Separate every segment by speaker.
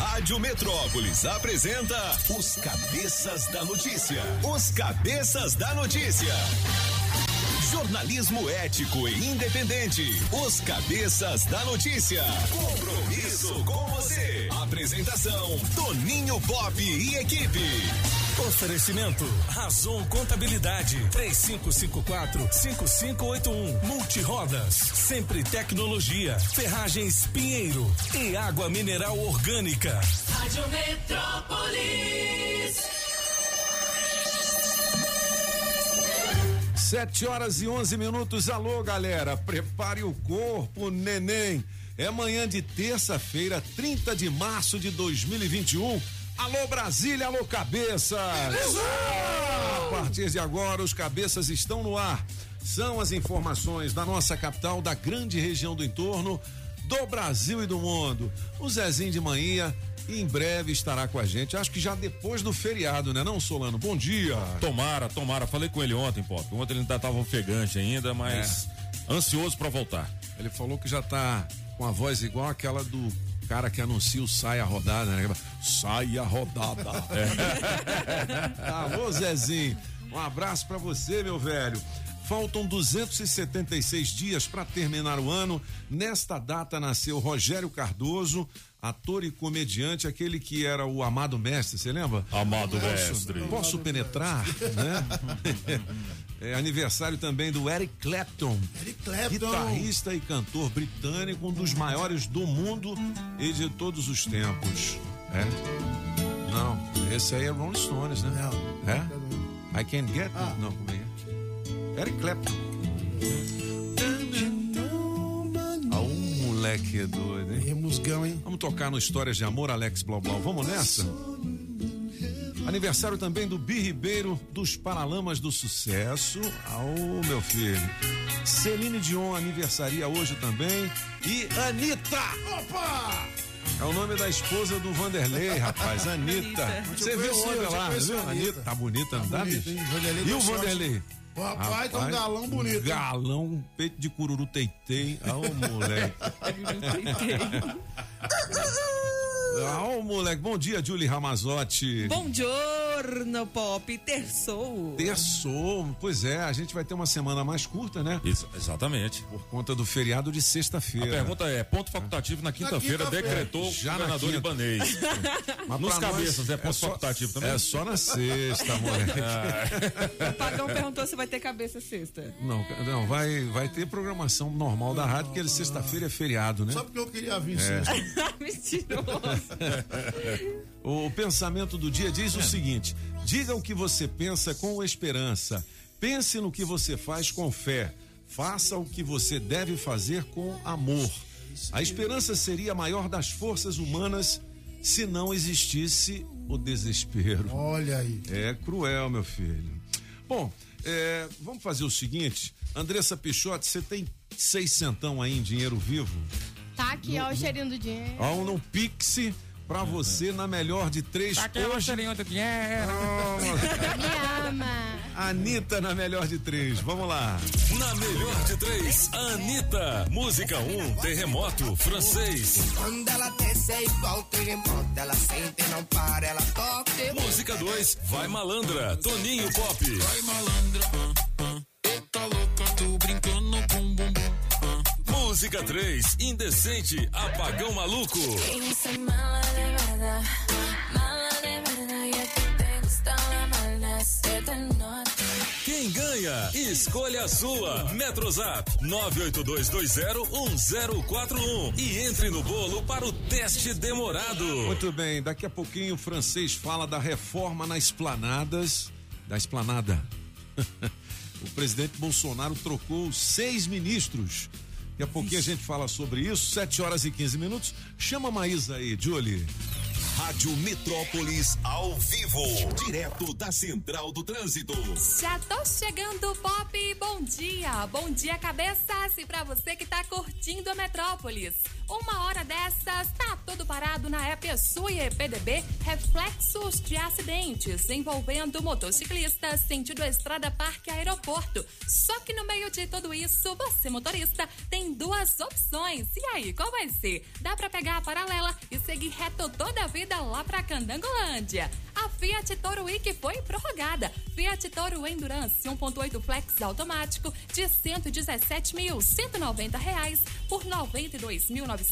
Speaker 1: Rádio Metrópolis apresenta Os Cabeças da Notícia. Os Cabeças da Notícia. Jornalismo ético e independente. Os Cabeças da Notícia. Compromisso com você. Apresentação: Toninho Pop e equipe.
Speaker 2: Oferecimento: Razon Contabilidade 3554-5581. Multirodas, Sempre Tecnologia, Ferragens Pinheiro e Água Mineral Orgânica.
Speaker 3: Rádio Metrópolis.
Speaker 4: 7h11. Alô, galera, prepare o corpo, neném. É manhã de terça-feira, 30 de março de 2021. Alô, Brasília, alô, cabeças. A partir de agora, os cabeças estão no ar. São as informações da nossa capital, da grande região do entorno, do Brasil e do mundo. O Zezinho de manhã em breve estará com a gente, acho que já depois do feriado, né não, Solano? Bom dia.
Speaker 5: Tomara, falei com ele ontem, Pop. Ontem ele ainda tava ofegante ainda, mas ansioso pra voltar.
Speaker 4: Ele falou que já tá com a voz igual aquela do cara que anuncia o Sai a Rodada, né? Sai a Rodada. Alô, Zezinho, um abraço pra você, meu velho. Faltam 276 dias para terminar o ano. Nesta data nasceu Rogério Cardoso, ator e comediante, aquele que era o Amado Mestre, você lembra?
Speaker 5: Amado Mestre.
Speaker 4: Posso penetrar, né? É aniversário também do Eric Clapton, guitarrista e cantor britânico, um dos maiores do mundo e de todos os tempos. Não, esse aí é Rolling Stones, né? I Can't Get... Não, como é? Eric Clapton. Moleque doido, hein?
Speaker 6: Musgão, hein?
Speaker 4: Vamos tocar no Histórias de Amor, Alex Blau Blau. Vamos nessa? Aniversário também do Bi Ribeiro, dos Paralamas do Sucesso. Meu filho. Celine Dion aniversaria hoje também. E Anitta! Opa! É o nome da esposa do Vanderlei, rapaz. Anitta. Você viu ontem lá, viu? Anitta. Tá bonita, não tá, bicho? E o Vanderlei?
Speaker 6: O rapaz tá um galão bonito.
Speaker 4: Galão, peito de cururu teitei. Moleque. Moleque. Bom dia, Julie Ramazotti.
Speaker 7: Bom giorno, Pop. Terçou.
Speaker 4: Pois é, a gente vai ter uma semana mais curta, né?
Speaker 5: Isso, exatamente.
Speaker 4: Por conta do feriado de sexta-feira.
Speaker 5: A pergunta é: ponto facultativo na quinta-feira, decretou já o governador libanês.
Speaker 4: Nos
Speaker 5: cabeças é ponto facultativo também?
Speaker 4: É só na sexta, moleque.
Speaker 7: O Pagão perguntou se vai ter cabeça sexta.
Speaker 4: Não, vai ter programação normal da rádio, porque sexta-feira é feriado, né?
Speaker 6: Só porque eu queria vir sexta.
Speaker 7: Mentiroso.
Speaker 4: O pensamento do dia diz o seguinte: diga o que você pensa com esperança, pense no que você faz com fé, faça o que você deve fazer com amor. A esperança seria a maior das forças humanas se não existisse o desespero.
Speaker 6: Olha aí.
Speaker 4: É cruel, meu filho. Bom, vamos fazer o seguinte: Andressa Pichotti, você tem 6 centão aí em dinheiro vivo?
Speaker 8: Tá aqui, ó, o cheirinho do dinheiro.
Speaker 4: Ó, no Pix pra você na melhor de 3.
Speaker 5: Tá aqui o cheirinho do dinheiro.
Speaker 8: Me ama.
Speaker 4: Anitta na melhor de 3, vamos lá.
Speaker 2: Na melhor de 3, Anitta. Música 1, Terremoto, francês.
Speaker 9: Quando ela desce é igual terremoto, ela sente, não para, ela toca.
Speaker 2: Música 2, Vai Malandra, Toninho Pop.
Speaker 10: Vai malandra, eita louca, tô brincando com bumbum.
Speaker 2: Música 3, Indecente, Apagão Maluco. Quem ganha? Escolha a sua. Metrozap 982201041 e entre no bolo para o teste demorado.
Speaker 4: Muito bem, daqui a pouquinho o francês fala da reforma da esplanada. O presidente Bolsonaro trocou 6 ministros. Daqui a pouquinho a gente fala sobre isso, 7h15. Chama a Maísa aí, Julie.
Speaker 1: Rádio Metrópolis ao vivo, direto da Central do Trânsito.
Speaker 3: Já tô chegando, Pop, bom dia. Bom dia, cabeças, e pra você que tá curtindo a Metrópolis. Uma hora dessas, tá tudo parado na EPSU e EPDB, reflexos de acidentes envolvendo motociclistas sentido Estrada Parque Aeroporto. Só que no meio de tudo isso, você motorista tem duas opções. E aí, qual vai ser? Dá pra pegar a paralela e seguir reto toda a vida lá pra Candangolândia. A Fiat Toro Week foi prorrogada. Fiat Toro Endurance 1.8 Flex automático de R$117.190 por R$92.990.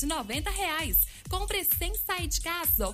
Speaker 3: Compre sem sair de casa.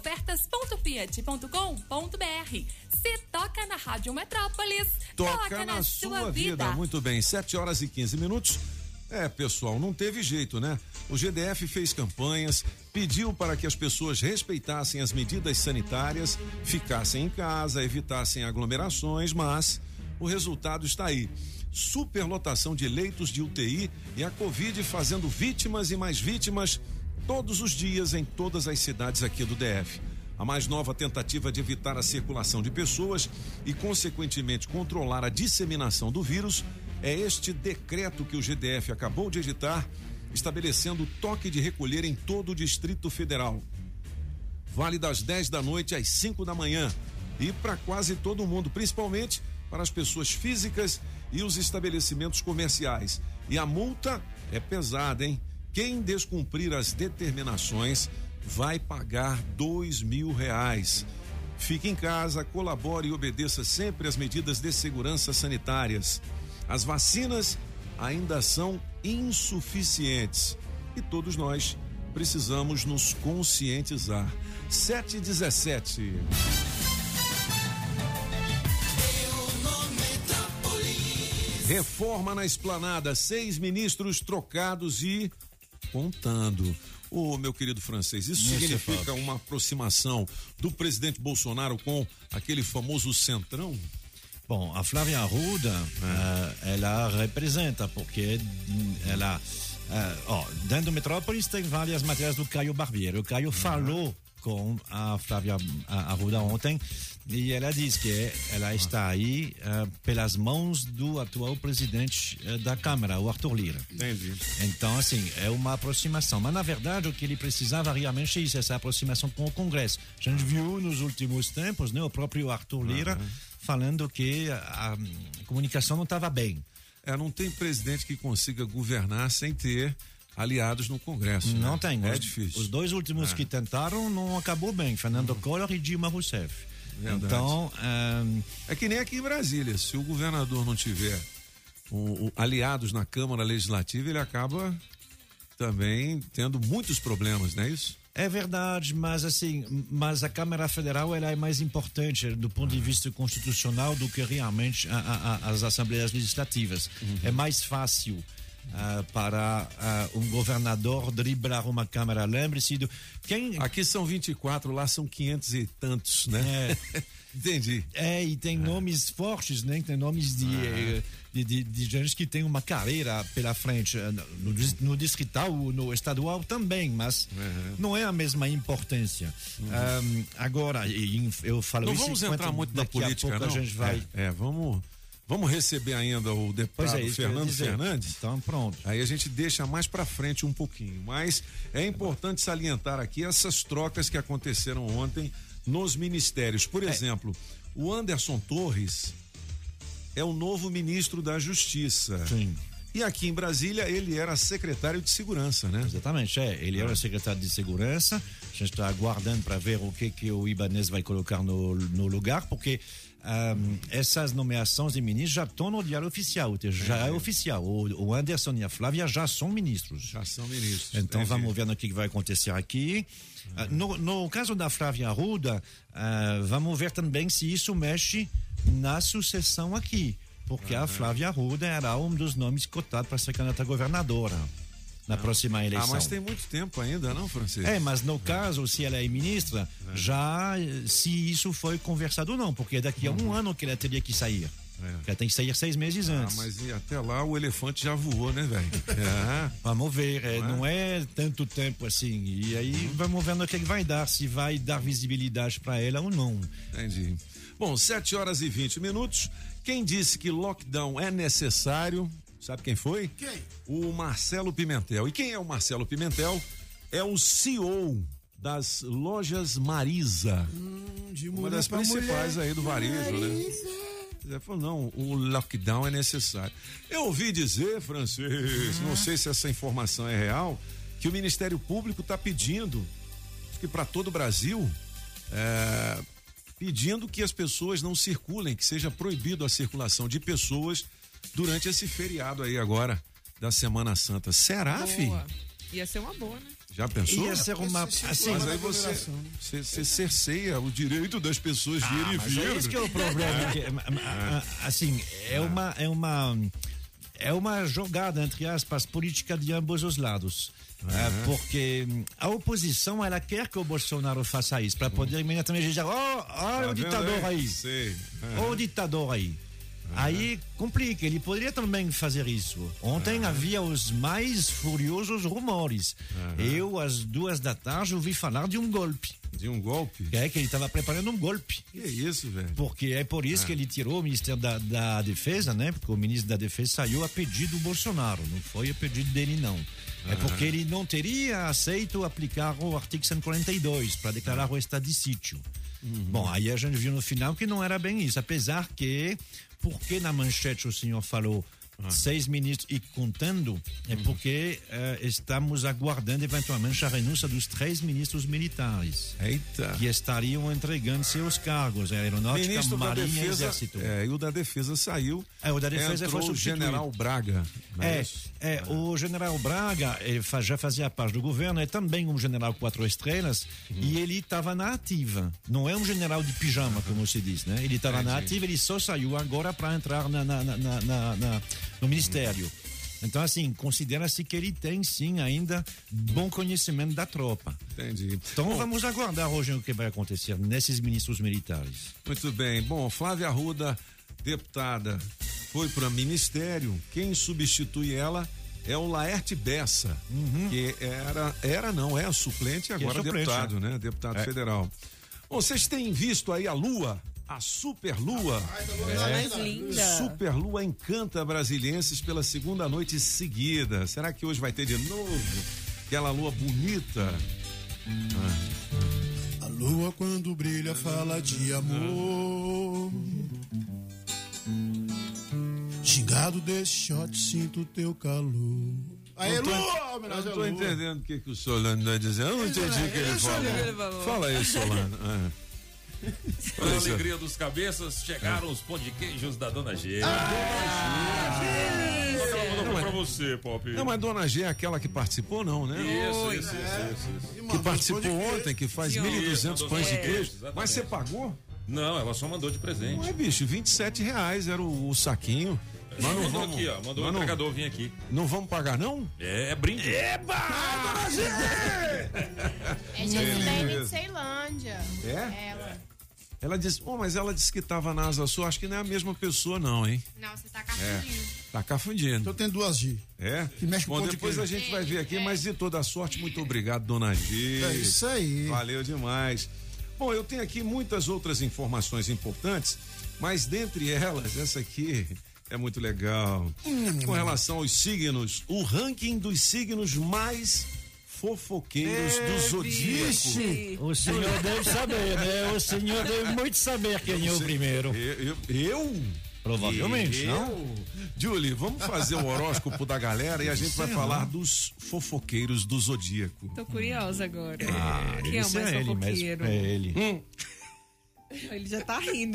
Speaker 3: Ofertas.fiat.com.br. Se toca na Rádio Metrópolis, toca na sua vida.
Speaker 4: Muito bem, 7h15. Pessoal, não teve jeito, né? O GDF fez campanhas, pediu para que as pessoas respeitassem as medidas sanitárias, ficassem em casa, evitassem aglomerações, mas o resultado está aí. Superlotação de leitos de UTI e a Covid fazendo vítimas e mais vítimas todos os dias em todas as cidades aqui do DF. A mais nova tentativa de evitar a circulação de pessoas e, consequentemente, controlar a disseminação do vírus é este decreto que o GDF acabou de editar, estabelecendo toque de recolher em todo o Distrito Federal. Vale das 10 da noite às 5 da manhã e para quase todo mundo, principalmente para as pessoas físicas e os estabelecimentos comerciais. E a multa é pesada, hein? Quem descumprir as determinações vai pagar R$2.000. Fique em casa, colabore e obedeça sempre às medidas de segurança sanitárias. As vacinas ainda são insuficientes e todos nós precisamos nos conscientizar. 7h17. Reforma na Esplanada, 6 ministros trocados e contando. Meu querido Francês, isso significa uma aproximação do presidente Bolsonaro com aquele famoso centrão?
Speaker 11: Bom, a Flávia Arruda, ela representa, porque ela... dentro do Metrópolis tem várias matérias do Caio Barbieri. O Caio falou com a Flávia Arruda ontem e ela diz que ela está aí pelas mãos do atual presidente da Câmara, o Arthur Lira.
Speaker 4: Entendi.
Speaker 11: Então, assim, é uma aproximação. Mas, na verdade, o que ele precisava realmente é isso, essa aproximação com o Congresso. A gente viu nos últimos tempos, né, o próprio Arthur Lira falando que a comunicação não estava bem.
Speaker 4: Não tem presidente que consiga governar sem ter aliados no Congresso.
Speaker 11: Não
Speaker 4: né?
Speaker 11: tem.
Speaker 4: É difícil.
Speaker 11: Os dois últimos que tentaram não acabou bem, Fernando Collor e Dilma Rousseff.
Speaker 4: Verdade.
Speaker 11: Então...
Speaker 4: É que nem aqui em Brasília, se o governador não tiver aliados na Câmara Legislativa, ele acaba também tendo muitos problemas, não é isso?
Speaker 11: É verdade, mas a Câmara Federal ela é mais importante do ponto de vista constitucional do que realmente as Assembleias Legislativas. É mais fácil para um governador driblar uma Câmara. Lembre-se do...
Speaker 4: Aqui são 24, lá são 500 e tantos, né? Entendi.
Speaker 11: E tem nomes fortes, né? Tem nomes de gente que tem uma carreira pela frente no distrital, no estadual também, mas não é a mesma importância. Agora, eu falo
Speaker 4: não
Speaker 11: isso...
Speaker 4: Não vamos entrar muito na política, não?
Speaker 11: A gente vai...
Speaker 4: Vamos receber ainda o deputado Fernando Fernandes.
Speaker 11: Então, pronto.
Speaker 4: Aí a gente deixa mais para frente um pouquinho. Mas é importante salientar aqui essas trocas que aconteceram ontem nos ministérios. Por exemplo, o Anderson Torres é o novo ministro da Justiça.
Speaker 11: Sim.
Speaker 4: E aqui em Brasília ele era secretário de Segurança, né?
Speaker 11: Exatamente, ele era secretário de Segurança. A gente está aguardando para ver o que o Ibanez vai colocar no lugar, porque essas nomeações de ministros já estão no diário oficial, já é oficial. O Anderson e a Flávia já são ministros.
Speaker 4: Já são ministros.
Speaker 11: Então vamos ver no que vai acontecer aqui. No caso da Flávia Arruda, vamos ver também se isso mexe na sucessão aqui. Porque a Flávia Arruda era um dos nomes cotados para ser candidata a governadora na próxima eleição.
Speaker 4: Mas tem muito tempo ainda, não, Francisco?
Speaker 11: Mas no caso, se ela é ministra, já se isso foi conversado ou não, porque daqui a um ano que ela teria que sair. Ela tem que sair 6 meses antes.
Speaker 4: Mas e até lá o elefante já voou, né, velho?
Speaker 11: Vamos ver, não é tanto tempo assim. E aí vamos ver no que vai dar, se vai dar visibilidade para ela ou não.
Speaker 4: Entendi. Bom, 7h20. Quem disse que lockdown é necessário, sabe quem foi?
Speaker 6: Quem?
Speaker 4: O Marcelo Pimentel. E quem é o Marcelo Pimentel? É o CEO das lojas Marisa. Uma das principais aí do varejo, né? Ele falou, não, o lockdown é necessário. Eu ouvi dizer, Francisco, não sei se essa informação é real, que o Ministério Público está pedindo, que para todo o Brasil, pedindo que as pessoas não circulem, que seja proibido a circulação de pessoas durante esse feriado aí agora da Semana Santa. Será, filho?
Speaker 7: Ia ser uma boa, né?
Speaker 4: Já pensou?
Speaker 11: Ia ser uma... Assim,
Speaker 4: mas aí você cerceia o direito das pessoas de ir e vir.
Speaker 11: É isso que é o problema. Assim, é uma jogada, entre aspas, política de ambos os lados. Porque a oposição, ela quer que o Bolsonaro faça isso, para poder imediatamente dizer, olha o ditador aí. O ditador aí. Aí complica, ele poderia também fazer isso. Ontem havia os mais furiosos rumores. Eu, às 2h, ouvi falar de um golpe.
Speaker 4: De um golpe?
Speaker 11: Que ele estava preparando um golpe.
Speaker 4: Que isso, velho?
Speaker 11: Porque é por isso que ele tirou o Ministério da Defesa, né? Porque o ministro da Defesa saiu a pedido do Bolsonaro, não foi a pedido dele, não. É porque ele não teria aceito aplicar o artigo 142 para declarar o estado de sítio. Bom, aí a gente viu no final que não era bem isso, apesar que, porque na manchete o senhor falou 6 ministros e contando, é porque estamos aguardando eventualmente a renúncia dos 3 ministros militares.
Speaker 4: Eita.
Speaker 11: Que estariam entregando seus cargos, Aeronáutica,
Speaker 4: Ministro
Speaker 11: Marinha
Speaker 4: da Defesa,
Speaker 11: e Exército.
Speaker 4: E o da Defesa saiu.
Speaker 11: O da Defesa foi
Speaker 4: o
Speaker 11: substituído.
Speaker 4: General Braga.
Speaker 11: O General Braga, ele já fazia parte do governo, é também um general 4 estrelas, e ele estava na ativa. Não é um general de pijama, como se diz, né? Ele estava na ativa, ele só saiu agora para entrar no ministério. Então, assim, considera-se que ele tem, sim, ainda bom conhecimento da tropa.
Speaker 4: Entendi.
Speaker 11: Então, vamos aguardar hoje o que vai acontecer nesses ministros militares.
Speaker 4: Muito bem. Bom, Flávia Arruda, deputada, foi para o ministério. Quem substitui ela é o Laerte Bessa, que é suplente, agora
Speaker 11: suplente,
Speaker 4: deputado, né? Deputado federal. Bom, vocês têm visto aí a Lua? A Superlua.
Speaker 7: Mais linda.
Speaker 4: Superlua encanta brasilienses pela segunda noite seguida. Será que hoje vai ter de novo aquela lua bonita?
Speaker 6: A lua quando brilha fala de amor. Gingado desse shot, sinto teu calor. Aí, Lua!
Speaker 4: Eu não tô entendendo o que o Solano tá dizendo. Eu não entendi o que ele falou. Fala aí, Solano.
Speaker 5: Para a alegria dos cabeças, chegaram os pão de queijos da Dona G. Mandou pra você, Pop.
Speaker 4: Não, mas Dona G é aquela que participou, não, né?
Speaker 5: Isso.
Speaker 4: Que participou ontem, que faz 1.200 pães de queijo. Mas você pagou?
Speaker 5: Não, ela só mandou de presente.
Speaker 4: Não é, bicho, R$27 era o saquinho. Mas não
Speaker 5: mandou aqui, ó. Mandou o entregador vir aqui.
Speaker 4: Não vamos pagar, não?
Speaker 5: É brinde.
Speaker 4: Eba! Dona G!
Speaker 8: É Gislene de Ceilândia.
Speaker 4: É? Ela disse, mas ela disse que tava na Asa Sul, acho que não é a mesma pessoa não, hein?
Speaker 8: Não, você tá confundindo.
Speaker 4: Tá confundindo.
Speaker 6: Então tem 2 G.
Speaker 4: Que mexe com depois a gente vai ver aqui, mas de toda sorte, muito obrigado, Dona G.
Speaker 6: É isso aí.
Speaker 4: Valeu demais. Bom, eu tenho aqui muitas outras informações importantes, mas dentre elas, essa aqui é muito legal. Com relação aos signos, o ranking dos signos mais fofoqueiros do Zodíaco.
Speaker 11: O senhor deve saber, né? O senhor deve muito saber quem é o primeiro.
Speaker 4: Eu?
Speaker 11: Provavelmente, não?
Speaker 4: Julie, vamos fazer o horóscopo da galera e a gente vai falar dos fofoqueiros do Zodíaco.
Speaker 7: Tô curiosa agora.
Speaker 11: Quem é o mais
Speaker 7: fofoqueiro?
Speaker 11: É ele.
Speaker 7: Ele já tá rindo.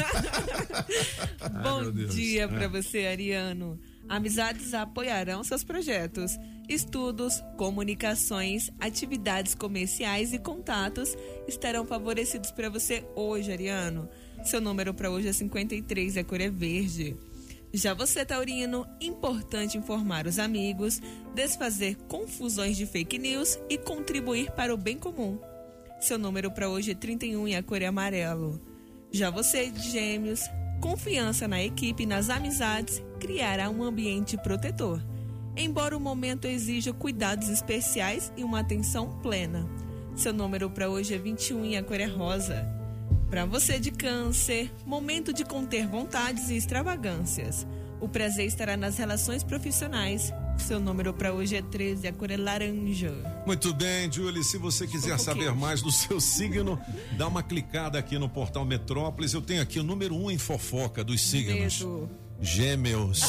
Speaker 7: Bom dia pra você, Ariano. Amizades apoiarão seus projetos. Estudos, comunicações, atividades comerciais e contatos estarão favorecidos para você hoje, Ariano. Seu número para hoje é 53 e a cor é verde. Já você, taurino, importante informar os amigos, desfazer confusões de fake news e contribuir para o bem comum. Seu número para hoje é 31 e a cor é amarelo. Já você, de Gêmeos, Confiança na equipe e nas amizades criará um ambiente protetor, embora o momento exija cuidados especiais e uma atenção plena. Seu número para hoje é 21 e a cor é rosa. Para você de Câncer, momento de conter vontades e extravagâncias. O prazer estará nas relações profissionais. Seu número para hoje é 13 e a cor é laranja.
Speaker 4: Muito bem, Julie, se você quiser saber mais do seu signo, dá uma clicada aqui no portal Metrópolis. Eu tenho aqui o número 1 em fofoca dos signos. Gêmeos.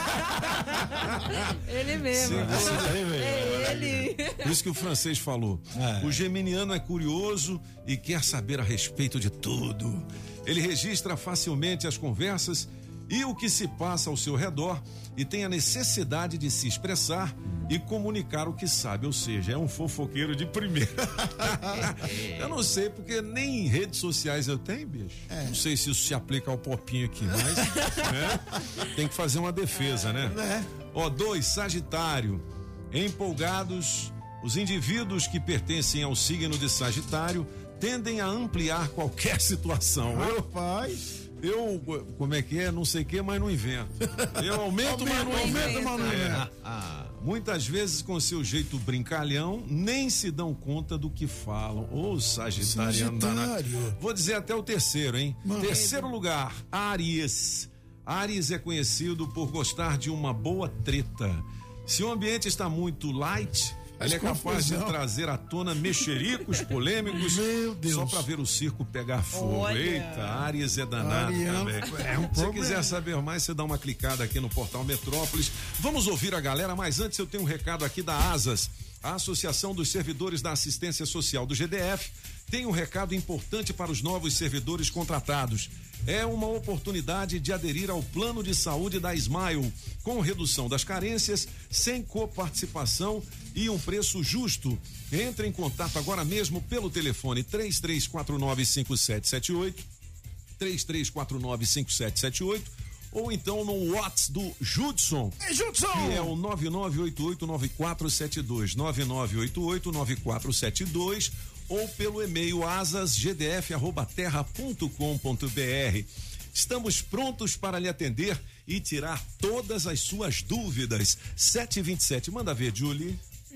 Speaker 7: Ele mesmo. É ele.
Speaker 4: Por isso que o francês falou. O geminiano é curioso e quer saber a respeito de tudo. Ele registra facilmente as conversas e o que se passa ao seu redor e tem a necessidade de se expressar e comunicar o que sabe, ou seja, é um fofoqueiro de primeira. Eu não sei, porque nem em redes sociais eu tenho, bicho. Não sei se isso se aplica ao popinho aqui, mas tem que fazer uma defesa, né? 2, Sagitário. Empolgados, os indivíduos que pertencem ao signo de Sagitário tendem a ampliar qualquer situação. Eu, como é que é? Não sei o que, mas não invento. Eu aumento, mas não invento. Muitas vezes, com seu jeito brincalhão, nem se dão conta do que falam. Ô, Sagitariano danado. Vou dizer até o terceiro, hein? Terceiro lugar, Áries. Áries é conhecido por gostar de uma boa treta. Se o ambiente está muito light, ele é capaz de trazer à tona mexericos polêmicos só para ver o circo pegar fogo. Olha. Eita, Áries é danado também. Se você quiser saber mais, você dá uma clicada aqui no portal Metrópolis. Vamos ouvir a galera, mas antes eu tenho um recado aqui da ASAS, a Associação dos Servidores da Assistência Social do GDF. Tem um recado importante para os novos servidores contratados. É uma oportunidade de aderir ao plano de saúde da Smile, com redução das carências, sem coparticipação e um preço justo. Entre em contato agora mesmo pelo telefone 3349-5778, 3349-5778, ou então no WhatsApp do Judson, que é o 99889472, 99889472, ou pelo e-mail asasgdf@terra.com.br. Estamos prontos para lhe atender e tirar todas as suas dúvidas. 7h27, manda ver, Julie.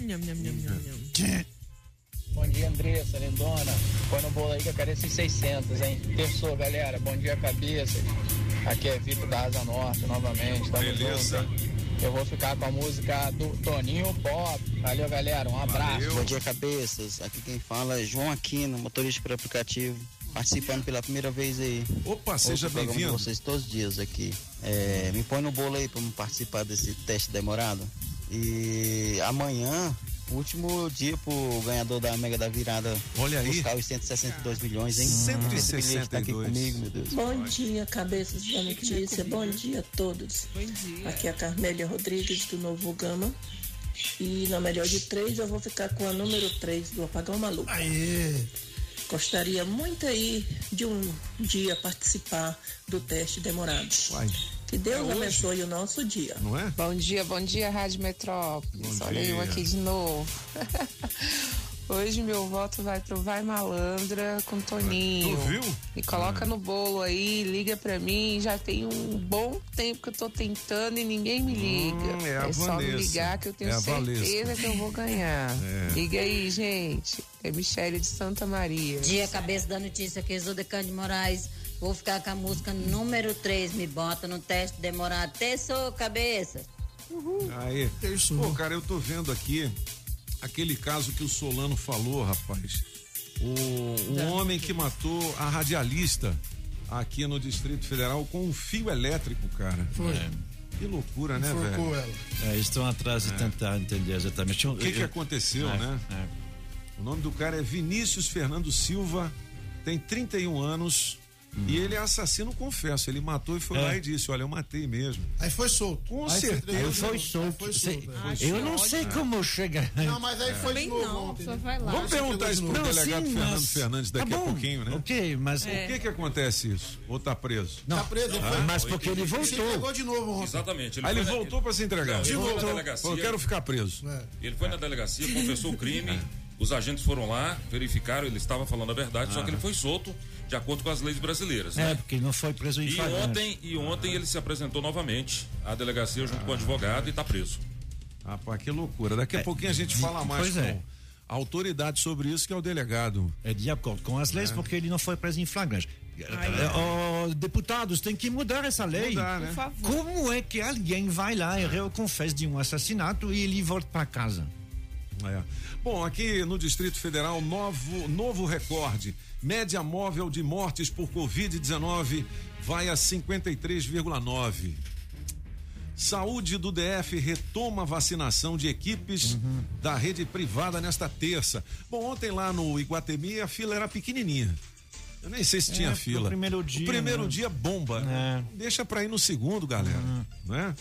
Speaker 12: Bom dia, Andressa, lindona. Põe no bolo aí que eu quero esses 600, hein? Terçou, galera. Bom dia, cabeça. Aqui é Vitor da Asa Norte, novamente.
Speaker 4: Beleza.
Speaker 12: Junto, eu vou ficar com a música do Toninho Pop. Valeu, galera. Um abraço.
Speaker 13: Valeu. Bom dia, cabeças. Aqui quem fala é João Aquino, motorista por aplicativo, participando pela primeira vez aí.
Speaker 4: Opa, seja bem-vindo.
Speaker 13: Vocês todos os dias aqui. Me põe no bolo aí para me participar desse teste demorado. E amanhã, último dia pro ganhador da Mega da Virada.
Speaker 4: Olha aí.
Speaker 13: Buscar os 162 milhões, hein?
Speaker 4: 162.
Speaker 13: Tá aqui comigo, meu Deus.
Speaker 14: Bom dia, cabeças da notícia. Bom dia a todos.
Speaker 7: Bom dia.
Speaker 14: Aqui é a Carmélia Rodrigues do Novo Gama. E na melhor de 3 eu vou ficar com a número 3 do Apagão Maluco.
Speaker 6: Aê!
Speaker 14: Gostaria muito aí de um dia participar do teste demorado. Que Deus abençoe o nosso dia.
Speaker 4: Não é?
Speaker 15: Bom dia, Rádio Metrópolis.
Speaker 4: Bom
Speaker 15: Olha
Speaker 4: dia.
Speaker 15: eu aqui de novo. Hoje meu voto vai pro Vai Malandra com Toninho.
Speaker 4: Tu viu?
Speaker 15: Me coloca no bolo aí, liga pra mim. Já tem um bom tempo que eu tô tentando e ninguém me liga.
Speaker 4: É
Speaker 15: só me ligar que eu tenho certeza que eu vou ganhar. Liga aí, gente. É Michele de Santa Maria.
Speaker 16: Dia, cabeça da notícia, aqui é Zodecane de Moraes. Vou ficar com a música número 3. Me bota no teste demorado. Terçou, cabeça.
Speaker 4: Aí. Pô, cara, eu tô vendo aqui aquele caso que o Solano falou, rapaz. Um homem que matou a radialista aqui no Distrito Federal com um fio elétrico, cara.
Speaker 6: Foi.
Speaker 4: Que loucura, né, velho?
Speaker 6: Ela.
Speaker 11: Estão atrás de tentar entender exatamente
Speaker 4: o que aconteceu, né? O nome do cara é Vinícius Fernando Silva, tem 31 anos. E ele é assassino, confesso. Ele matou e foi lá e disse: olha, eu matei mesmo.
Speaker 6: Aí foi solto.
Speaker 4: Com certeza.
Speaker 11: Aí foi solto. Eu não sei como chega.
Speaker 6: Não, mas aí foi de novo ontem.
Speaker 7: Vai lá.
Speaker 4: Vamos perguntar isso pro delegado Fernando Fernandes daqui a pouquinho, né?
Speaker 11: Ok, mas
Speaker 4: o que acontece isso? Ou tá preso?
Speaker 11: Não.
Speaker 6: Tá preso,
Speaker 11: mas porque ele voltou.
Speaker 6: Ele pegou de novo ontem.
Speaker 5: Exatamente.
Speaker 4: Aí ele voltou pra se entregar.
Speaker 5: Ele foi na delegacia.
Speaker 4: Eu quero ficar preso.
Speaker 5: Ele foi na delegacia, confessou o crime Os agentes foram lá, verificaram, ele estava falando a verdade, só que ele foi solto de acordo com as leis brasileiras, né?
Speaker 11: Porque ele não foi preso em flagrante.
Speaker 5: E ontem ele se apresentou novamente à delegacia junto com o advogado e está preso.
Speaker 4: Rapaz, que loucura. Daqui a pouquinho a gente fala mais com a autoridade sobre isso, que é o delegado.
Speaker 11: É de acordo com as leis, porque ele não foi preso em flagrante. Deputados, tem que mudar essa lei.
Speaker 4: Mudar, né?
Speaker 7: Por favor.
Speaker 11: Como é que alguém vai lá e reconfessa de um assassinato e ele volta para casa?
Speaker 4: Bom, aqui no Distrito Federal, novo recorde. Média móvel de mortes por Covid-19 vai a 53,9. Saúde do DF retoma a vacinação de equipes da rede privada nesta terça. Bom, ontem lá no Iguatemi a fila era pequenininha. Eu nem sei se tinha fila.
Speaker 11: O primeiro dia
Speaker 4: bomba. Deixa pra ir no segundo, galera. Né?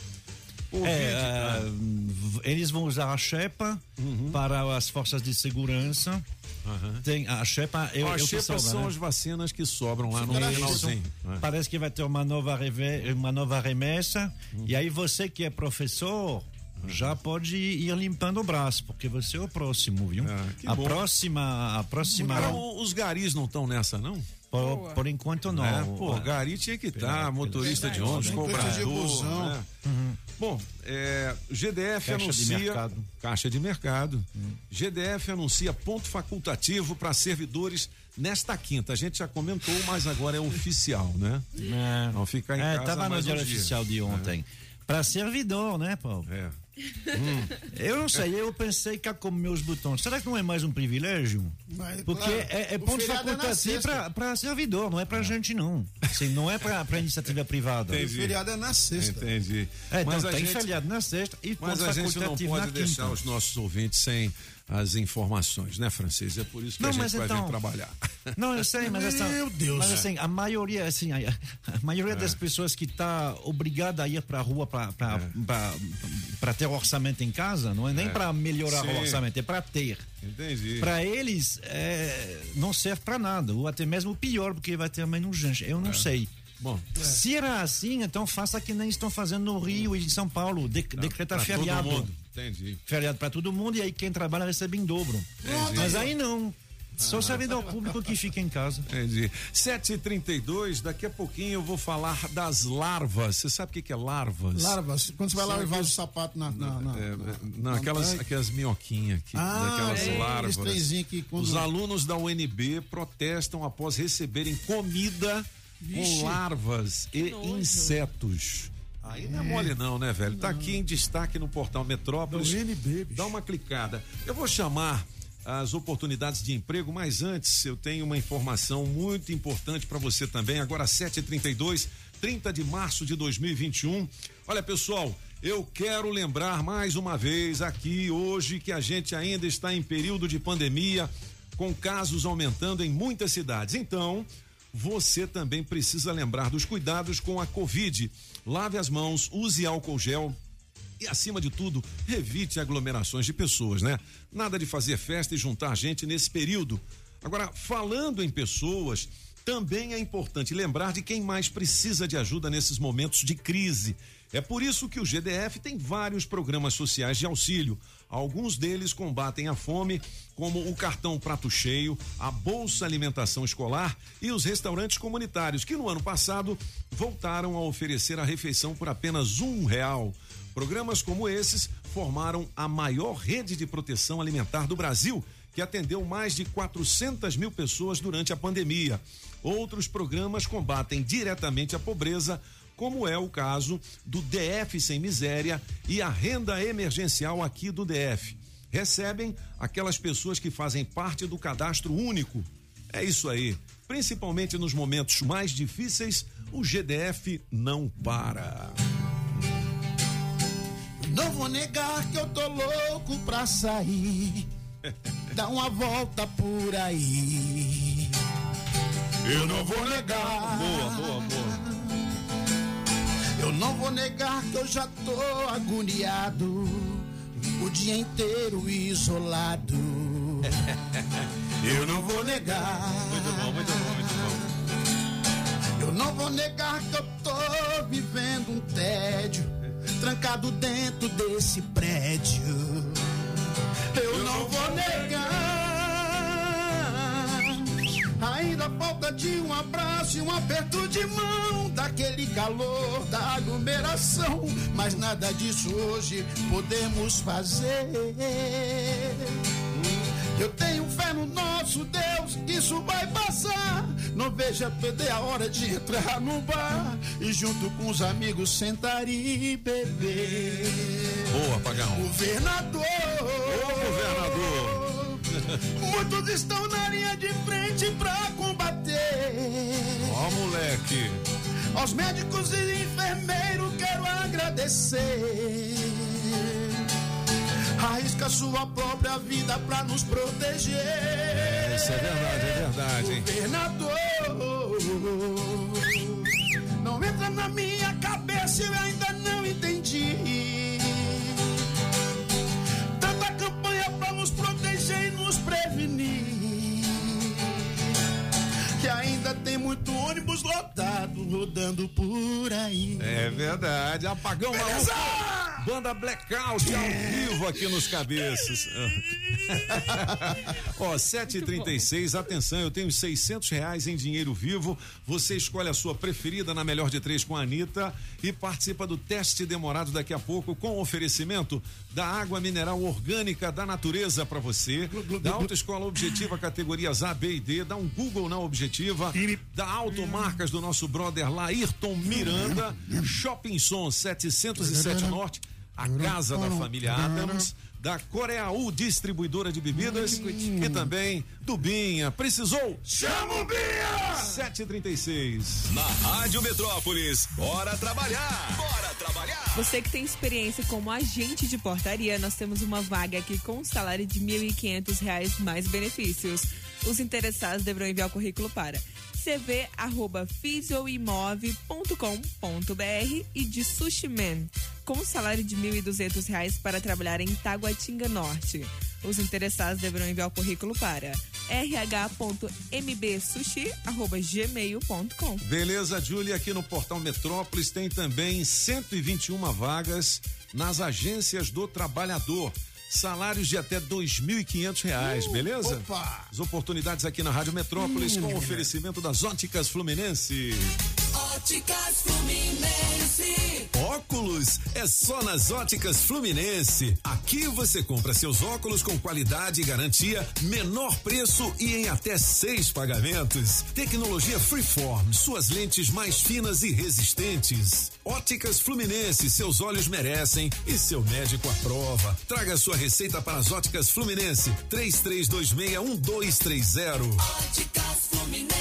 Speaker 11: Eles vão usar a Xepa para as forças de segurança. Tem a Xepa.
Speaker 4: A Xepa são as vacinas que sobram lá no finalzinho.
Speaker 11: Parece que vai ter uma nova remessa. E aí você que é professor já pode ir limpando o braço, porque você é o próximo, viu? A próxima.
Speaker 4: Os garis não estão nessa, não?
Speaker 11: Por enquanto não.
Speaker 4: Gari tinha que estar, motorista de ônibus, cobrador. Bom, GDF anuncia Caixa de Mercado. GDF anuncia ponto facultativo para servidores nesta quinta. A gente já comentou, mas agora é oficial, né? Não ficar em casa.
Speaker 11: Tava no diário oficial de ontem. Para servidor, né, Paulo? Eu não sei, eu pensei que como meus botões. Será que não é mais um privilégio? Porque é ponto facultativo para servidor, não é para gente não. Assim, não é para iniciativa privada.
Speaker 6: O feriado é na sexta.
Speaker 4: Entendi.
Speaker 11: Então tem feriado na sexta e ponto facultativo na quinta. Mas a gente não pode deixar os nossos ouvintes sem as informações, né, Francês? É por isso que a gente vai vir trabalhar. Não, eu sei, mas
Speaker 6: meu Deus.
Speaker 11: Mas assim, a maioria das pessoas que está obrigada a ir para a rua para ter orçamento em casa, não é nem para melhorar o orçamento, é para ter.
Speaker 4: Entendi.
Speaker 11: Para eles não serve para nada, ou até mesmo pior, porque vai ter menos gente. Eu não sei.
Speaker 4: Bom,
Speaker 11: se era assim, então faça que nem estão fazendo no Rio e em São Paulo, decretar feriado.
Speaker 4: Entendi.
Speaker 11: Feriado para todo mundo e aí quem trabalha recebe em dobro.
Speaker 4: Entendi.
Speaker 11: Mas aí não. Só servidor público que fica em casa.
Speaker 4: Entendi. 7h32, daqui a pouquinho eu vou falar das larvas. Você sabe o que é larvas?
Speaker 6: Larvas, quando você vai lá levar o sapato
Speaker 4: aquelas minhoquinhas aqui, daquelas larvas.
Speaker 6: Quando...
Speaker 4: Os alunos da UNB protestam após receberem comida com larvas e insetos. Aí não é mole não, né, velho? Tá aqui em destaque no portal Metrópolis. Dá uma clicada. Eu vou chamar as oportunidades de emprego, mas antes eu tenho uma informação muito importante para você também. Agora 7h32, 30 de março de 2021. Olha, pessoal, eu quero lembrar mais uma vez aqui hoje que a gente ainda está em período de pandemia, com casos aumentando em muitas cidades. Então, você também precisa lembrar dos cuidados com a Covid. Lave as mãos, use álcool gel e, acima de tudo, evite aglomerações de pessoas, né? Nada de fazer festa e juntar gente nesse período. Agora, falando em pessoas, também é importante lembrar de quem mais precisa de ajuda nesses momentos de crise. É por isso que o GDF tem vários programas sociais de auxílio. Alguns deles combatem a fome, como o cartão Prato Cheio, a Bolsa Alimentação Escolar e os restaurantes comunitários, que no ano passado voltaram a oferecer a refeição por apenas R$1. Programas como esses formaram a maior rede de proteção alimentar do Brasil, que atendeu mais de 400 mil pessoas durante a pandemia. Outros programas combatem diretamente a pobreza, como é o caso do DF Sem Miséria e a renda emergencial aqui do DF. Recebem aquelas pessoas que fazem parte do cadastro único. É isso aí. Principalmente nos momentos mais difíceis, o GDF não para.
Speaker 6: Não vou negar que eu tô louco pra sair, dar uma volta por aí. Eu não vou negar.
Speaker 4: Boa.
Speaker 6: Eu não vou negar que eu já tô agoniado, o dia inteiro isolado. Eu não vou negar.
Speaker 4: Muito bom.
Speaker 6: Eu não vou negar que eu tô vivendo um tédio, trancado dentro desse prédio. Eu não vou negar abraço e um aperto de mão, daquele calor da aglomeração. Mas nada disso hoje podemos fazer. Eu tenho fé no nosso Deus, que isso vai passar. Não vejo perder a hora de entrar no bar e junto com os amigos sentar e beber.
Speaker 4: Boa, Pagão.
Speaker 6: Governador.
Speaker 4: Ô, governador.
Speaker 6: Muitos estão na linha de frente pra combater.
Speaker 4: Ó, moleque.
Speaker 6: Aos médicos e enfermeiros quero agradecer. Arrisca sua própria vida pra nos proteger.
Speaker 4: Isso é verdade, hein?
Speaker 6: Governador, não entra na minha cabeça, eu ainda não entendi. Tanta campanha pra nos proteger e nos prevenir, que ainda tem muito ônibus lotado rodando por aí.
Speaker 4: É verdade. Apagão maluco. Banda Blackout ao vivo aqui nos Cabeças. Ó, 7h36, atenção, eu tenho R$600 em dinheiro vivo. Você escolhe a sua preferida na Melhor de 3 com a Anitta e participa do teste demorado daqui a pouco com oferecimento da água mineral orgânica da natureza para você, da Autoescola Objetiva categorias A, B e D, dá um Google na Objetiva, da Automarcas do nosso brother Laírton Miranda, Shopping Som 707 Norte, a casa da família Adams, da Coreaú Distribuidora de Bebidas e também do Binha. Precisou?
Speaker 1: Chama o Binha!
Speaker 4: 7h36.
Speaker 1: Na Rádio Metrópolis, bora trabalhar! Bora trabalhar!
Speaker 7: Você que tem experiência como agente de portaria, nós temos uma vaga aqui com um salário de R$1.500 mais benefícios. Os interessados deverão enviar o currículo para cv@fisioimove.com.br e de Sushi Man, com salário de R$1.200 para trabalhar em Taguatinga Norte. Os interessados deverão enviar o currículo para rh.mbsushi@gmail.com.
Speaker 4: Beleza, Júlia, aqui no Portal Metrópolis tem também 121 vagas nas agências do trabalhador. Salários de até R$2.500, beleza?
Speaker 6: Opa!
Speaker 4: As oportunidades aqui na Rádio Metrópolis com oferecimento das Óticas Fluminense.
Speaker 1: Óticas Fluminense. Óculos é só nas Óticas Fluminense. Aqui você compra seus óculos com qualidade e garantia, menor preço e em até 6 pagamentos. Tecnologia Freeform, suas lentes mais finas e resistentes. Óticas Fluminense, seus olhos merecem e seu médico aprova. Traga sua receita para as Óticas Fluminense. 3326-1230.
Speaker 17: Óticas Fluminense.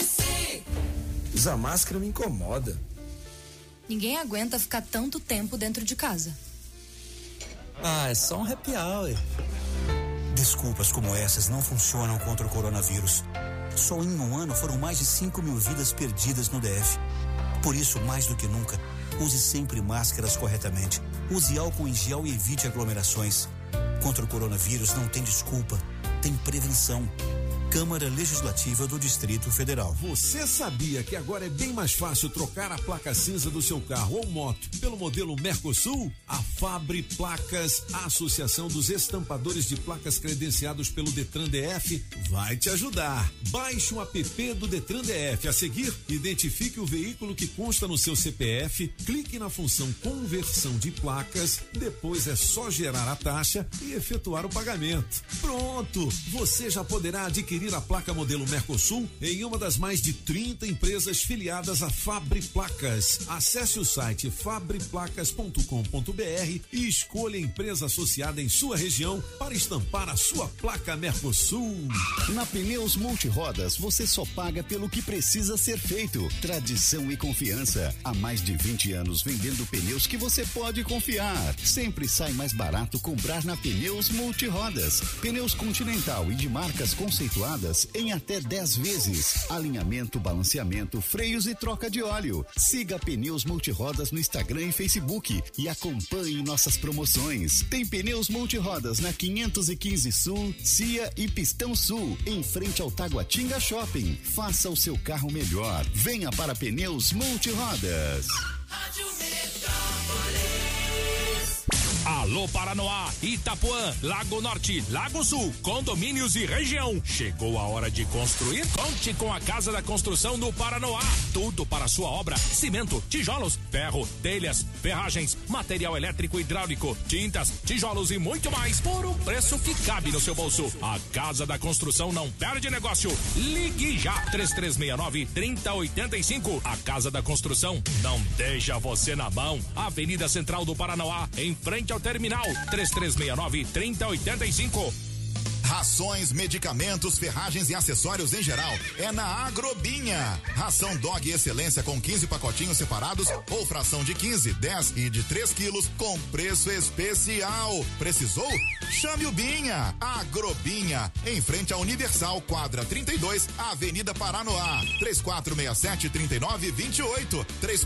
Speaker 18: Usar máscara me incomoda.
Speaker 19: Ninguém aguenta ficar tanto tempo dentro de casa.
Speaker 18: Ah, é só um happy hour.
Speaker 20: Desculpas como essas não funcionam contra o coronavírus. Só em um ano foram mais de 5.000 vidas perdidas no DF. Por isso, mais do que nunca, use sempre máscaras corretamente. Use álcool em gel e evite aglomerações. Contra o coronavírus não tem desculpa, tem prevenção. Câmara Legislativa do Distrito Federal.
Speaker 4: Você sabia que agora é bem mais fácil trocar a placa cinza do seu carro ou moto pelo modelo Mercosul? A Fabri Placas, a Associação dos Estampadores de Placas credenciados pelo Detran DF, vai te ajudar. Baixe um app do Detran DF. A seguir, identifique o veículo que consta no seu CPF, clique na função Conversão de Placas, depois é só gerar a taxa e efetuar o pagamento. Pronto! Você já poderá adquirir a placa modelo Mercosul em uma das mais de 30 empresas filiadas à Fabri Placas. Acesse o site fabriplacas.com.br e escolha a empresa associada em sua região para estampar a sua placa Mercosul.
Speaker 21: Na Pneus Multirodas, você só paga pelo que precisa ser feito. Tradição e confiança. Há mais de 20 anos vendendo pneus que você pode confiar. Sempre sai mais barato comprar na Pneus Multirodas. Pneus Continental e de marcas conceituadas em até 10 vezes. Alinhamento, balanceamento, freios e troca de óleo. Siga Pneus Multirodas no Instagram e Facebook e acompanhe nossas promoções. Tem Pneus Multirodas na 515 Sul, Cia e Pistão Sul, em frente ao Taguatinga Shopping. Faça o seu carro melhor. Venha para Pneus Multirodas.
Speaker 17: Rádio Metrópolis.
Speaker 1: A
Speaker 9: Alô Paranoá, Itapuã, Lago Norte, Lago Sul, condomínios e região. Chegou a hora de construir? Conte com a Casa da Construção do Paranoá. Tudo para a sua obra: cimento, tijolos, ferro, telhas, ferragens, material elétrico e hidráulico, tintas, tijolos e muito mais por um preço que cabe no seu bolso. A Casa da Construção não perde negócio. Ligue já 3369-3085. A Casa da Construção não deixa você na mão. Avenida Central do Paranoá, em frente ao terminal. 3369-3085.
Speaker 22: Rações, medicamentos, ferragens e acessórios em geral é na Agrobinha. Ração Dog Excelência com 15 pacotinhos separados ou fração de 15, 10 e de 3 quilos com preço especial. Precisou? Chame o Binha. Agrobinha, em frente à Universal, quadra 32, Avenida Paranoá. 3467-3928.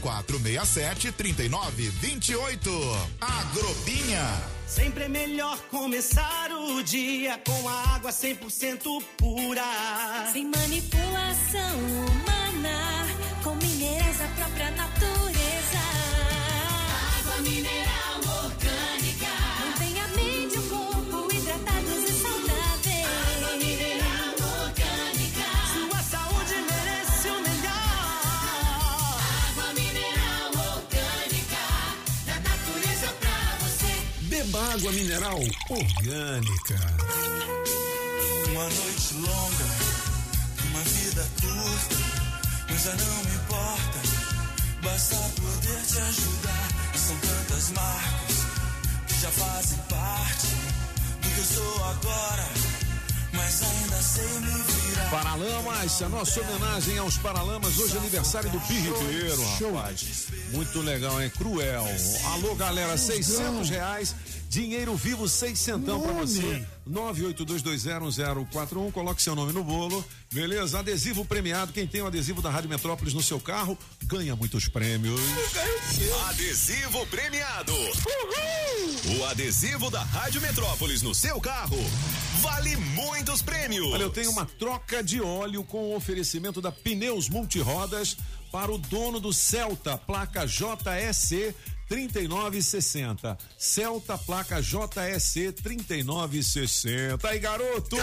Speaker 22: 3467-3928. Agrobinha.
Speaker 23: Sempre é melhor começar o dia com a água 100% pura.
Speaker 24: Sem manipulação humana, com minerais da própria natureza. Água mineral orgânica. Mantém a mente e o corpo hidratados e saudáveis. Água mineral orgânica.
Speaker 23: Sua saúde merece o melhor.
Speaker 24: Água mineral orgânica. Da natureza pra você.
Speaker 1: Beba água mineral orgânica.
Speaker 10: Uma noite longa, uma vida curta, mas já não me importa, basta poder te ajudar. São tantas marcas que já fazem parte do que eu sou agora, mas ainda sei me virar.
Speaker 4: Paralamas, a nossa homenagem aos Paralamas, hoje é aniversário do Pi Ribeiro, rapaz. Muito legal, hein? Cruel. Alô, galera, R$600, dinheiro vivo, 600 pra você. 982201041, coloque seu nome no bolo, beleza? Adesivo premiado, quem tem o adesivo da Rádio Metrópolis no seu carro, ganha muitos prêmios.
Speaker 1: Adesivo premiado. Uhul! O adesivo da Rádio Metrópolis no seu carro vale muitos prêmios.
Speaker 4: Olha, eu tenho uma troca de óleo com oferecimento da Pneus Multirodas para o dono do Celta, placa JSC 3960. Celta, placa JSC 3960. Aí, garoto!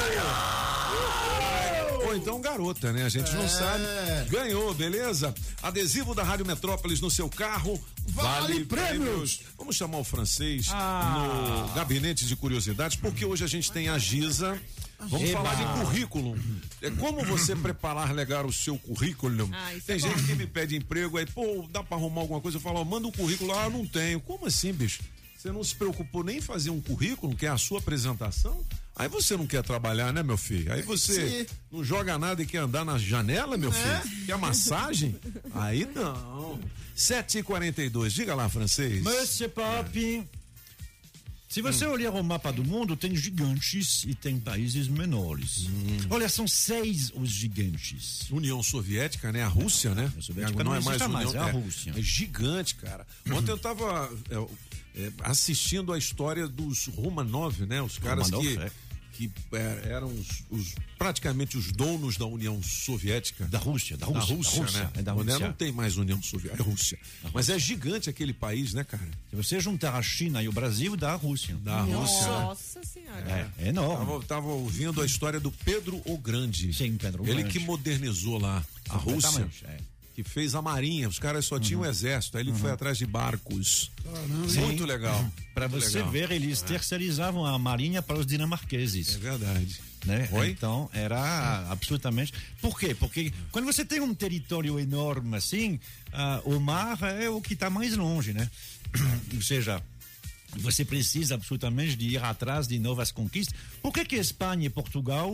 Speaker 4: Ou então garota, né? A gente não sabe. Ganhou, beleza? Adesivo da Rádio Metrópolis no seu carro vale prêmios. Vamos chamar o francês no gabinete de curiosidades, porque hoje a gente tem a Giza. Vamos falar de currículo. É como você preparar legal o seu currículo. Tem gente que me pede emprego, aí, pô, dá pra arrumar alguma coisa? Eu falo, ó, manda um currículo. Ah, não tenho. Como assim, bicho? Você não se preocupou nem em fazer um currículo, que é a sua apresentação? Aí você não quer trabalhar, né, meu filho? Aí você não joga nada e quer andar na janela, meu filho? Quer massagem? Aí não. 7h42, diga lá, francês.
Speaker 11: Monsieur Papi, se você olhar o mapa do mundo, tem gigantes e tem países menores. Olha, são 6 os gigantes.
Speaker 4: União Soviética, né? A Rússia, né?
Speaker 11: A Soviética
Speaker 4: não é mais União,
Speaker 11: é a Rússia.
Speaker 4: É gigante, cara. Ontem eu tava assistindo a história dos Romanov, né? Os caras que eram praticamente os donos da União Soviética.
Speaker 11: Da Rússia,
Speaker 4: né?
Speaker 11: É da Rússia.
Speaker 4: Não tem mais União Soviética, é Rússia. Mas é gigante aquele país, né, cara?
Speaker 11: Se você juntar a China e o Brasil, dá a Rússia.
Speaker 7: Nossa Senhora.
Speaker 11: É enorme.
Speaker 4: Tava ouvindo a história do Pedro o Grande.
Speaker 11: Sim, Pedro o
Speaker 4: Ele
Speaker 11: Grande.
Speaker 4: que modernizou lá a Rússia. Que fez a marinha, os caras só tinham exército, aí ele foi atrás de barcos. Muito legal.
Speaker 11: Para você ver, eles terceirizavam a marinha para os dinamarqueses.
Speaker 4: É verdade.
Speaker 11: Né? Então era absolutamente. Por quê? Porque quando você tem um território enorme assim, o mar é o que está mais longe, né? Ou seja, você precisa absolutamente de ir atrás de novas conquistas. Por que Espanha e Portugal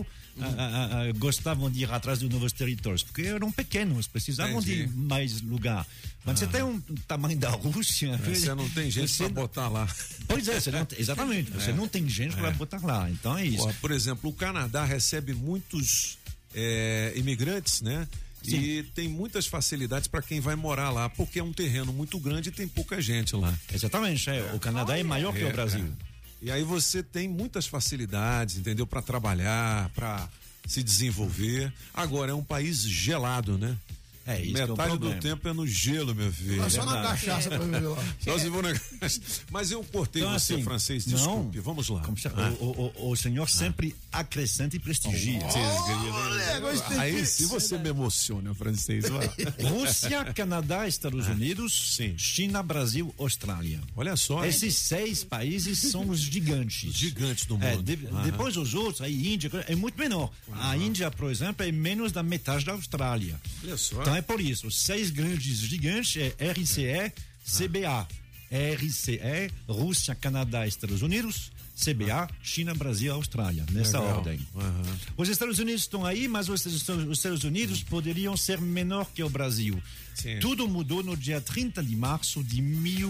Speaker 11: gostavam de ir atrás de novos territórios? Porque eram pequenos, precisavam de mais lugar. Quando você tem um tamanho da Rússia...
Speaker 4: Você não tem gente para botar lá.
Speaker 11: Pois é, exatamente. Você não tem gente para botar lá. Então é isso.
Speaker 4: Por exemplo, o Canadá recebe muitos imigrantes, né? Sim. E tem muitas facilidades para quem vai morar lá, porque é um terreno muito grande e tem pouca gente lá.
Speaker 11: Exatamente, o Canadá é maior que o Brasil.
Speaker 4: E aí você tem muitas facilidades, entendeu? Para trabalhar, para se desenvolver. Agora, é um país gelado, né?
Speaker 11: Isso
Speaker 4: Metade do tempo é no gelo, meu filho.
Speaker 6: Mas só na cachaça pra viver lá.
Speaker 4: Só se for na cachaça. Mas eu cortei então, você, assim, francês, desculpe. Vamos lá.
Speaker 11: O senhor sempre acrescenta e prestigia.
Speaker 4: Aí se você me emociona, francês.
Speaker 11: Rússia, Canadá, Estados Unidos, China, Brasil, Austrália.
Speaker 4: Olha só.
Speaker 11: Esses 6 países são os gigantes.
Speaker 4: Gigantes do mundo.
Speaker 11: Depois os outros, aí Índia é muito menor. A Índia, por exemplo, é menos da metade da Austrália.
Speaker 4: Olha só.
Speaker 11: Então é por isso, os 6 grandes gigantes é RCE, CBA. RCE, Rússia, Canadá, Estados Unidos, CBA, China, Brasil, Austrália, nessa ordem. Os Estados Unidos estão aí, mas os Estados Unidos poderiam ser menor que o Brasil. Sim. Tudo mudou no dia 30 de março de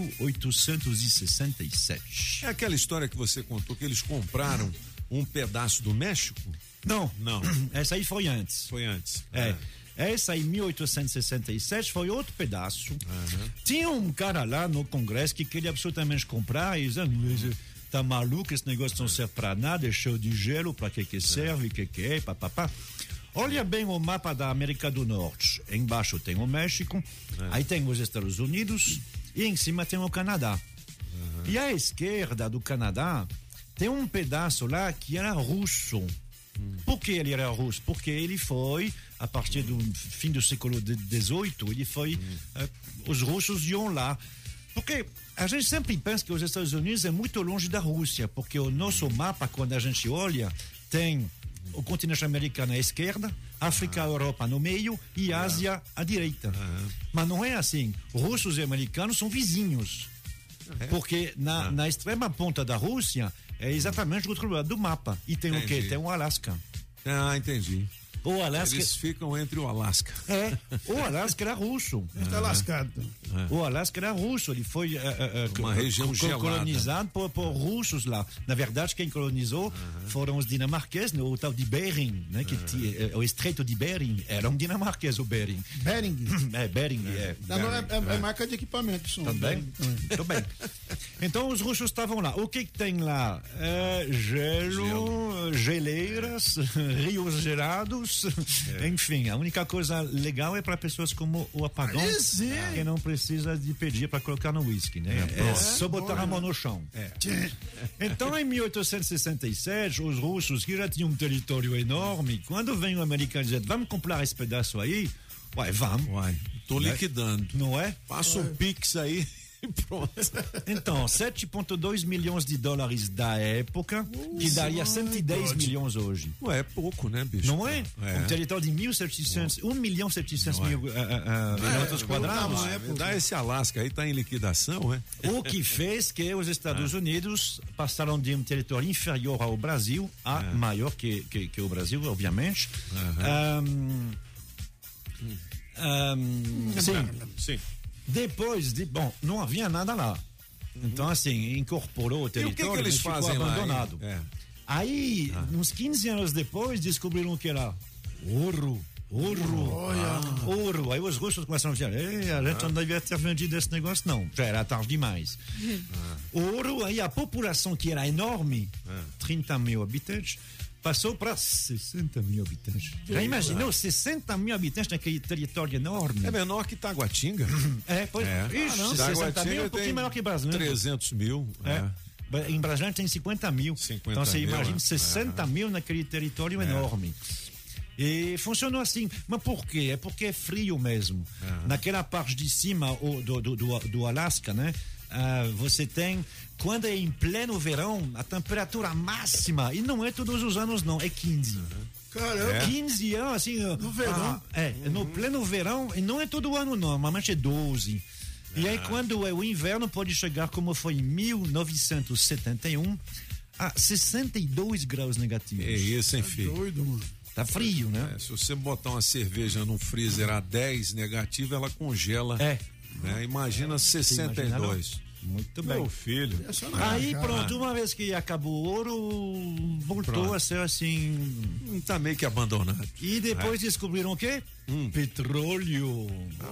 Speaker 11: 1867.
Speaker 4: É aquela história que você contou que eles compraram um pedaço do México?
Speaker 11: Não. Essa aí foi antes. Essa aí, 1867, foi outro pedaço. Tinha um cara lá no Congresso que queria absolutamente comprar e dizia, tá maluco, esse negócio não serve pra nada, é cheio de gelo, pra que serve, que é, papapá. Olha bem o mapa da América do Norte. Embaixo tem o México, aí tem os Estados Unidos e em cima tem o Canadá. E à esquerda do Canadá tem um pedaço lá que era russo. Por que ele era russo? Porque ele foi, a partir do fim do século XVIII, ele foi, os russos iam lá. Porque a gente sempre pensa que os Estados Unidos é muito longe da Rússia, porque o nosso mapa, quando a gente olha, tem o continente americano à esquerda, África, Europa no meio e Ásia à direita. Mas não é assim. Russos e americanos são vizinhos. Porque na extrema ponta da Rússia é exatamente do outro lado do mapa. E tem o quê? Tem o Alasca.
Speaker 4: Entendi.
Speaker 11: O Alasca...
Speaker 4: Eles ficam entre o Alasca.
Speaker 11: O Alasca era russo.
Speaker 6: Está lascado.
Speaker 11: O Alasca era russo, ele foi
Speaker 4: uma região
Speaker 11: colonizado por russos lá. Na verdade, quem colonizou foram os dinamarqueses, o tal de Bering, né, o Estreito de Bering, era um dinamarquês, o Bering.
Speaker 6: Bering?
Speaker 11: Bering,
Speaker 6: É marca de equipamento.
Speaker 11: Também? Muito bem. Então, os russos estavam lá. O que tem lá? Gelo, geleiras, rios gelados. Enfim, a única coisa legal é para pessoas como o Apagão, que não precisa de pedir para colocar no whisky, né? É só botar a mão no chão. Então, em 1867, os russos, que já tinham um território enorme, quando vem o americano dizer, vamos comprar esse pedaço aí, vamos.
Speaker 4: Tô liquidando.
Speaker 11: Não é?
Speaker 4: Passa um Pix aí. Pronto.
Speaker 11: Então, 7,2 milhões de dólares da época, que daria 110 milhões hoje.
Speaker 4: É pouco, né, bicho?
Speaker 11: Não é? Um território de 1.700.000 quilômetros quadrados.
Speaker 4: Dá esse Alasca aí, tá em liquidação,
Speaker 11: O que fez que os Estados Unidos passaram de um território inferior ao Brasil a maior que o Brasil, obviamente.
Speaker 4: Sim.
Speaker 11: Depois não havia nada lá. Então, assim, incorporou o território,
Speaker 4: que eles fazem
Speaker 11: abandonado.
Speaker 4: Lá,
Speaker 11: Aí, uns 15 anos depois, descobriram que era ouro. Aí os russos começaram a dizer, a gente não devia ter vendido esse negócio, não. Já era tarde demais. Ouro, aí a população que era enorme, 30 mil habitantes, passou para 60 mil habitantes. Já imaginou 60 mil habitantes naquele território enorme?
Speaker 4: É menor que Taguatinga.
Speaker 11: Pois é. 60 mil é um pouquinho menor que Brasília.
Speaker 4: 300 mil.
Speaker 11: Em Brasília tem 50 mil. Então você imagina 60 mil naquele território enorme. E funcionou assim. Mas por quê? É porque é frio mesmo. Naquela parte de cima do Alasca, né? Você tem, quando é em pleno verão, a temperatura máxima, e não é todos os anos não, é 15.
Speaker 6: Caramba.
Speaker 11: 15 anos, assim,
Speaker 6: no verão?
Speaker 11: No pleno verão, e não é todo ano não, normalmente é 12. E aí quando é o inverno pode chegar, como foi em 1971, a 62 graus negativos.
Speaker 4: É isso, hein, filho?
Speaker 6: Doido, mano.
Speaker 11: Tá frio, né?
Speaker 4: Se você botar uma cerveja no freezer a 10 negativo, ela congela. Né? Imagina 62.
Speaker 11: Muito bem.
Speaker 4: Meu filho.
Speaker 11: Aí pronto, uma vez que acabou o ouro, voltou a ser assim.
Speaker 4: Tá meio que abandonado.
Speaker 11: E depois descobriram o quê? Petróleo.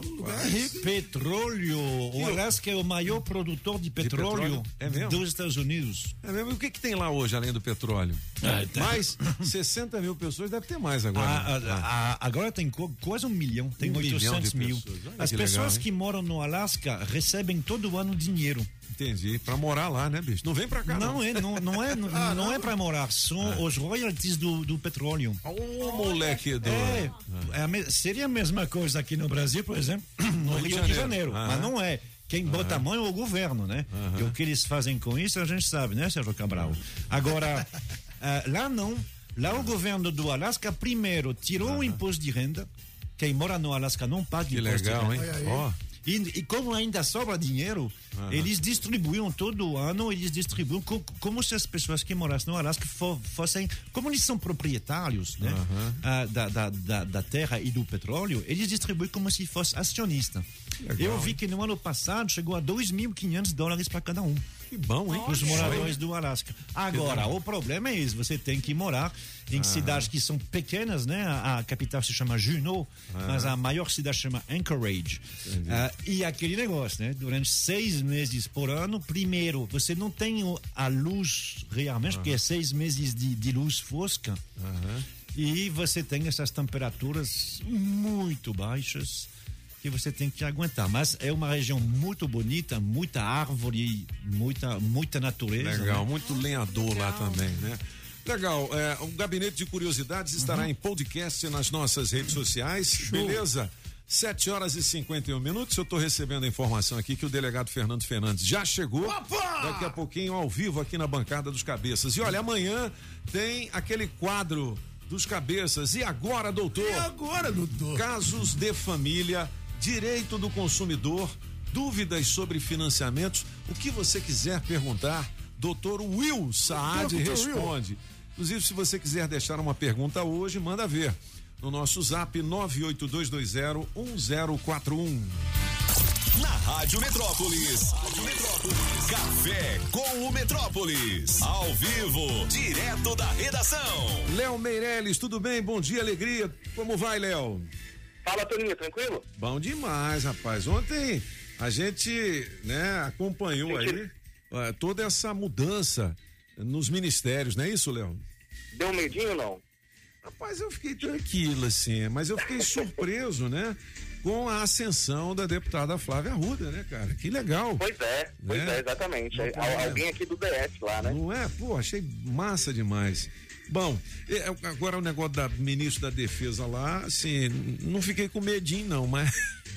Speaker 11: Petróleo. O Alasca é o maior produtor de petróleo, dos Estados Unidos.
Speaker 4: É mesmo? E o que tem lá hoje, além do petróleo? Mais 60 mil pessoas, deve ter mais agora.
Speaker 11: Agora tem quase 1 milhão, tem 800 mil. As pessoas que moram no Alasca recebem todo ano dinheiro.
Speaker 4: Entendi, pra morar lá, né, bicho? Não vem pra cá,
Speaker 11: não é pra morar, são os royalties do petróleo.
Speaker 4: Moleque
Speaker 11: seria a mesma coisa aqui no Brasil, por exemplo, no Rio de Janeiro, mas não é. Quem bota a mão é o governo, né? E o que eles fazem com isso a gente sabe, né, Sérgio Cabral? Agora, lá não. Lá o governo do Alasca primeiro tirou o imposto de renda. Quem mora no Alasca não paga imposto de renda.
Speaker 4: Que legal, hein?
Speaker 11: E como ainda sobra dinheiro, eles distribuíam todo ano, como se as pessoas que morassem no Alasca fossem, como eles são proprietários, né, da terra e do petróleo, eles distribuem como se fosse acionista. Eu vi que no ano passado chegou a $2.500 para cada um.
Speaker 4: Que bom, hein?
Speaker 11: Os moradores do Alasca. Agora, o problema é isso, você tem que morar em cidades que são pequenas, né? A capital se chama Juneau, mas a maior cidade se chama Anchorage. E aquele negócio, né? Durante 6 meses por ano, primeiro, você não tem a luz realmente, porque é 6 meses de luz fosca. E você tem essas temperaturas muito baixas que você tem que aguentar, mas é uma região muito bonita, muita árvore, muita natureza.
Speaker 4: Legal, né? Muito lenhador lá também, né? Legal, o Gabinete de Curiosidades estará em podcast nas nossas redes sociais, beleza? 7h51. Eu tô recebendo a informação aqui que o delegado Fernando Fernandes já chegou. Daqui a pouquinho ao vivo aqui na bancada dos Cabeças. E olha, amanhã tem aquele quadro dos Cabeças. E agora, doutor? Casos de família, direito do consumidor, dúvidas sobre financiamentos, o que você quiser perguntar, doutor Will Saad responde. Inclusive, se você quiser deixar uma pergunta hoje, manda ver no nosso zap 982201041.
Speaker 1: Na Rádio Metrópolis. Café com o Metrópolis. Ao vivo, direto da redação.
Speaker 4: Léo Meirelles, tudo bem? Bom dia, alegria. Como vai, Léo?
Speaker 2: Fala, Toninho, tranquilo?
Speaker 4: Bom demais, rapaz. Ontem a gente, né, acompanhou aí toda essa mudança nos ministérios, não é isso, Léo?
Speaker 2: Deu um medinho ou não?
Speaker 4: Rapaz, eu fiquei tranquilo, assim, mas eu fiquei surpreso, né? Com a ascensão da deputada Flávia Arruda, né, cara? Que legal.
Speaker 2: Pois é, exatamente. Alguém aqui do DS lá, né?
Speaker 4: Não é? Pô, achei massa demais. Bom, agora o negócio da ministra da Defesa lá, assim, não fiquei com medinho, não, mas.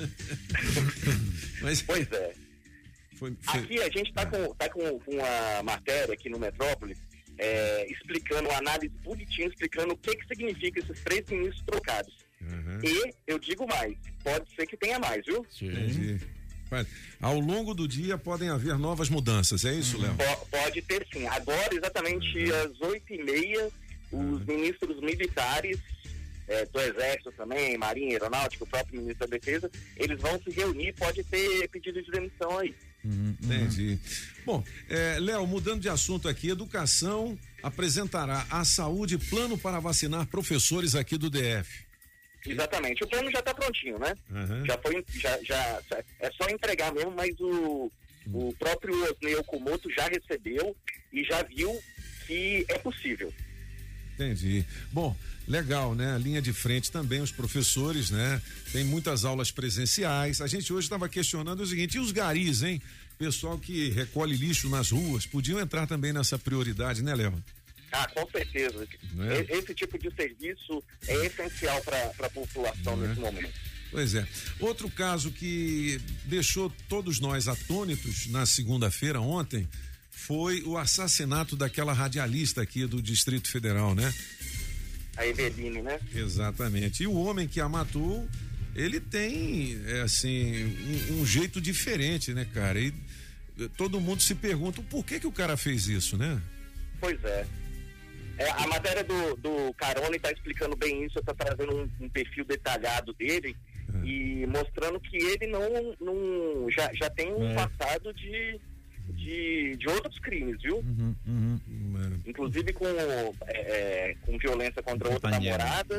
Speaker 2: Pois é. Aqui a gente tá com uma matéria aqui no Metrópolis, explicando, uma análise bonitinha, explicando o que significa esses 3 ministros trocados. E eu digo mais, pode ser que tenha mais, viu?
Speaker 4: Entendi. Ao longo do dia podem haver novas mudanças, é isso, Léo?
Speaker 2: Pode ter sim. Agora, exatamente às 8h30, os ministros militares do Exército também, Marinha, Aeronáutica, o próprio ministro da Defesa, eles vão se reunir, pode ter pedido de demissão aí.
Speaker 4: Entendi. Bom, Léo, mudando de assunto aqui, educação apresentará à saúde plano para vacinar professores aqui do DF.
Speaker 2: Exatamente, o plano já está prontinho, né? Já é só entregar mesmo, mas o próprio Osnei Okumoto já recebeu e já viu que é possível.
Speaker 4: Entendi. Bom, legal, né? A linha de frente também, os professores, né? Tem muitas aulas presenciais. A gente hoje estava questionando o seguinte, e os garis, hein? Pessoal que recolhe lixo nas ruas, podiam entrar também nessa prioridade, né, Léo?
Speaker 2: Com certeza. Esse tipo de serviço é essencial para a população nesse momento.
Speaker 4: Pois é. Outro caso que deixou todos nós atônitos na segunda-feira, ontem, foi o assassinato daquela radialista aqui do Distrito Federal, né?
Speaker 2: A Eveline, né?
Speaker 4: Exatamente. E o homem que a matou, ele tem, um jeito diferente, né, cara? E todo mundo se pergunta por que o cara fez isso, né?
Speaker 2: Pois é. A matéria do Carone está explicando bem isso, está trazendo um perfil detalhado dele e mostrando que ele já tem um passado de outros crimes, viu? Inclusive com violência contra outra namorada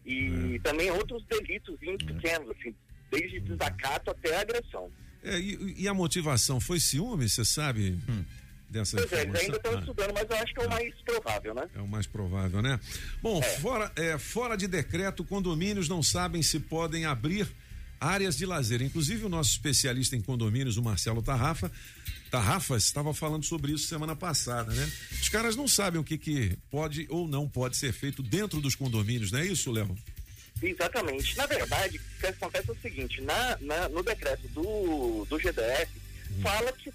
Speaker 2: E também outros delitos pequenos, assim, desde desacato até agressão.
Speaker 4: E a motivação foi ciúme, você sabe? Dessa
Speaker 2: Pois
Speaker 4: informação?
Speaker 2: eles ainda estão estudando, mas eu acho que é o mais provável, né?
Speaker 4: É o mais provável, né? Bom, fora de decreto, condomínios não sabem se podem abrir áreas de lazer. Inclusive o nosso especialista em condomínios, o Marcelo Tarrafas, estava falando sobre isso semana passada, né? Os caras não sabem o que pode ou não pode ser feito dentro dos condomínios, não é isso, Léo?
Speaker 2: Exatamente. Na verdade, o que acontece é o seguinte, no decreto do GDF, fala que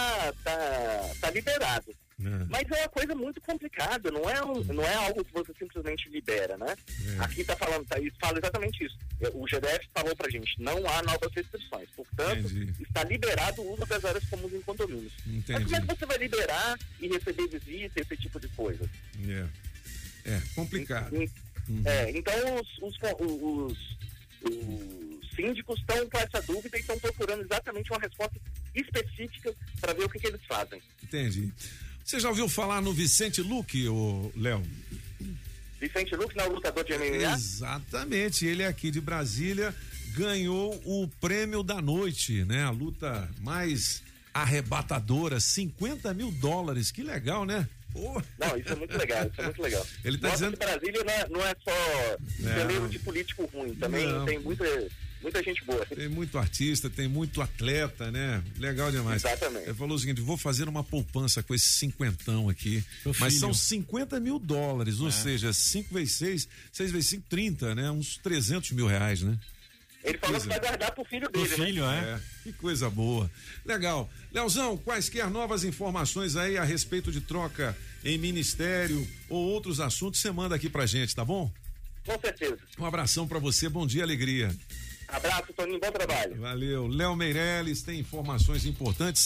Speaker 2: tá liberado. Mas é uma coisa muito complicada, não é algo que você simplesmente libera, né? Aqui fala exatamente isso. O GDF falou pra gente, não há novas restrições, portanto, está liberado o uso das áreas comuns em condomínios. Mas como é que você vai liberar e receber visita, esse tipo de coisa?
Speaker 4: É complicado.
Speaker 2: Então os síndicos estão com essa dúvida e estão procurando exatamente uma resposta específica para ver o que eles fazem.
Speaker 4: Entendi. Você já ouviu falar no Vicente Luque, Léo?
Speaker 2: Vicente Luque, não, lutador de MMA?
Speaker 4: Exatamente, ele é aqui de Brasília, ganhou o prêmio da noite, né? A luta mais arrebatadora, $50 mil, que legal, né?
Speaker 2: Não, isso é muito legal,
Speaker 4: Ele tá dizendo
Speaker 2: que Brasília não é só celeiro de político ruim, também tem muita gente boa.
Speaker 4: Tem muito artista, tem muito atleta, né? Legal demais.
Speaker 2: Exatamente.
Speaker 4: Ele falou o seguinte, vou fazer uma poupança com esse cinquentão aqui, mas são $50 mil, ou seja, 5 vezes 6 vezes 5, 30, né? Uns $300 mil, né?
Speaker 2: Ele falou que vai guardar pro filho dele,
Speaker 4: né? Que coisa boa. Legal. Leozão, quaisquer novas informações aí a respeito de troca em ministério ou outros assuntos, você manda aqui pra gente, tá bom?
Speaker 2: Com certeza.
Speaker 4: Um abração pra você, bom dia, alegria.
Speaker 2: Abraço, Toninho, bom trabalho.
Speaker 4: Valeu. Léo Meirelles tem informações importantes,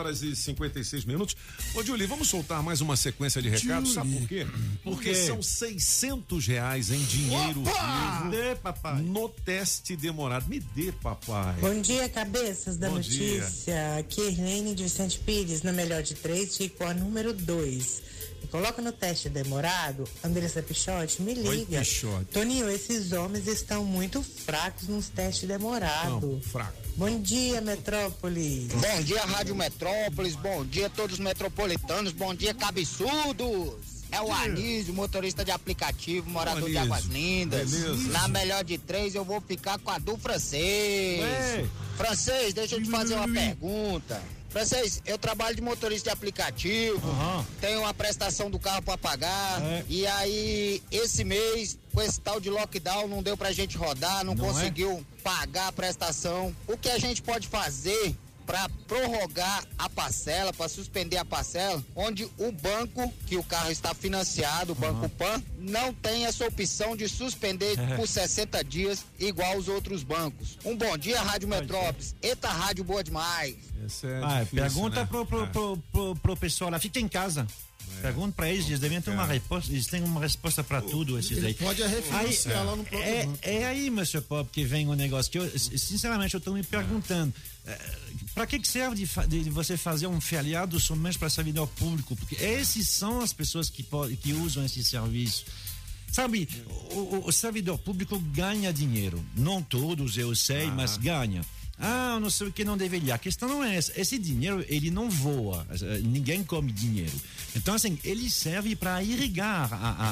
Speaker 4: 7h56. Ô, Julie, vamos soltar mais uma sequência de recados, sabe por quê? Porque são R$600 em dinheiro vivo
Speaker 11: papai.
Speaker 4: no teste demorado. Me dê, papai.
Speaker 3: Bom dia, cabeças da notícia. Aqui é Irlene de Vicente Pires, na melhor de 3, fico a número 2. Coloca no teste demorado, Andressa Pichotti, me liga.
Speaker 4: Oi, Pichotti.
Speaker 3: Toninho, esses homens estão muito fracos nos testes demorados.
Speaker 4: Fraco.
Speaker 3: Bom dia, Metrópolis.
Speaker 8: Bom dia, Rádio Metrópolis. Bom dia, todos os metropolitanos. Bom dia, cabeçudos. É o Anísio, motorista de aplicativo, morador de Águas Lindas.
Speaker 4: Beleza.
Speaker 8: Na melhor de 3, eu vou ficar com a do Francês. Francês, deixa eu te fazer uma pergunta. Francês, eu trabalho de motorista de aplicativo, tenho uma prestação do carro para pagar, e aí esse mês, com esse tal de lockdown, não deu pra gente rodar, não conseguiu pagar a prestação. O que a gente pode fazer para prorrogar a parcela, para suspender a parcela, onde o banco que o carro está financiado, o Banco Pan, não tem essa opção de suspender por 60 dias igual os outros bancos. Um bom dia, Rádio Metrópolis. Eita, rádio boa demais.
Speaker 11: Pergunta, né? pro pessoal lá, fica em casa. Pergunta pra eles, eles devem ter uma resposta, eles têm uma resposta pra tudo, esses aí.
Speaker 6: Pode refinanciar lá no próprio banco.
Speaker 11: É aí, Mr. Pop, que vem o negócio, que eu, sinceramente, eu tô me perguntando, pra que serve de você fazer um feriado somente para servidor público? Porque esses são as pessoas que usam esse serviço. Sabe, o servidor público ganha dinheiro, não todos, eu sei, mas ganha. Não sei o que, não deveria. A questão não é essa. Esse dinheiro, ele não voa. Ninguém come dinheiro. Então, assim, ele serve para irrigar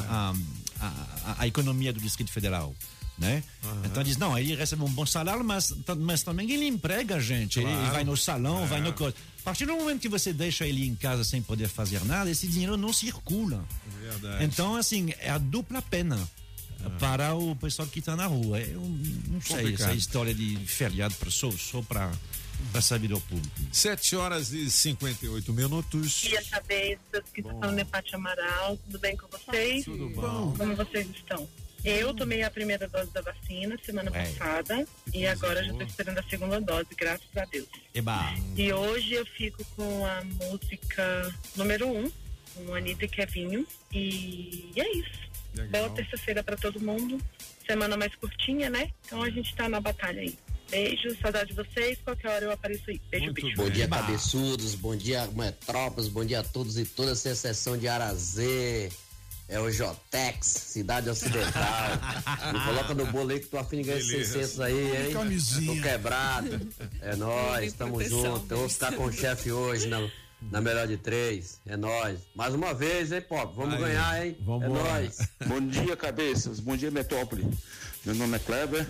Speaker 11: a economia do Distrito Federal, né? Então, diz, não, ele recebe um bom salário, mas também ele emprega a gente. Claro. Ele vai no salão, vai no coisa. A partir do momento que você deixa ele em casa sem poder fazer nada, esse dinheiro não circula.
Speaker 4: Verdade.
Speaker 11: Então, assim, é a dupla pena para o pessoal que está na rua. Eu não sei, essa história de feriado só para servidor público.
Speaker 4: 7h58.
Speaker 12: Bom dia, cabeças, que estão no Nepate Amaral. Tudo bem com vocês?
Speaker 4: Tudo bom.
Speaker 12: Como vocês estão? Eu tomei a primeira dose da vacina semana passada e agora já estou esperando a segunda dose, graças a Deus.
Speaker 11: Eba.
Speaker 12: E hoje eu fico com a música número 1, com Anitta e Kevinho, e é isso.
Speaker 4: Legal.
Speaker 12: Boa terça-feira pra todo mundo. Semana mais curtinha, né? Então a gente tá na batalha aí. Beijo, saudade de vocês. Qualquer hora eu apareço aí. Beijo, beijo.
Speaker 13: Bom dia, cabeçudos. Bom dia, Metrópolis. Bom dia a todos e todas, sem exceção de Arazê. É o Jotex, Cidade Ocidental. Me coloca no bolo aí que tô afim de ganhar esses 600 aí, hein?
Speaker 6: Camisinha.
Speaker 13: Tô quebrado. É nóis, tamo junto. Eu vou ficar com o chefe hoje na melhor de 3. É nóis. Mais uma vez, hein, Pop? Vamos ganhar, hein? É nóis.
Speaker 14: Bom dia, cabeças. Bom dia, Metrópole. Meu nome é Kleber.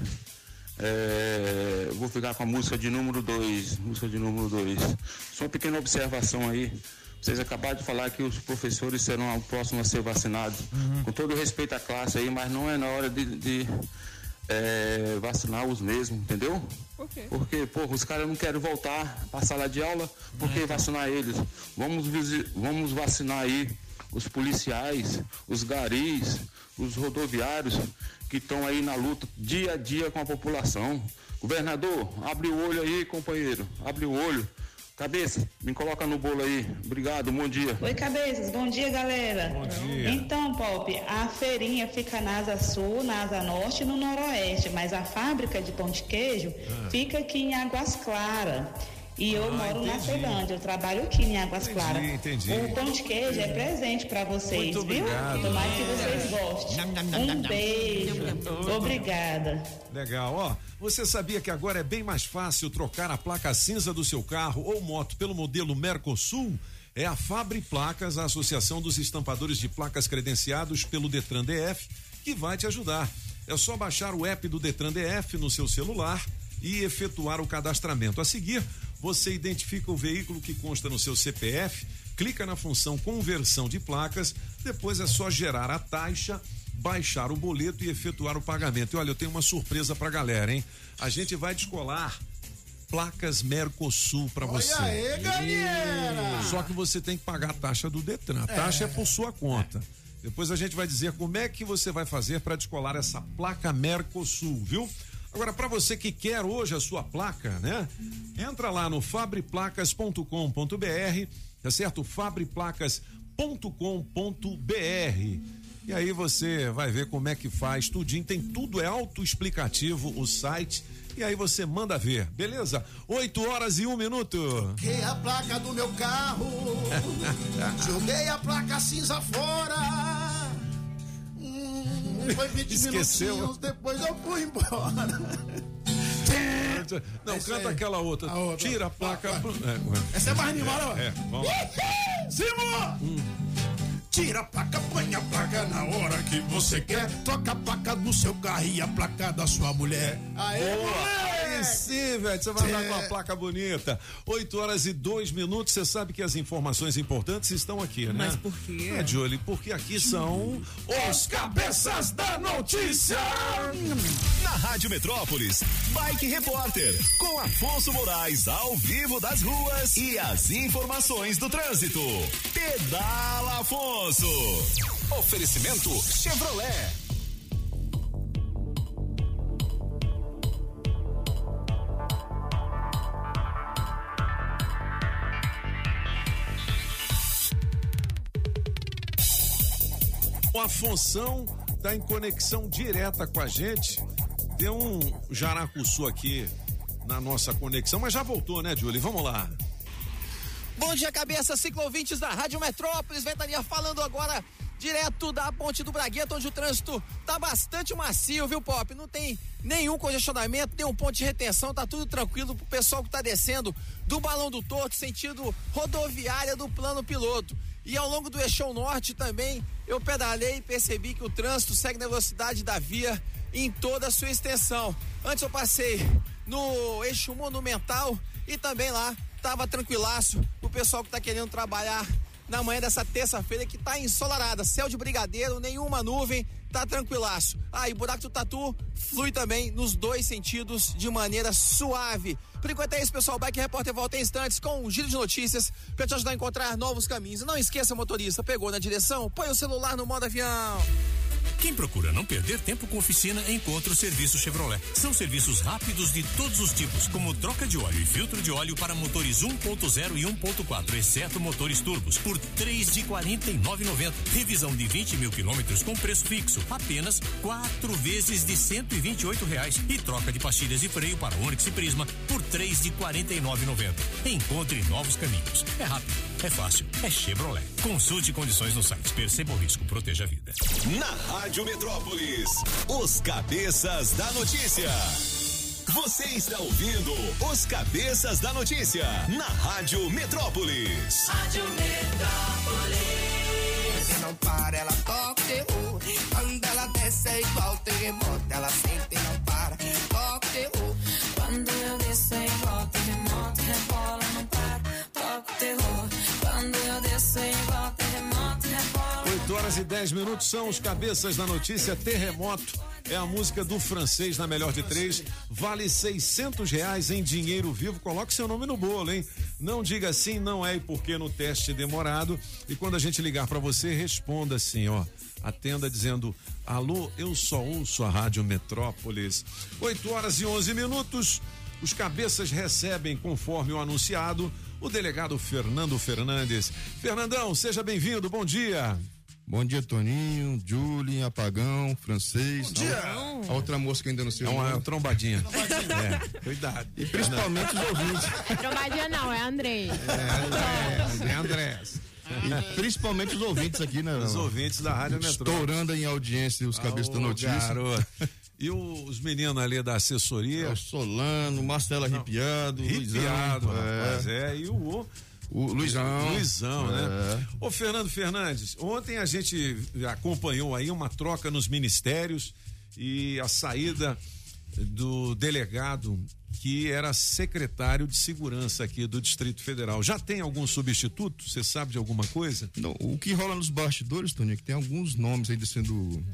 Speaker 14: Vou ficar com a música de número 2. Só uma pequena observação aí. Vocês acabaram de falar que os professores serão os próximos a ser vacinados. Com todo respeito à classe aí, mas não é na hora de vacinar os mesmos, entendeu?
Speaker 7: Por quê?
Speaker 14: Porque, os caras não querem voltar para a sala de aula, por que vacinar eles? Vamos vacinar aí os policiais, os garis, os rodoviários que estão aí na luta dia a dia com a população. Governador, abre o olho aí, companheiro, abre o olho. Cabeça, me coloca no bolo aí. Obrigado, bom dia.
Speaker 15: Oi, Cabeças, bom dia, galera.
Speaker 14: Bom dia.
Speaker 15: Então, Pop, a feirinha fica na Asa Sul, na Asa Norte e no Noroeste, mas a fábrica de pão de queijo fica aqui em Águas Claras. E eu moro na Ceilândia, eu trabalho aqui em Águas Claras.
Speaker 4: Entendi.
Speaker 15: O pão de queijo é presente pra vocês,
Speaker 4: Muito
Speaker 15: viu?
Speaker 4: obrigado.
Speaker 15: Tomara que vocês gostem. Um beijo. Obrigada.
Speaker 4: Legal, ó. Você sabia que agora é bem mais fácil trocar a placa cinza do seu carro ou moto pelo modelo Mercosul? É a Fabri Placas, a Associação dos Estampadores de Placas credenciados pelo Detran DF, que vai te ajudar. É só baixar o app do Detran DF no seu celular e efetuar o cadastramento. A seguir, você identifica o veículo que consta no seu CPF, clica na função conversão de placas, depois é só gerar a taxa, baixar o boleto e efetuar o pagamento. E olha, eu tenho uma surpresa pra galera, hein? A gente vai descolar placas Mercosul pra você.
Speaker 6: Olha aí, galera!
Speaker 4: Só que você tem que pagar a taxa do Detran. A taxa é por sua conta. Depois a gente vai dizer como é que você vai fazer para descolar essa placa Mercosul, viu? Agora, para você que quer hoje a sua placa, né? Entra lá no fabriplacas.com.br, tá certo? fabriplacas.com.br. E aí você vai ver como é que faz tudinho, tem tudo, é autoexplicativo o site. E aí você manda ver, beleza? 8h01.
Speaker 6: Joguei a placa do meu carro, joguei a placa cinza fora. Foi 20 minutinhos, depois eu fui embora.
Speaker 4: Não, canta aquela outra. Tira a placa.
Speaker 6: Essa é mais animada, ó.
Speaker 4: Vamos lá.
Speaker 6: Simão! Tira a placa, põe a placa na hora que você quer. Troca a placa do seu carro e a placa da sua mulher. Aê,
Speaker 4: boa! Aí sim, velho, você vai andar com uma placa bonita. 8h02. Você sabe que as informações importantes estão aqui, né?
Speaker 7: Mas por quê?
Speaker 4: Julie, porque aqui são os cabeças da notícia.
Speaker 21: Na Rádio Metrópolis, Bike Repórter, com Afonso Moraes ao vivo das ruas e as informações do trânsito. Pedala Afonso. Oferecimento Chevrolet.
Speaker 4: O Afonso tá em conexão direta com a gente. Deu um jaracuçu aqui na nossa conexão, mas já voltou, né, Julie? Vamos lá.
Speaker 16: Bom dia, cabeça, ciclovintes da Rádio Metrópolis. Ventania falando agora direto da Ponte do Bragueta, onde o trânsito tá bastante macio, viu, Pop? Não tem nenhum congestionamento, tem um ponto de retenção, tá tudo tranquilo pro pessoal que tá descendo do Balão do Torto, sentido rodoviária do Plano Piloto. E ao longo do Eixão Norte também eu pedalei e percebi que o trânsito segue na velocidade da via em toda a sua extensão. Antes eu passei no Eixo Monumental e também lá tava tranquilaço o pessoal que tá querendo trabalhar na manhã dessa terça-feira que tá ensolarada, céu de brigadeiro, nenhuma nuvem, tá tranquilaço. E Buraco do Tatu flui também nos dois sentidos de maneira suave. Por enquanto é isso, pessoal. O Bike Repórter volta em instantes com um giro de notícias para te ajudar a encontrar novos caminhos. E não esqueça, motorista, pegou na direção? Põe o celular no modo avião.
Speaker 9: Quem procura não perder tempo com oficina, encontra o serviço Chevrolet. São serviços rápidos de todos os tipos, como troca de óleo e filtro de óleo para motores 1.0 e 1.4, exceto motores turbos, por R$ 3.049,90. Revisão de 20 mil quilômetros com preço fixo, apenas 4 vezes de R$ 128,00. E troca de pastilhas de freio para Onix e Prisma por R$ 3.049,90. Encontre novos caminhos. É rápido, É fácil, é Chevrolet. Consulte condições no site. Perceba o risco, proteja a vida.
Speaker 1: Na Rádio Metrópolis, os Cabeças da Notícia. Você está ouvindo os Cabeças da Notícia na Rádio Metrópolis.
Speaker 17: Rádio Metrópolis.
Speaker 5: Se não para, ela toca o terror. Quando ela desce é igual terremoto. Ela sente e não para, toca o terror.
Speaker 24: Quando eu desço é igual terremoto, rebola, não para, toca o terror. Quando eu desço é igual terremoto, rebola.
Speaker 4: 8h10 são os Cabeças da Notícia. Terremoto é a música do Francês na melhor de 3. Vale R$600 em dinheiro vivo. Coloque seu nome no bolo, hein? Não diga sim, não é e porque no teste demorado. E quando a gente ligar para você, responda assim, ó. Atenda dizendo: alô, eu só ouço a Rádio Metrópolis. 8h11. Os Cabeças recebem, conforme o anunciado, o delegado Fernando Fernandes. Fernandão, seja bem-vindo, bom dia.
Speaker 18: Bom dia, Toninho, Julie, Apagão, Francês.
Speaker 4: Bom dia.
Speaker 18: A outra moça que ainda não sei.
Speaker 4: É uma trombadinha. Cuidado.
Speaker 18: E principalmente os ouvintes.
Speaker 19: Trombadinha não, é Andrei.
Speaker 4: É Andrés.
Speaker 18: E principalmente os ouvintes aqui, né?
Speaker 4: Os ouvintes da Rádio Metrópolis.
Speaker 18: Estourando em audiência os Cabeças da Notícia.
Speaker 4: Garoto. E os meninos ali da assessoria?
Speaker 18: O Solano, Marcelo Arrepiado,
Speaker 4: Arrepiado, rapaz. E o
Speaker 18: Luizão,
Speaker 4: né? Ô, Fernando Fernandes, ontem a gente acompanhou aí uma troca nos ministérios e a saída do delegado que era secretário de segurança aqui do Distrito Federal. Já tem algum substituto? Você sabe de alguma coisa?
Speaker 18: Não, o que rola nos bastidores, Toninho, é que tem alguns nomes ainda sendo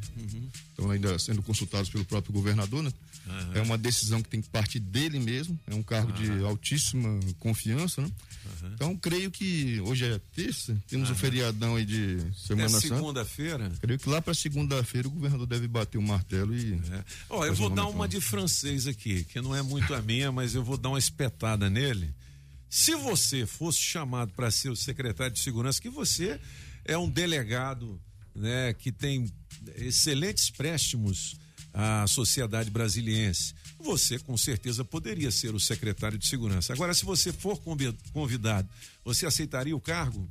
Speaker 18: consultados pelo próprio governador, né? É uma decisão que tem que partir dele mesmo, é um cargo de altíssima confiança, né? Então, creio que hoje é terça, temos um feriadão aí de Semana Santa.
Speaker 4: Segunda-feira?
Speaker 18: Creio que lá para segunda-feira o governador deve bater o martelo e...
Speaker 4: Eu vou dar uma de Francês aqui, que não é muito a minha, mas eu vou dar uma espetada nele. Se você fosse chamado para ser o secretário de segurança, que você é um delegado, né, que tem excelentes préstimos à sociedade brasiliense, você com certeza poderia ser o secretário de segurança. Agora, se você for convidado, você aceitaria o cargo?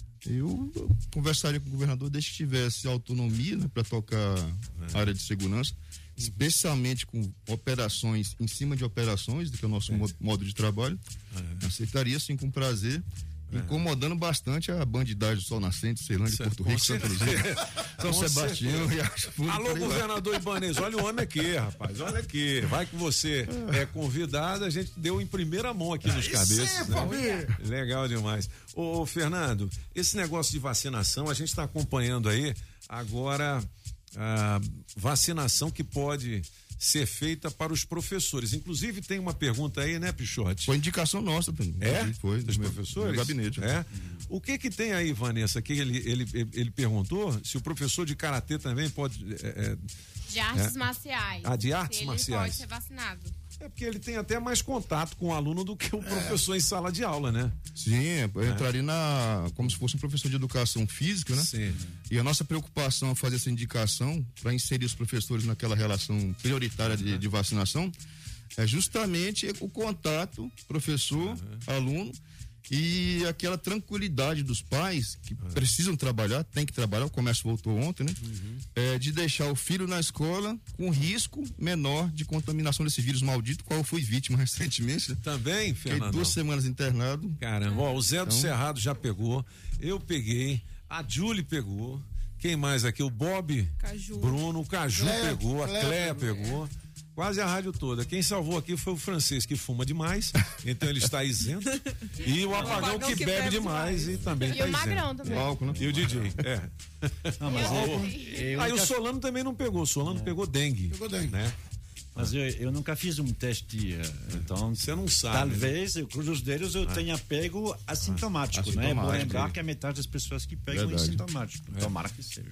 Speaker 18: Eu conversaria com o governador desde que tivesse autonomia, né, para tocar a área de segurança, especialmente com operações, em cima de operações, que é o nosso modo de trabalho. Aceitaria sim com prazer. Incomodando bastante a bandidagem do Sol Nascente, Ceilândia, Porto Rico, Santa Luzia, São Sebastião, Riacho Fundo.
Speaker 4: Alô, governador Ibanez, olha o homem aqui, rapaz, olha aqui. Vai que você é convidado, a gente deu em primeira mão aqui nos Cabeças. Né? Legal demais. Ô, Fernando, esse negócio de vacinação, a gente está acompanhando aí agora a vacinação que pode ser feita para os professores. Inclusive tem uma pergunta aí, né, Pichote?
Speaker 18: Foi indicação nossa também.
Speaker 4: Foi dos professores?
Speaker 18: Do gabinete.
Speaker 4: O que tem aí, Vanessa? Que ele perguntou se o professor de karatê também pode...
Speaker 19: de artes marciais.
Speaker 4: De artes marciais.
Speaker 19: Ele pode ser vacinado.
Speaker 4: É porque ele tem até mais contato com o aluno do que o professor em sala de aula, né?
Speaker 18: Sim, entraria como se fosse um professor de educação física, né?
Speaker 4: Sim.
Speaker 18: E a nossa preocupação é fazer essa indicação para inserir os professores naquela relação prioritária de vacinação é justamente o contato professor-aluno e aquela tranquilidade dos pais que precisam trabalhar, tem que trabalhar, o comércio voltou ontem, né? De deixar o filho na escola com risco menor de contaminação desse vírus maldito, qual eu fui vítima recentemente. Né?
Speaker 4: Também, Fernando?
Speaker 18: Fiquei 2 semanas internado.
Speaker 4: Caramba, o Zé do Cerrado já pegou, eu peguei, a Julie pegou, quem mais aqui? O Bob,
Speaker 19: Caju.
Speaker 4: Bruno, o Caju pegou, a Cléia pegou. Quase a rádio toda. Quem salvou aqui foi o Francês, que fuma demais, então ele está isento. E o Apagão que bebe demais e também está isento.
Speaker 19: E o Magrão também.
Speaker 4: E o DJ,
Speaker 11: Não, mas
Speaker 4: Aí o Solano também não pegou, o Solano pegou dengue. Né?
Speaker 11: Mas eu nunca fiz um teste, então
Speaker 4: você não sabe.
Speaker 11: Talvez, eu cruzo os dedos, eu tenha pego assintomático, né? É bom lembrar que a metade das pessoas que pegam é assintomático. Tomara que seja.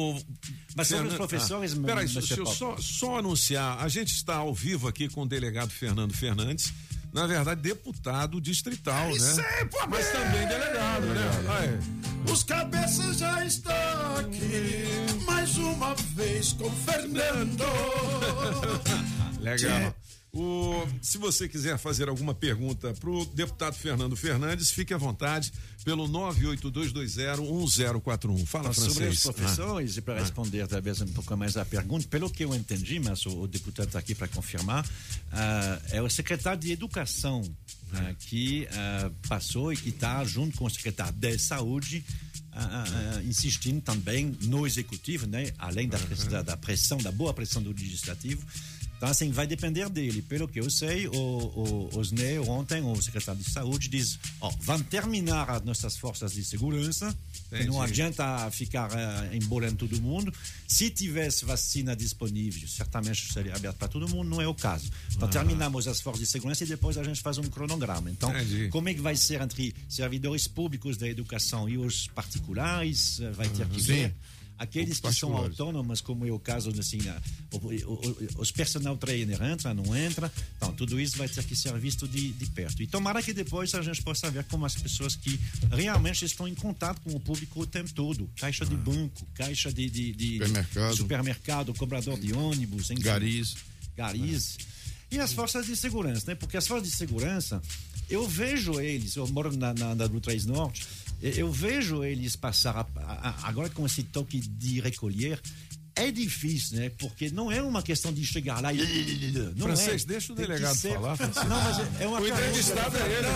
Speaker 11: Mas sobre os professores...
Speaker 4: Peraí, deixa eu só anunciar, a gente está ao vivo aqui com o delegado Fernando Fernandes, na verdade deputado distrital, né? Mas também delegado, né?
Speaker 6: Os Cabeças já estão aqui mais uma vez com Fernando.
Speaker 4: Legal. Se você quiser fazer alguma pergunta pro deputado Fernando Fernandes, fique à vontade pelo 982201041. Fala, Francês.
Speaker 11: Sobre os professores, e para responder talvez um pouco mais a pergunta, pelo que eu entendi, mas o deputado está aqui para confirmar, é o secretário de Educação que passou e que está junto com o secretário de Saúde insistindo também no executivo, né? Além da pressão, da boa pressão do legislativo. Então, assim, vai depender dele. Pelo que eu sei, o Osney, ontem, o secretário de Saúde, diz: vão terminar as nossas forças de segurança, que não adianta ficar embolando todo mundo. Se tivesse vacina disponível, certamente seria aberto para todo mundo, não é o caso. Então, terminamos as forças de segurança e depois a gente faz um cronograma. Então, como é que vai ser entre servidores públicos da educação e os particulares? Vai ter que ver. Aqueles que são autônomos, como é o caso, assim, os personal trainer entra, não entra, então tudo isso vai ter que ser visto de perto. E tomara que depois a gente possa ver como as pessoas que realmente estão em contato com o público o tempo todo, caixa de banco, caixa de supermercado, cobrador de ônibus,
Speaker 18: garis.
Speaker 11: E as forças de segurança, né? Porque as forças de segurança, eu vejo eles, eu moro na do 3 Norte, eu vejo eles passar agora com esse toque de recolher. É difícil, né? Porque não é uma questão de chegar lá e... Não
Speaker 4: Francês, deixa o delegado falar, Francês.
Speaker 11: Não, mas é uma...
Speaker 4: O entrevistado é ele.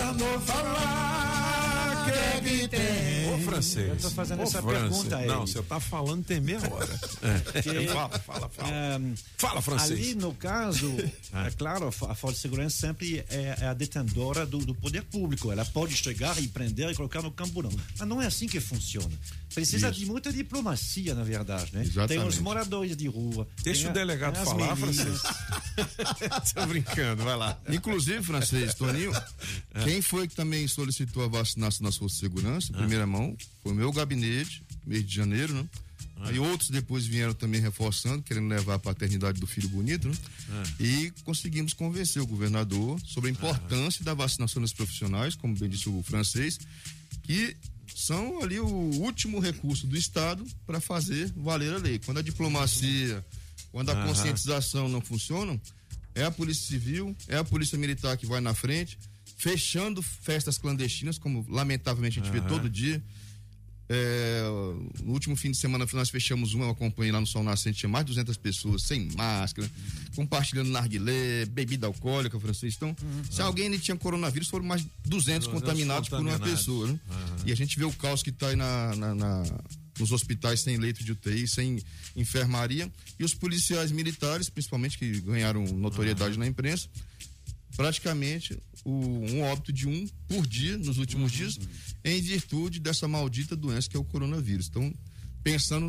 Speaker 6: Que tem.
Speaker 4: Ô, Francês.
Speaker 11: Eu tô fazendo essa pergunta a ele.
Speaker 4: Não, você tá falando tem meia hora. Fala. Fala, Francês.
Speaker 11: Ali, no caso, é claro, a Força de Segurança sempre é a detentora do poder público. Ela pode chegar e prender e colocar no camburão. Mas não é assim que funciona. Precisa de muita diplomacia, na verdade, né?
Speaker 18: Exatamente.
Speaker 11: Tem os moradores de rua.
Speaker 4: Deixa o delegado falar, Francês. Tô brincando, vai lá.
Speaker 18: Inclusive, Francês, Toninho, quem foi que também solicitou a vacinação nas forças de segurança, em primeira mão, foi o meu gabinete, mês de janeiro, né? Aí outros depois vieram também reforçando, querendo levar a paternidade do filho bonito, né? E conseguimos convencer o governador sobre a importância da vacinação dos profissionais, como bem disse o Francês, que são ali o último recurso do Estado para fazer valer a lei. Quando a diplomacia, quando a conscientização não funcionam, é a Polícia Civil, é a Polícia Militar que vai na frente, fechando festas clandestinas, como lamentavelmente a gente vê todo dia. No último fim de semana nós fechamos eu acompanhei lá no Sol Nascente, tinha mais de 200 pessoas sem máscara, compartilhando narguilé, bebida alcoólica, Francês. Então, se alguém nem tinha coronavírus, foram mais de 200 contaminados por uma pessoa, né? E a gente vê o caos que está aí nos hospitais sem leito de UTI, sem enfermaria, e os policiais militares, principalmente, que ganharam notoriedade na imprensa, praticamente um óbito de um por dia nos últimos dias, em virtude dessa maldita doença que é o coronavírus. Então, pensando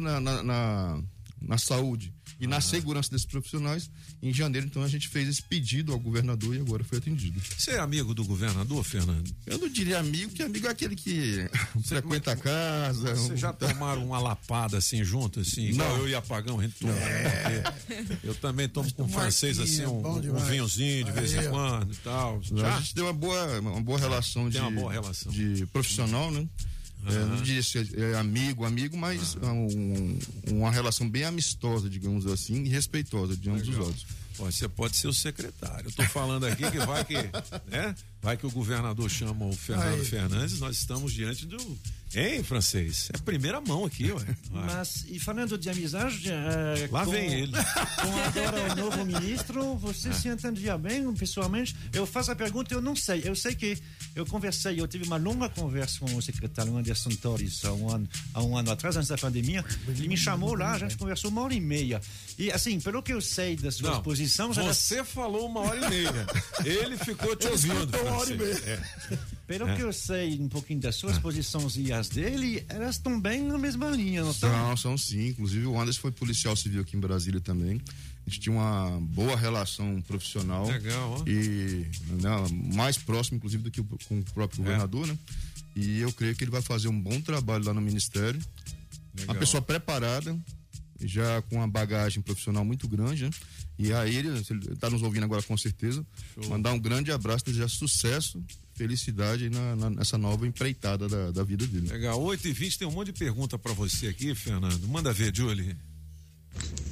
Speaker 18: na saúde e na segurança desses profissionais, em janeiro, então, a gente fez esse pedido ao governador e agora foi atendido.
Speaker 4: Você é amigo do governador, Fernando?
Speaker 18: Eu não diria amigo, que amigo é aquele que frequenta a casa.
Speaker 4: Vocês já tomaram uma lapada assim junto, assim? Igual
Speaker 18: Não.
Speaker 4: eu e Apagão, a gente toma. Eu também tomo com o Francês assim, um vinhozinho de vez em quando e tal.
Speaker 18: A gente tem uma boa relação de profissional, né? Não diria se é amigo, mas uma relação bem amistosa, digamos assim, e respeitosa de ambos os lados.
Speaker 4: Você pode ser o secretário. Eu tô falando aqui que vai que o governador chama o Fernando Fernandes, nós estamos diante do... Hein, Francês? É primeira mão aqui, ué.
Speaker 11: Mas, e falando de amizade...
Speaker 4: Lá vem ele.
Speaker 11: Com agora o novo ministro, você se entendia bem pessoalmente? Eu faço a pergunta, eu não sei. Eu sei que eu tive uma longa conversa com o secretário Anderson Torres há um ano atrás, antes da pandemia. Ele me chamou lá, a gente conversou 1h30. E assim, pelo que eu sei das suas posições...
Speaker 4: Você falou 1h30. Ele ficou te ouvindo, Francês.
Speaker 11: Pelo que eu sei um pouquinho das suas posições e as dele, elas estão bem na mesma linha, não estão?
Speaker 18: São sim. Inclusive o Anderson foi policial civil aqui em Brasília também. A gente tinha uma boa relação profissional.
Speaker 4: Legal, ó.
Speaker 18: E mais próximo, inclusive, do que com o próprio governador, né? E eu creio que ele vai fazer um bom trabalho lá no Ministério. Legal. Uma pessoa preparada, já com uma bagagem profissional muito grande, né? E a ele está nos ouvindo agora com certeza. Show. Mandar um grande abraço, desejar sucesso, felicidade nessa nova empreitada da vida dele.
Speaker 4: Legal, 8h20, tem um monte de pergunta para você aqui, Fernando. Manda ver, Julie.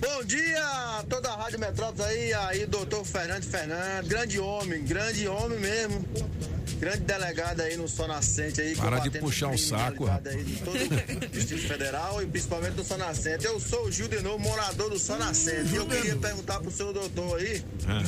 Speaker 10: Bom dia a toda a Rádio Metrópolis aí, doutor Fernando, grande homem mesmo. Grande delegado aí no Sol Nascente aí.
Speaker 4: Para de puxar o saco,
Speaker 10: aí de todo o Distrito Federal e principalmente do Sol Nascente. Eu sou o Gil de Novo, morador do Sol Nascente. E eu queria perguntar pro seu doutor aí.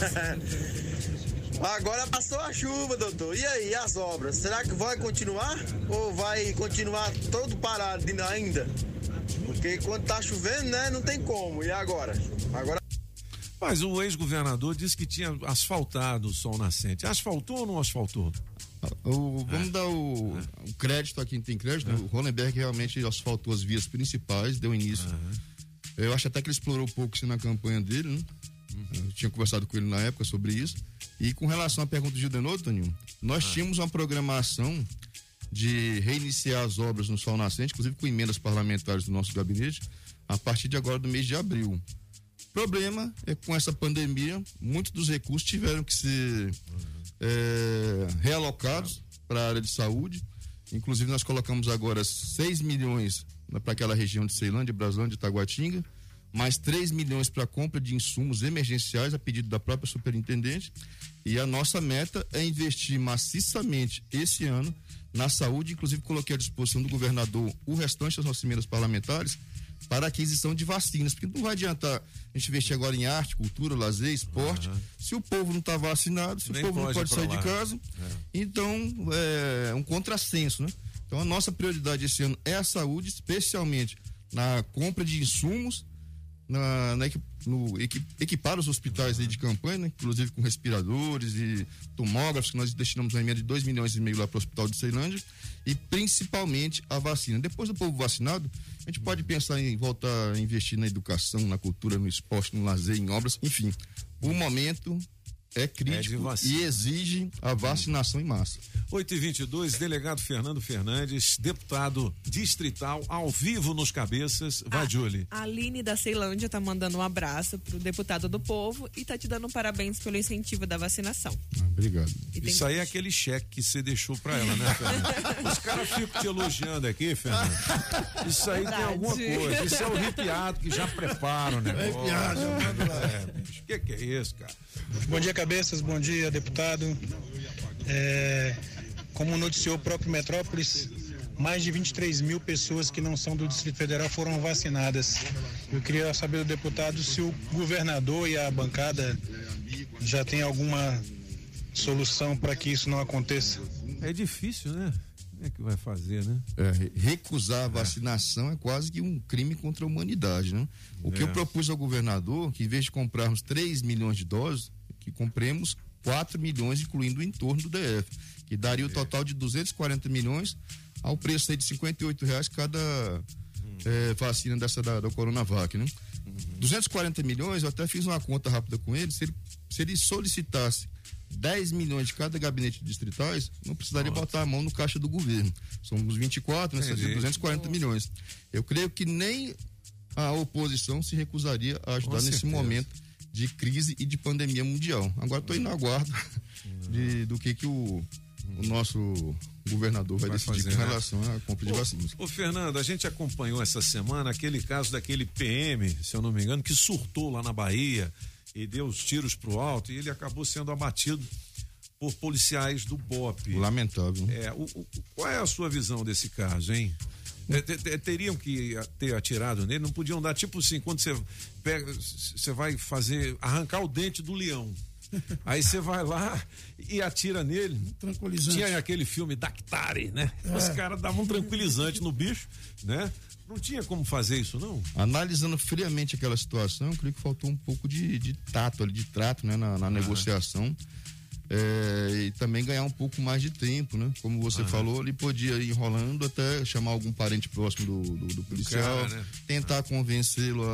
Speaker 10: Agora passou a chuva, doutor. E aí, as obras? Será que vai continuar? Ou vai continuar todo parado ainda? Porque quando tá chovendo, né, não tem como. E agora?
Speaker 4: Mas o ex-governador disse que tinha asfaltado o Sol Nascente. Asfaltou ou não asfaltou?
Speaker 18: Vamos dar o crédito a quem tem crédito. O Hollenberg realmente asfaltou as vias principais, deu início. Eu acho até que ele explorou um pouco isso na campanha dele, né? Eu tinha conversado com ele na época sobre isso. E com relação à pergunta do Gildenor, Toninho, nós tínhamos uma programação de reiniciar as obras no Sol Nascente, inclusive com emendas parlamentares do nosso gabinete, a partir de agora do mês de abril. O problema é que com essa pandemia, muitos dos recursos tiveram que ser realocados para a área de saúde. Inclusive nós colocamos agora 6 milhões para aquela região de Ceilândia, Braslândia, Taguatinga, mais 3 milhões para compra de insumos emergenciais a pedido da própria superintendente. E a nossa meta é investir maciçamente esse ano na saúde, inclusive coloquei à disposição do governador o restante das nossas emendas parlamentares para aquisição de vacinas, porque não vai adiantar a gente investir agora em arte, cultura, lazer, esporte, se o povo não está vacinado, se nem o povo não pode sair de casa, então é um contrassenso, né? Então a nossa prioridade esse ano é a saúde, especialmente na compra de insumos, equipar os hospitais aí de campanha, né? Inclusive com respiradores e tomógrafos, que nós destinamos uma emenda de 2,5 milhões lá para o Hospital de Ceilândia, e principalmente a vacina. Depois do povo vacinado, a gente pode pensar em voltar a investir na educação, na cultura, no esporte, no lazer, em obras, enfim. O momento é crítico e exige a vacinação em massa.
Speaker 4: 8h22, delegado Fernando Fernandes, deputado distrital, ao vivo nos Cabeças. Vai, Julie.
Speaker 7: A Aline da Ceilândia tá mandando um abraço pro deputado do povo e tá te dando parabéns pelo incentivo da vacinação.
Speaker 18: Obrigado.
Speaker 4: Isso aí é aquele cheque que você deixou pra ela, né, Fernando? Os caras ficam te elogiando aqui, Fernando. Isso aí tem alguma coisa. Isso é o arrepiado que já prepara o negócio.
Speaker 10: Arrepiado, já manda lá.
Speaker 4: O que é isso, cara?
Speaker 20: Bom dia, Cabeças, bom dia, deputado. Como noticiou o próprio Metrópolis, mais de 23 mil pessoas que não são do Distrito Federal foram vacinadas. Eu queria saber do deputado se o governador e a bancada já tem alguma solução para que isso não aconteça.
Speaker 4: É difícil, né? Como é que vai fazer, né?
Speaker 18: Recusar a vacinação é quase que um crime contra a humanidade, né? O que eu propus ao governador, que em vez de comprarmos 3 milhões de doses, que compremos 4 milhões, incluindo o entorno do DF, que daria o total de 240 milhões ao preço aí de R$58 cada vacina dessa da Coronavac, né? 240 milhões, eu até fiz uma conta rápida com ele, se ele solicitasse 10 milhões de cada gabinete distritais, não precisaria botar a mão no caixa do governo. Somos 24, né? 240 milhões. Eu creio que nem a oposição se recusaria a ajudar nesse momento de crise e de pandemia mundial. Agora estou indo na guarda do que o nosso governador vai decidir fazer, com relação à compra de vacinas.
Speaker 4: Ô Fernando, a gente acompanhou essa semana aquele caso daquele PM, se eu não me engano, que surtou lá na Bahia e deu os tiros pro alto e ele acabou sendo abatido por policiais do BOP.
Speaker 18: Lamentável.
Speaker 4: Qual é a sua visão desse caso, hein? Teriam que ter atirado nele, não podiam dar, tipo assim, quando você pega, você vai arrancar o dente do leão. Aí você vai lá e atira nele.
Speaker 6: Tranquilizante.
Speaker 4: Tinha aquele filme Dactari, né? Os caras davam um tranquilizante no bicho, né? Não tinha como fazer isso, não?
Speaker 18: Analisando friamente aquela situação, eu creio que faltou um pouco de tato ali, de trato, né? Na negociação. E também ganhar um pouco mais de tempo, né? Como você falou, ele podia ir enrolando até chamar algum parente próximo do policial, cara, né? Tentar convencê-lo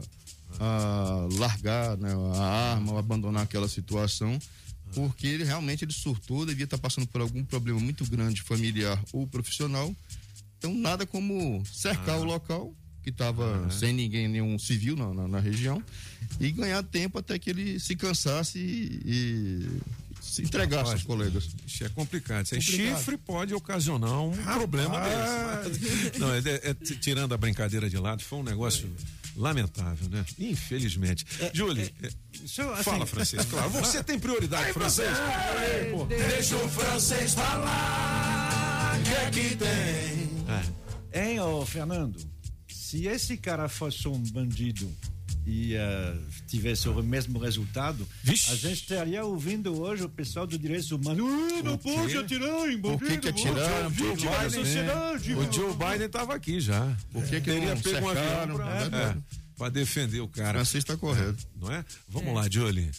Speaker 18: a largar, né, a arma, ou abandonar aquela situação, porque ele realmente surtou, devia estar passando por algum problema muito grande, familiar ou profissional. Então nada como cercar o local, que estava sem ninguém, nenhum civil na região, e ganhar tempo até que ele se cansasse e se entregasse aos colegas.
Speaker 4: Isso é complicado. Chifre pode ocasionar um problema desse. Não, tirando a brincadeira de lado, foi um negócio Lamentável, né? Infelizmente. Julie, fala, francês, claro. Você tem prioridade, francês?
Speaker 6: Deixa o francês falar, que é que tem?
Speaker 11: Hein, ô Fernando, se esse cara fosse um bandido e tivesse o mesmo resultado, a gente estaria ouvindo hoje o pessoal do direitos humanos. Não pode atirar em bandido.
Speaker 18: Por que atiraram?
Speaker 4: O Joe Biden estava aqui já.
Speaker 18: Por que
Speaker 4: teria
Speaker 18: não
Speaker 4: pego um avião para defender o cara?
Speaker 18: Francês está correto.
Speaker 4: Não é? Vamos lá, Jolie.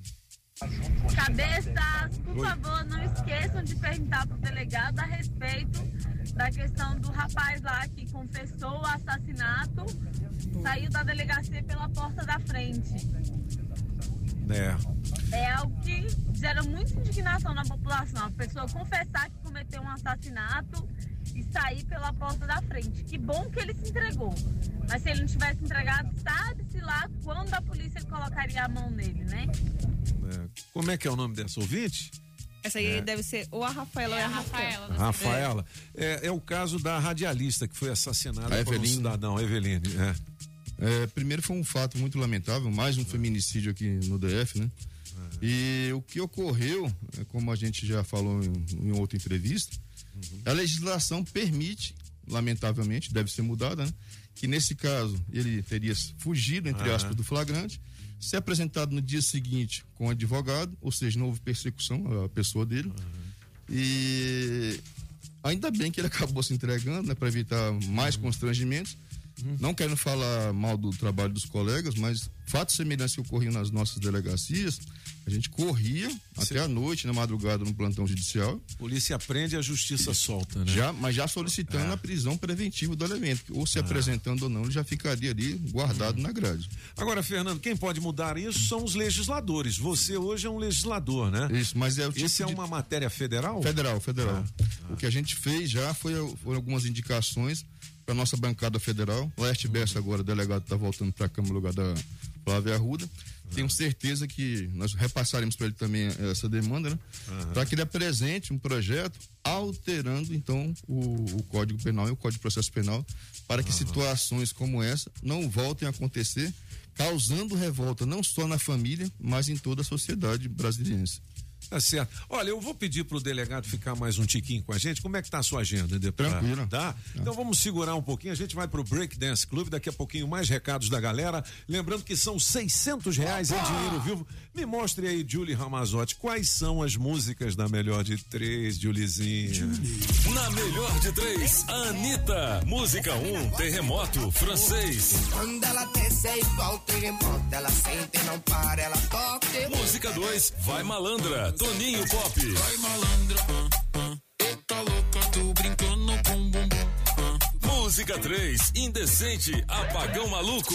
Speaker 2: Cabeças, por favor, não esqueçam de perguntar pro delegado a respeito da questão do rapaz lá que confessou o assassinato, saiu da delegacia pela porta da frente. É algo que gera muita indignação na população. A pessoa confessar que cometeu um assassinato e sair pela porta da frente. Que bom que ele se entregou. Mas se ele não tivesse entregado, sabe-se lá quando a polícia colocaria a mão nele, né?
Speaker 4: Como é que é o nome dessa ouvinte?
Speaker 7: Essa aí deve ser ou a Rafaela ou a Rafaela.
Speaker 4: Rafaela. É o caso da radialista que foi assassinada por um cidadão, a Eveline.
Speaker 18: Primeiro foi um fato muito lamentável, mais um feminicídio aqui no DF, né? E o que ocorreu, como a gente já falou em outra entrevista, a legislação permite, lamentavelmente, deve ser mudada, né? Que nesse caso ele teria fugido, entre aspas, do flagrante, ser apresentado no dia seguinte com o advogado, ou seja, não houve persecução à pessoa dele. E ainda bem que ele acabou se entregando, né, para evitar mais constrangimentos. Não quero falar mal do trabalho dos colegas, mas fatos semelhantes que ocorriam nas nossas delegacias, a gente corria até a noite, na madrugada, no plantão judicial.
Speaker 4: Polícia prende e a justiça solta, né?
Speaker 18: Mas já solicitando a prisão preventiva do elemento, ou se apresentando ou não, ele já ficaria ali guardado na grade.
Speaker 4: Agora, Fernando, quem pode mudar isso são os legisladores. Você hoje é um legislador, né?
Speaker 18: Isso, mas é o tipo
Speaker 4: Isso é uma matéria federal?
Speaker 18: Federal. O que a gente fez já foram algumas indicações para nossa bancada federal. O Laerte Bessa, agora, o delegado, está voltando para a Câmara no lugar da Flávia Arruda. Tenho certeza que nós repassaremos para ele também essa demanda, né? Para que ele apresente um projeto alterando, então, o Código Penal e o Código de Processo Penal, para que situações como essa não voltem a acontecer, causando revolta não só na família, mas em toda a sociedade brasiliense.
Speaker 4: Tá certo. Olha, eu vou pedir pro delegado ficar mais um tiquinho com a gente. Como é que tá a sua agenda, deputado?
Speaker 18: Tranquilo.
Speaker 4: Tá? Então vamos segurar um pouquinho. A gente vai pro Break Dance Club. Daqui a pouquinho mais recados da galera. Lembrando que são R$600 em dinheiro vivo. Me mostre aí, Julie Ramazotti, quais são as músicas da Melhor de 3, Juliezinha?
Speaker 1: Na Melhor de 3, Anitta. Música 1, Terremoto, francês.
Speaker 5: Quando ela desce é igual terremoto, ela sente e não para, ela toca.
Speaker 1: Música 2, Vai Malandra, Toninho Pop.
Speaker 17: Vai malandra, eita louca, tô brincando com bumbum.
Speaker 1: Música 3, Indecente, Apagão Maluco.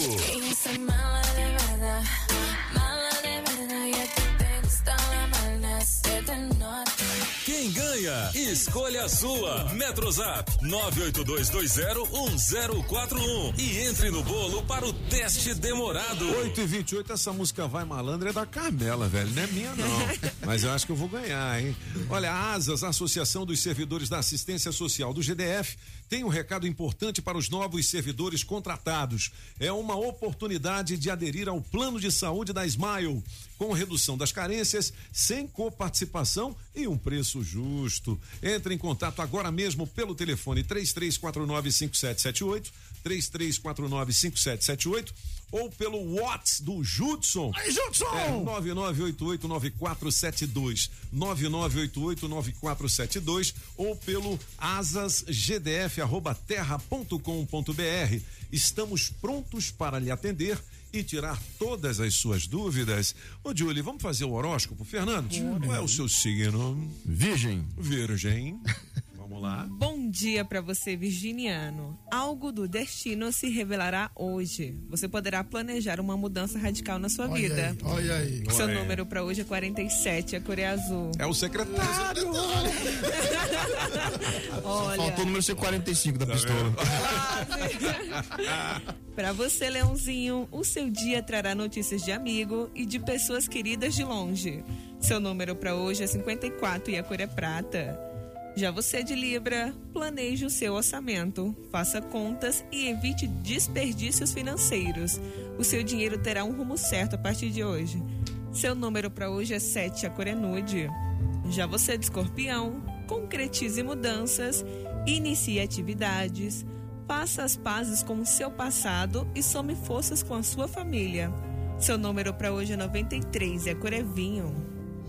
Speaker 1: Quem ganha? Escolha a sua. Metrozap 982201041 e entre no bolo para o teste demorado.
Speaker 4: 8h28, essa música Vai Malandra é da Carmela, velho, não é minha não, mas eu acho que eu vou ganhar, hein? Olha, a ASAS, a Associação dos Servidores da Assistência Social do GDF, tem um recado importante para os novos servidores contratados. É uma oportunidade de aderir ao plano de saúde da Smile, com redução das carências, sem coparticipação e um preço justo. Entre em contato agora mesmo pelo telefone 3349-5778, 3349-5778 ou pelo WhatsApp do Judson.
Speaker 6: Aí, Judson!
Speaker 4: 9988-9472, 9988-9472 ou pelo asasgdf@terra.com.br. Estamos prontos para lhe atender e tirar todas as suas dúvidas. Ô, Julie, vamos fazer o horóscopo? Fernando, qual é o seu signo?
Speaker 18: Virgem.
Speaker 4: Vamos lá.
Speaker 7: Bom dia para você, virginiano. Algo do destino se revelará hoje. Você poderá planejar uma mudança radical na sua vida.
Speaker 6: Olha aí.
Speaker 7: Seu número para hoje é 47, a cor é azul.
Speaker 4: É o secretário.
Speaker 7: Olha.
Speaker 18: Faltou o número C45 da pistola.
Speaker 7: Para você, Leãozinho, o seu dia trará notícias de amigo e de pessoas queridas de longe. Seu número para hoje é 54 e a cor é prata. Já você de Libra, planeje o seu orçamento, faça contas e evite desperdícios financeiros. O seu dinheiro terá um rumo certo a partir de hoje. Seu número para hoje é 7, a cor é nude. Já você de Escorpião, concretize mudanças, inicie atividades, faça as pazes com o seu passado e some forças com a sua família. Seu número para hoje é 93 e a cor é vinho.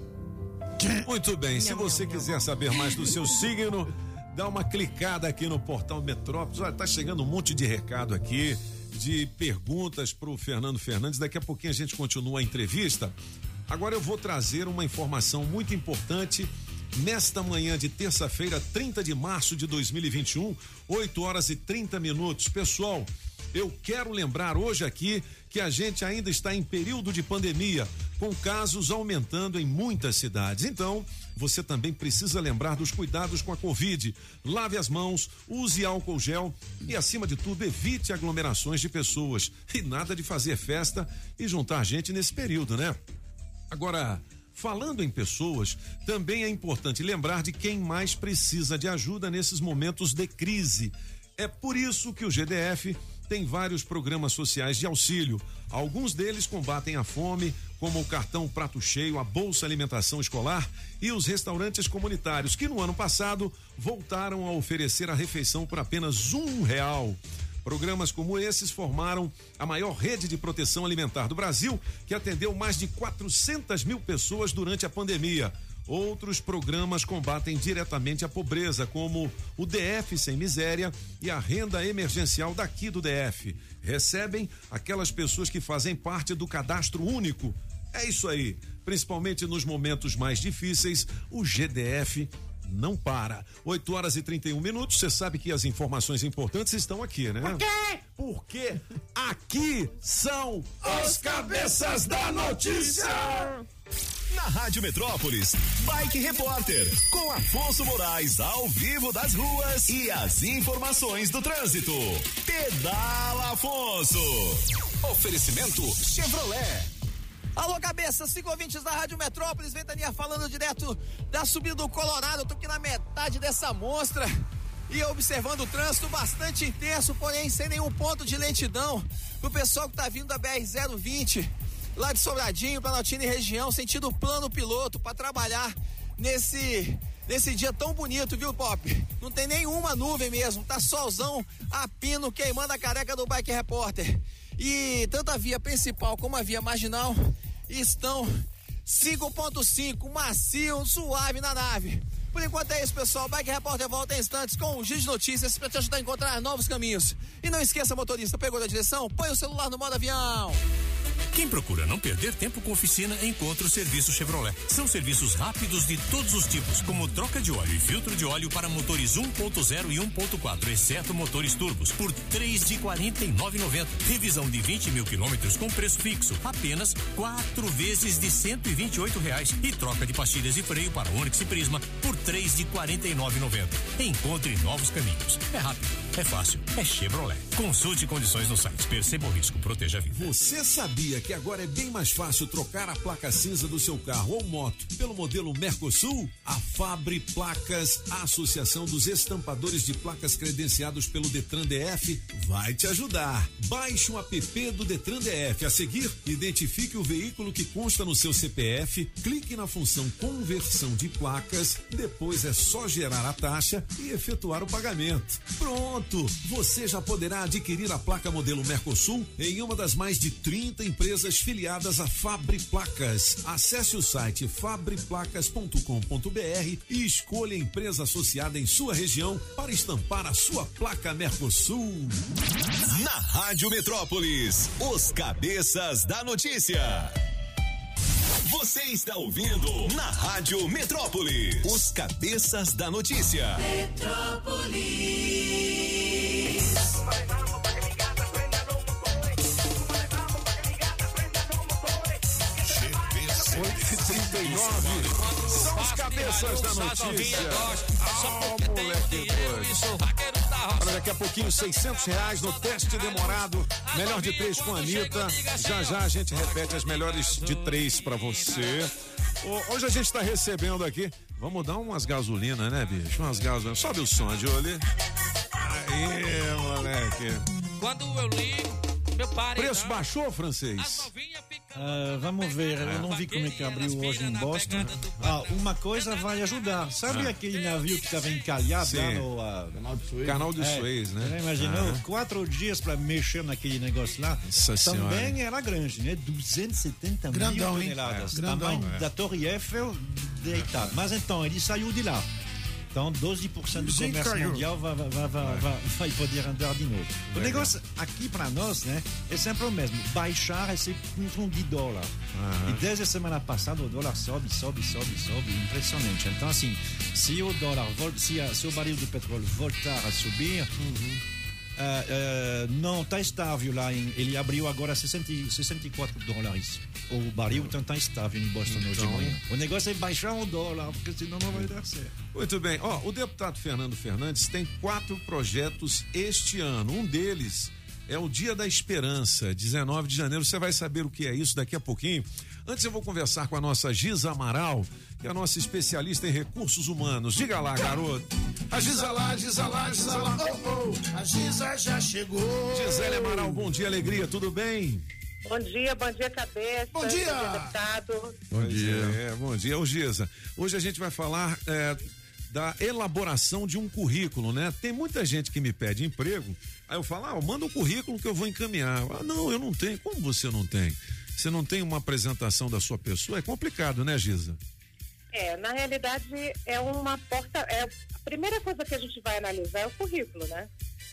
Speaker 4: Muito bem, se você quiser saber mais do seu signo, dá uma clicada aqui no portal Metrópolis. Olha, tá chegando um monte de recado aqui, de perguntas pro Fernando Fernandes. Daqui a pouquinho a gente continua a entrevista. Agora eu vou trazer uma informação muito importante nesta manhã de terça-feira, 30 de março de 2021, 8 horas e 30 minutos. Pessoal, eu quero lembrar hoje aqui que a gente ainda está em período de pandemia, com casos aumentando em muitas cidades. Então, você também precisa lembrar dos cuidados com a Covid. Lave as mãos, use álcool gel e, acima de tudo, evite aglomerações de pessoas. E nada de fazer festa e juntar gente nesse período, né? Agora, falando em pessoas, também é importante lembrar de quem mais precisa de ajuda nesses momentos de crise. É por isso que o GDF tem vários programas sociais de auxílio. Alguns deles combatem a fome, como o cartão Prato Cheio, a Bolsa Alimentação Escolar e os restaurantes comunitários, que no ano passado voltaram a oferecer a refeição por apenas R$1. Programas como esses formaram a maior rede de proteção alimentar do Brasil, que atendeu mais de 400 mil pessoas durante a pandemia. Outros programas combatem diretamente a pobreza, como o DF Sem Miséria e a renda emergencial daqui do DF. Recebem aquelas pessoas que fazem parte do cadastro único. É isso aí. Principalmente nos momentos mais difíceis, o GDF não para. 8 horas e 31 minutos. Você sabe que as informações importantes estão aqui, né?
Speaker 5: Por quê?
Speaker 4: Porque aqui são os cabeças da notícia.
Speaker 21: Na Rádio Metrópolis, Bike Repórter, com Afonso Moraes ao vivo das ruas e as informações do trânsito. Pedala Afonso. Oferecimento Chevrolet.
Speaker 16: Alô, cabeça, 5 ouvintes da Rádio Metrópolis, Ventania falando direto da subida do Colorado. Eu tô aqui na metade dessa monstra e observando o trânsito bastante intenso, porém sem nenhum ponto de lentidão. Pro pessoal que tá vindo da BR-020, lá de Sobradinho, Planaltina e região, sentido plano piloto, para trabalhar nesse dia tão bonito, viu, Pop? Não tem nenhuma nuvem mesmo, tá solzão a pino queimando a careca do Bike Repórter. E tanto a via principal como a via marginal estão 5.5, macio, suave na nave. Por enquanto é isso, pessoal. Bike Repórter volta em instantes com um giro de notícias para te ajudar a encontrar novos caminhos. E não esqueça, motorista, pegou da direção? Põe o celular no modo avião.
Speaker 9: Quem procura não perder tempo com oficina, encontra o serviço Chevrolet. São serviços rápidos de todos os tipos, como troca de óleo e filtro de óleo para motores 1.0 e 1.4, exceto motores turbos, por R$3 de R$ 49,90. Revisão de 20 mil quilômetros com preço fixo, apenas 4 vezes de R$128. E troca de pastilhas de freio para Onix e Prisma por R$3 de R$ 49,90. Encontre novos caminhos. É rápido, é fácil, é Chevrolet. Consulte condições no site. Perceba o risco, proteja a vida.
Speaker 1: Você sabia que agora é bem mais fácil trocar a placa cinza do seu carro ou moto pelo modelo Mercosul? A Fabri Placas, a Associação dos Estampadores de Placas credenciados pelo Detran DF, vai te ajudar. Baixe o app do Detran DF. A seguir, identifique o veículo que consta no seu CPF, clique na função conversão de placas, depois é só gerar a taxa e efetuar o pagamento. Pronto! Você já poderá adquirir a placa modelo Mercosul em uma das mais de 30 empresas filiadas à Fabri Placas. Acesse o site fabriplacas.com.br e escolha a empresa associada em sua região para estampar a sua placa Mercosul.
Speaker 21: Na Rádio Metrópolis, os cabeças da notícia. Você está ouvindo na Rádio Metrópolis, os cabeças da notícia.
Speaker 5: Metrópolis.
Speaker 4: 8h39, são os cabeças da notícia. Moleque doido. Olha, daqui a pouquinho R$600 no teste demorado, melhor de 3 com a Anitta. Já já a gente repete as melhores de 3 pra você. Hoje a gente tá recebendo aqui, vamos dar umas gasolinas, né, bicho? Umas gasolinas. Sobe o som, Jolie. Aí, moleque.
Speaker 9: Quando eu ligo, meu paredão.
Speaker 4: Preço baixou, francês?
Speaker 11: Vamos ver, eu não vi como é que abriu hoje em Boston. Uma coisa vai ajudar. Sabe aquele navio que estava encalhado lá no
Speaker 4: Canal de Suez, né?
Speaker 11: Você imaginou? 4 dias para mexer naquele negócio lá. Também era grande, né? 270 mil toneladas. Tamanho da Torre Eiffel deitado. Mas então, ele saiu de lá. Então, 12% do comércio mundial vai poder andar de novo. O negócio aqui para nós, né, é sempre o mesmo. Baixar esse fundo de dólar. E desde a semana passada o dólar sobe. Impressionante. Então, assim, se o dólar se o barril do petróleo voltar a subir, não está estável lá. Ele abriu agora 64 dólares. O barril está estável em Boston hoje de manhã. O negócio é baixar o dólar, porque senão não vai dar certo.
Speaker 4: Muito bem. O deputado Fernando Fernandes tem 4 projetos este ano. Um deles é o Dia da Esperança, 19 de janeiro. Você vai saber o que é isso daqui a pouquinho. Antes eu vou conversar com a nossa Giza Amaral, que é a nossa especialista em recursos humanos. Diga lá, garoto.
Speaker 6: A Giza lá. A Giza já chegou.
Speaker 4: Gisele Amaral, bom dia, alegria, tudo bem?
Speaker 3: Bom dia, cabeça.
Speaker 6: Bom dia,
Speaker 3: deputado.
Speaker 4: Bom dia. Bom dia. Ô, Giza, hoje a gente vai falar da elaboração de um currículo, né? Tem muita gente que me pede emprego, aí eu falo, manda um currículo que eu vou encaminhar. Não, eu não tenho. Como você não tem? Você não tem uma apresentação da sua pessoa? É complicado, né, Giza?
Speaker 3: Na realidade, a primeira coisa que a gente vai analisar é o currículo, né?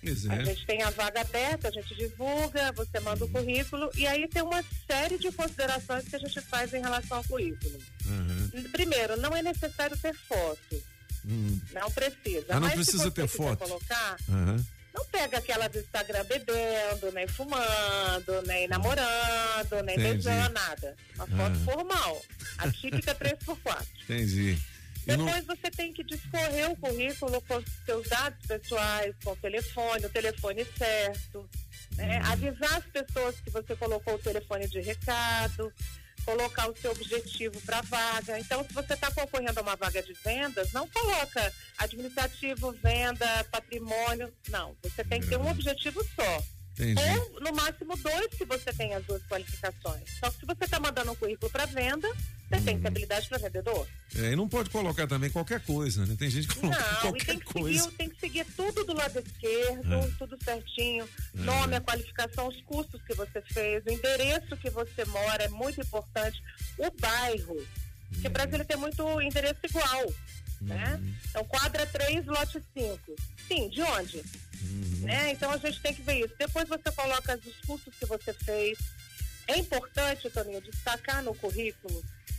Speaker 3: A gente tem a vaga aberta, a gente divulga, você manda o currículo e aí tem uma série de considerações que a gente faz em relação ao currículo. Primeiro, não é necessário ter foto. Não precisa.
Speaker 4: Não precisa ter foto.
Speaker 3: Colocar, não pega aquela do Instagram bebendo, nem fumando, nem namorando, nem beijando, nada. Uma foto formal, a típica 3x4.
Speaker 4: Entendi.
Speaker 3: Depois você tem que discorrer o currículo com os seus dados pessoais, com o telefone certo, né? Avisar as pessoas que você colocou o telefone de recado, colocar o seu objetivo para a vaga. Então, se você está concorrendo a uma vaga de vendas, não coloca administrativo, venda, patrimônio, não. Você tem que ter um objetivo só.
Speaker 4: Entendi.
Speaker 3: Ou, no máximo, 2, se você tem as 2 qualificações. Só que se você está mandando um currículo para venda, você tem que ter habilidade para vendedor.
Speaker 4: E não pode colocar também qualquer coisa, né? Tem gente que coloca qualquer coisa.
Speaker 3: Tem que seguir tudo do lado esquerdo, tudo certinho. Nome, a qualificação, os cursos que você fez, o endereço que você mora é muito importante. O bairro, porque Brasília tem muito endereço igual, né? Então, quadra 3, lote 5. Sim, de onde? Né? Então a gente tem que ver isso. Depois você coloca os cursos que você fez. É importante, Toninho, destacar no currículo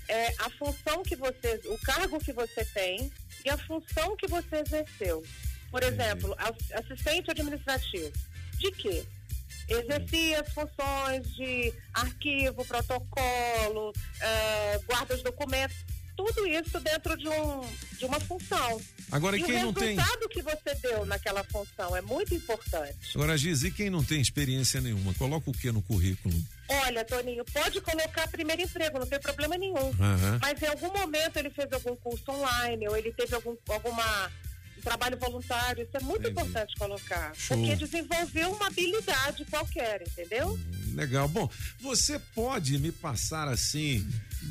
Speaker 3: a função que você, o cargo que você tem e a função que você exerceu. Por exemplo, assistente administrativo. De quê? Exercia as funções de arquivo, protocolo, guarda de documentos, tudo isso dentro de uma função.
Speaker 4: Agora,
Speaker 3: e
Speaker 4: quem não tem...
Speaker 3: o resultado que você deu naquela função é muito importante.
Speaker 4: Agora, Giz, e quem não tem experiência nenhuma, coloca o que no currículo?
Speaker 3: Olha, Toninho, pode colocar primeiro emprego, não tem problema nenhum. Mas em algum momento ele fez algum curso online, ou ele teve algum trabalho voluntário, isso é muito importante colocar.
Speaker 4: Show.
Speaker 3: Porque desenvolveu uma habilidade qualquer, entendeu?
Speaker 4: Legal. Bom, você pode me passar assim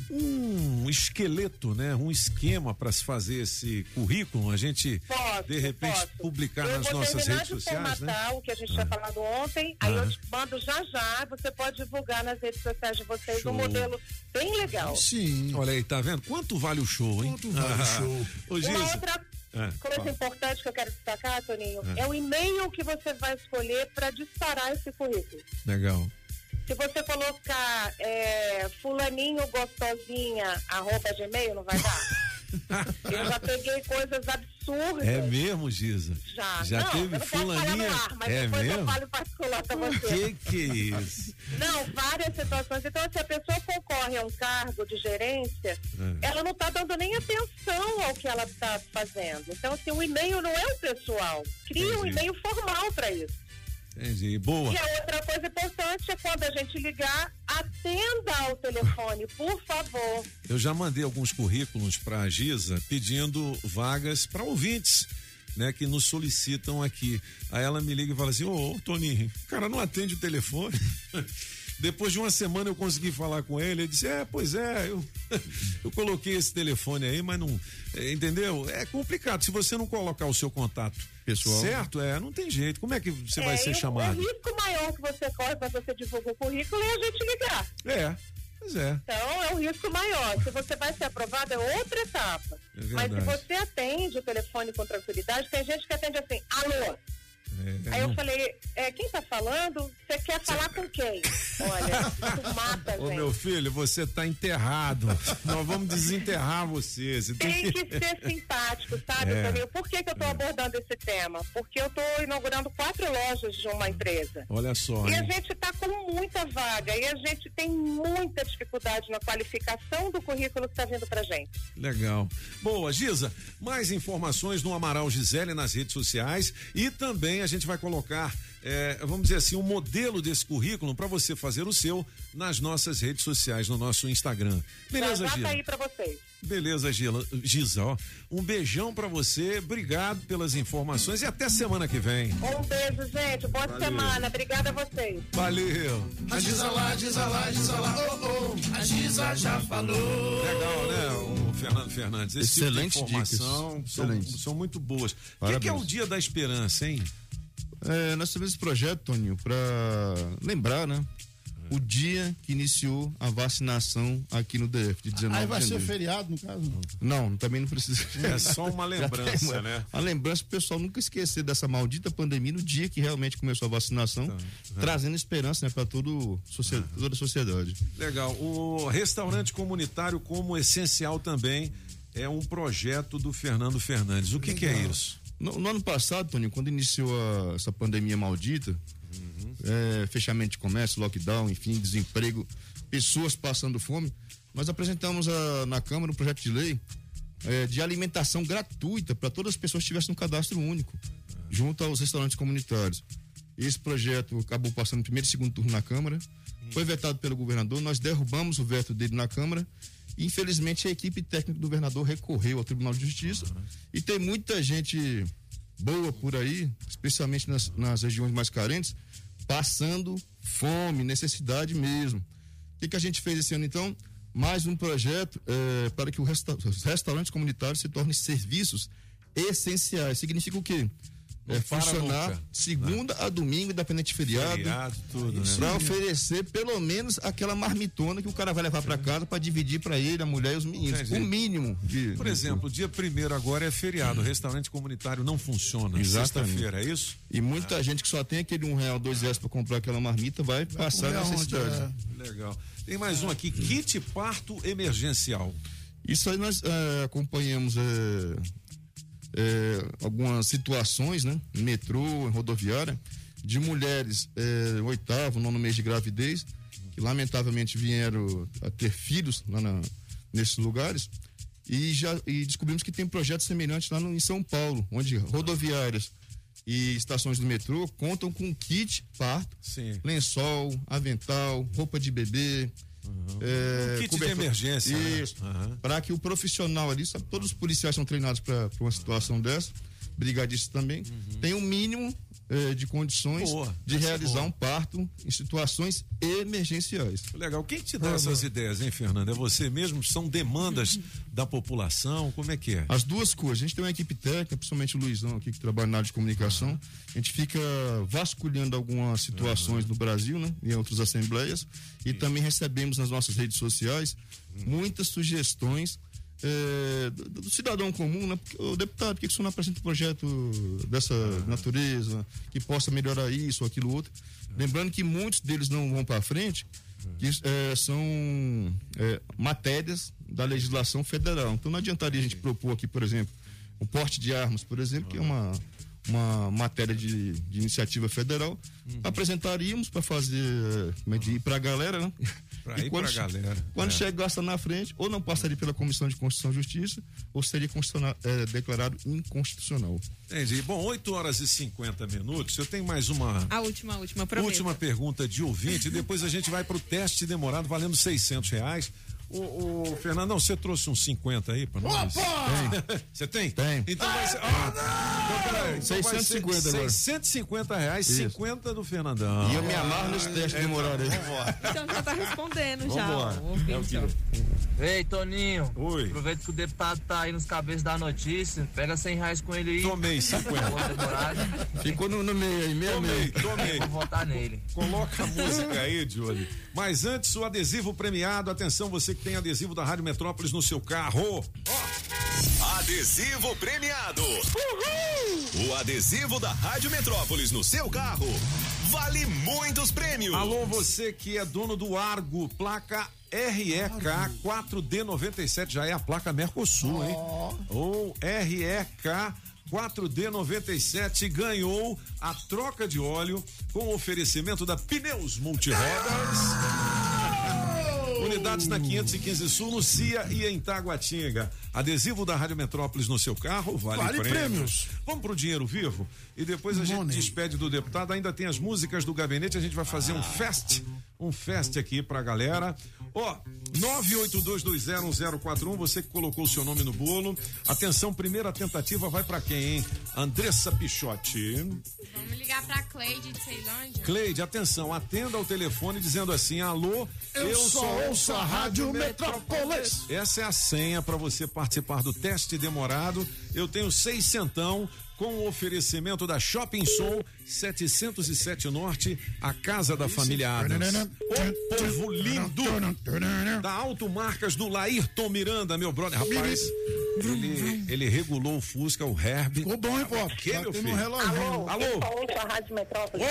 Speaker 4: um esqueleto, né? Um esquema para se fazer esse currículo, a gente de repente publicar nas nossas redes sociais, né?
Speaker 3: O que a gente tinha falado ontem, aí eu te mando já, você pode divulgar nas redes sociais de vocês um modelo bem legal.
Speaker 4: Sim. Olha aí, tá vendo? Quanto vale o show, hein?
Speaker 6: Quanto vale o show?
Speaker 4: Ô, Giz,
Speaker 3: uma outra coisa importante que eu quero destacar, Toninho, é o e-mail que você vai escolher para disparar esse currículo.
Speaker 4: Legal.
Speaker 3: Se você colocar fulaninho gostosinha @gmail, não vai dar. Eu já peguei coisas absurdas.
Speaker 4: É mesmo, Giza? Já
Speaker 3: não,
Speaker 4: teve fulaninha?
Speaker 3: Mas
Speaker 4: é
Speaker 3: depois
Speaker 4: mesmo?
Speaker 3: eu falo particular pra você.
Speaker 4: Que é isso?
Speaker 3: Não, várias situações. Então, se a pessoa concorre a um cargo de gerência, ela não está dando nem atenção ao que ela está fazendo. Então, assim, o e-mail não é o pessoal. Cria um e-mail formal para isso.
Speaker 4: Entendi, boa.
Speaker 3: E a outra coisa importante é quando a gente ligar, atenda ao telefone, por favor.
Speaker 4: Eu já mandei alguns currículos para a Giza pedindo vagas para ouvintes, né, que nos solicitam aqui. Aí ela me liga e fala assim: ô, Toninho, o cara não atende o telefone. Depois de uma semana eu consegui falar com ele, ele disse: pois é, eu coloquei esse telefone aí, mas não, entendeu? É complicado, se você não colocar o seu contato pessoal, certo? Não tem jeito, como é que você vai ser chamado?
Speaker 3: O risco maior que você corre quando você divulga o currículo é a gente ligar.
Speaker 4: Pois é.
Speaker 3: Então é um risco maior, se você vai ser aprovado é outra etapa. Mas se você atende o telefone com tranquilidade, tem gente que atende assim: alô? Aí eu falei: quem tá falando? Você quer falar com quem? Olha, isso mata, gente.
Speaker 4: Ô, meu filho, você tá enterrado. Nós vamos desenterrar você.
Speaker 3: Tem que ser simpático, sabe, Toninho? Por que eu tô abordando esse tema? Porque eu tô inaugurando 4 lojas de uma empresa.
Speaker 4: Olha só.
Speaker 3: E a gente tá com muita vaga e a gente tem muita dificuldade na qualificação do currículo que tá vindo pra gente.
Speaker 4: Legal. Boa, Giza, mais informações no Amaral Gisele nas redes sociais e também a gente vai colocar, vamos dizer assim, um modelo desse currículo para você fazer o seu nas nossas redes sociais, no nosso Instagram. Beleza,
Speaker 3: já
Speaker 4: Giza?
Speaker 3: Tá aí pra vocês.
Speaker 4: Beleza, Giza, ó. Um beijão pra você, obrigado pelas informações e até semana que vem.
Speaker 3: Um beijo, gente, boa semana, obrigada a vocês.
Speaker 4: Valeu.
Speaker 6: A Giza lá, a Giza já falou.
Speaker 4: Legal, né, o Fernando Fernandes? Esse
Speaker 18: Excelente
Speaker 4: tipo de informação são muito boas. O que é o Dia da Esperança, hein?
Speaker 18: Nós tivemos esse projeto, Toninho, para lembrar, né? O dia que iniciou a vacinação aqui no DF, de 19 de janeiro.
Speaker 6: Aí vai ser feriado, no caso?
Speaker 18: Não, também não precisa.
Speaker 4: É só uma lembrança, né?
Speaker 18: A lembrança pro pessoal nunca esquecer dessa maldita pandemia no dia que realmente começou a vacinação, trazendo esperança, né, para toda a sociedade.
Speaker 4: Legal. O restaurante comunitário como essencial também é um projeto do Fernando Fernandes. O que é isso?
Speaker 18: No ano passado, Toninho, quando iniciou essa pandemia maldita, fechamento de comércio, lockdown, enfim, desemprego, pessoas passando fome, nós apresentamos na Câmara um projeto de lei de alimentação gratuita para todas as pessoas que tivessem um cadastro único, junto aos restaurantes comunitários. Esse projeto acabou passando no primeiro e segundo turno na Câmara, foi vetado pelo governador, nós derrubamos o veto dele na Câmara. Infelizmente, a equipe técnica do governador recorreu ao Tribunal de Justiça e tem muita gente boa por aí, especialmente nas regiões mais carentes, passando fome, necessidade mesmo. O que a gente fez esse ano, então? Mais um projeto para que os restaurantes comunitários se tornem serviços essenciais. Significa o quê? Funcionar segunda a domingo, independente de feriado,
Speaker 4: tudo, né?
Speaker 18: Para oferecer pelo menos aquela marmitona que o cara vai levar para casa para dividir para ele, a mulher e os meninos. O mínimo de.
Speaker 4: Por exemplo, dia 1º agora é feriado, o restaurante comunitário não funciona. Sexta-feira, é isso?
Speaker 18: E muita gente que só tem aquele R$1, R$2 para comprar aquela marmita vai passar necessidade.
Speaker 4: Legal. Tem mais um aqui, kit parto emergencial.
Speaker 18: Isso aí nós acompanhamos algumas situações, né? Metrô, rodoviária, de mulheres 8º, 9º mês de gravidez, que lamentavelmente vieram a ter filhos lá nesses lugares, e descobrimos que tem projetos semelhantes lá em São Paulo, onde rodoviárias e estações do metrô contam com kit parto, lençol, avental, roupa de bebê,
Speaker 4: kit de emergência,
Speaker 18: isso, para que o profissional ali, sabe, todos os policiais são treinados para uma situação dessa, brigadistas também, tem um mínimo de condições de realizar um parto em situações emergenciais.
Speaker 4: Legal. Quem te dá essas ideias, hein, Fernando? É você mesmo? São demandas da população? Como é que é?
Speaker 18: As duas coisas. A gente tem uma equipe técnica, principalmente o Luizão aqui, que trabalha na área de comunicação. A gente fica vasculhando algumas situações no Brasil, né? Em outras assembleias. E também recebemos nas nossas redes sociais muitas sugestões do cidadão comum, né? Porque, o deputado, por que o senhor não apresenta um projeto dessa natureza, que possa melhorar isso ou aquilo outro? Lembrando que muitos deles não vão para frente, que são matérias da legislação federal. Então não adiantaria a gente propor aqui, por exemplo, o porte de armas, por exemplo, que é uma matéria de iniciativa federal, apresentaríamos para fazer, ir para a galera, né?
Speaker 4: Pra ir pra galera.
Speaker 18: Quando chegasse na frente, ou não passaria pela Comissão de Constituição e Justiça, ou seria declarado inconstitucional.
Speaker 4: Entendi. Bom, 8h50. Eu tenho mais uma.
Speaker 7: A última, prometo.
Speaker 4: Última pergunta de ouvinte. Depois a gente vai pro teste demorado valendo R$600. O Fernandão, você trouxe uns 50 aí pra nós? Você tem?
Speaker 18: Tem.
Speaker 4: Então vai ser. Então,
Speaker 18: 650 agora.
Speaker 4: R$650, 50 do Fernandão.
Speaker 18: E eu me amarro nesse teste demorado aí.
Speaker 4: Vambora.
Speaker 7: Então já tá respondendo já.
Speaker 8: Ei, Toninho.
Speaker 4: Oi.
Speaker 8: Aproveita que o deputado tá aí nos cabeças da notícia. Pega R$100 com ele aí.
Speaker 4: Tomei 50.
Speaker 18: Ficou no meio aí, meio.
Speaker 4: Tomei.
Speaker 8: Vou votar nele.
Speaker 4: Coloca a música aí, Johnny. Mas antes, o adesivo premiado. Atenção, você que tem adesivo da Rádio Metrópolis no seu carro.
Speaker 1: Adesivo premiado. Uhul! O adesivo da Rádio Metrópolis no seu carro vale muitos prêmios.
Speaker 4: Alô, você que é dono do Argo, placa REK 4D97, já é a placa Mercosul, hein? Ou REK 4D97 ganhou a troca de óleo com oferecimento da Pneus Multirodas. Unidades na 515 Sul, no CIA e em Taguatinga. Adesivo da Rádio Metrópolis no seu carro, vale prêmios. Vamos pro Dinheiro Vivo e depois a gente despede do deputado. Ainda tem as músicas do gabinete, a gente vai fazer um fest aqui pra galera. 982201041, você que colocou o seu nome no bolo. Atenção, primeira tentativa vai pra quem, hein? Andressa Pichotti.
Speaker 19: Vamos ligar pra Cleide de Ceilândia.
Speaker 4: Cleide, atenção, atenda ao telefone dizendo assim: alô, eu só ouço a Rádio Metrópolis. Essa é a senha para você participar do teste demorado. Eu tenho 600 com o oferecimento da Shopping Som 707 Norte, a casa da família Adams. O povo lindo da Automarcas do Laírton Miranda, meu brother. Rapaz, ele regulou o Fusca, o Herb.
Speaker 6: Ficou bom, hein, pô?
Speaker 4: Que, meu filho?
Speaker 3: Alô? A Rádio Metrópolis.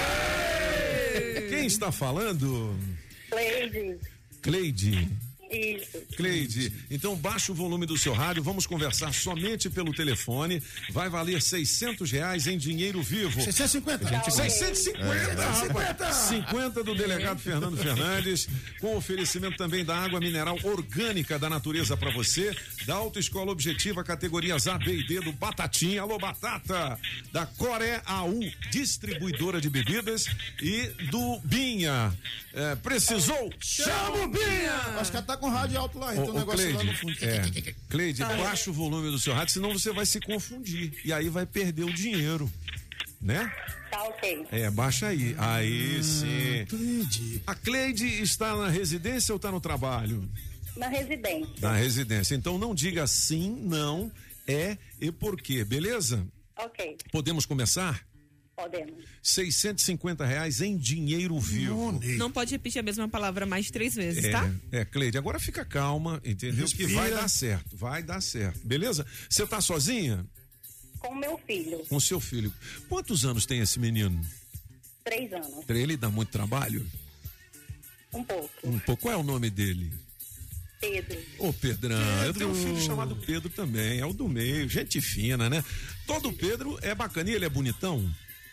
Speaker 4: Quem está falando? Cleide.
Speaker 3: Isso.
Speaker 4: Cleide, então baixa o volume do seu rádio, vamos conversar somente pelo telefone, vai valer R$600 em dinheiro vivo.
Speaker 6: 650.
Speaker 4: 650. 50 do delegado Fernando Fernandes, com oferecimento também da água mineral orgânica da natureza para você, da Autoescola Objetiva, categorias A, B e D do Batatinha, alô Batata, da Coré AU, distribuidora de bebidas, e do Binha. Precisou? Chama o Binha!
Speaker 6: Acho que ela tá com rádio alto lá, então o negócio
Speaker 4: Cleide,
Speaker 6: lá no fundo.
Speaker 4: Cleide, baixa o volume do seu rádio, senão você vai se confundir e aí vai perder o dinheiro, né?
Speaker 3: Tá ok.
Speaker 4: Baixa aí. Aí sim. Cleide. A Cleide está na residência ou está no trabalho?
Speaker 3: Na residência.
Speaker 4: Na residência. Então não diga sim, não, e por quê, beleza?
Speaker 3: Ok.
Speaker 4: Podemos começar?
Speaker 3: Podemos.
Speaker 4: R$650 em dinheiro vivo.
Speaker 7: Não pode repetir a mesma palavra mais de 3 vezes, tá?
Speaker 4: Cleide, agora fica calma, entendeu?
Speaker 6: Respira.
Speaker 4: Que vai dar certo, beleza? Você tá sozinha?
Speaker 3: Com meu filho.
Speaker 4: Com seu filho. Quantos anos tem esse menino?
Speaker 3: 3 anos.
Speaker 4: Ele dá muito trabalho?
Speaker 3: Um pouco.
Speaker 4: Qual é o nome dele?
Speaker 3: Pedro.
Speaker 4: Ô, Pedrão, eu tenho um filho chamado Pedro também, é o do meio, gente fina, né? Todo Pedro é bacana e ele é bonitão?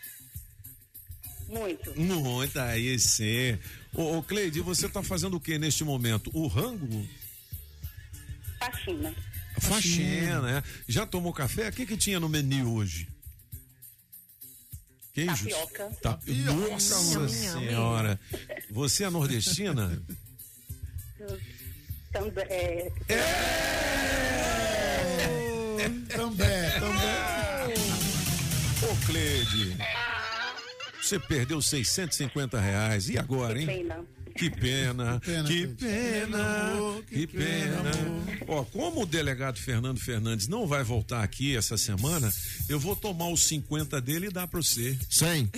Speaker 4: Muito, aí sim. Ô, Cleide, você tá fazendo o que neste momento? O rango? Faxina, né? Já tomou café? O que tinha no menu hoje? Queijo?
Speaker 3: Tapioca.
Speaker 4: Nossa senhora. Você é nordestina?
Speaker 6: Também.
Speaker 4: Ô, Cleide, você perdeu R$650. E agora, hein? Que pena. Ó, como o delegado Fernando Fernandes não vai voltar aqui essa semana, eu vou tomar os 50 dele e dar pra você.
Speaker 18: 100.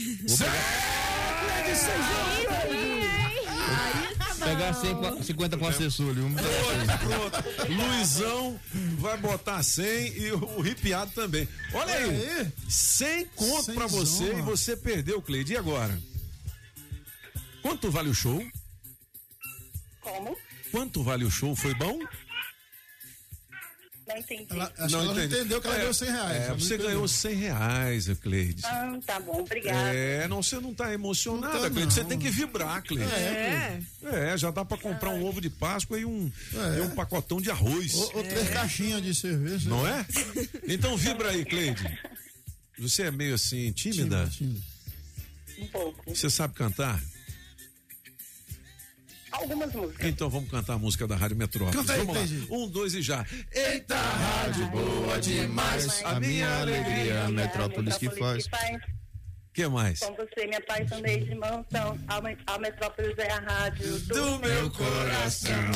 Speaker 18: Pegar 50 com assessor, viu?
Speaker 4: Pronto. Luizão vai botar 100 e o ripiado também. Olha aí, 100 conto pra você e você perdeu, Cleide. E agora? Quanto vale o show?
Speaker 3: Como?
Speaker 4: Quanto vale o show? Foi bom?
Speaker 3: Não entendi.
Speaker 6: Ela não entendeu que ela ganhou R$100.
Speaker 4: Você ganhou R$100, Cleide.
Speaker 3: Tá bom, obrigada.
Speaker 4: Você não tá emocionada, Cleide. Você tem que vibrar, Cleide. Já dá pra comprar um ovo de Páscoa e um pacotão de arroz.
Speaker 6: Ou 3 caixinhas de cerveja.
Speaker 4: Não é? Então vibra aí, Cleide. Você é meio assim, tímida?
Speaker 3: Um pouco.
Speaker 4: Você sabe cantar?
Speaker 3: Algumas músicas.
Speaker 4: Então vamos cantar a música da Rádio Metrópolis.
Speaker 6: Canta aí,
Speaker 4: vamos lá.
Speaker 6: Cleide.
Speaker 4: 1, 2 e já.
Speaker 6: Eita, rádio boa demais. A minha alegria, a Metrópolis que faz.
Speaker 4: Que mais?
Speaker 3: Com você me apaixonei de mansão. A Metrópolis é a rádio do meu coração.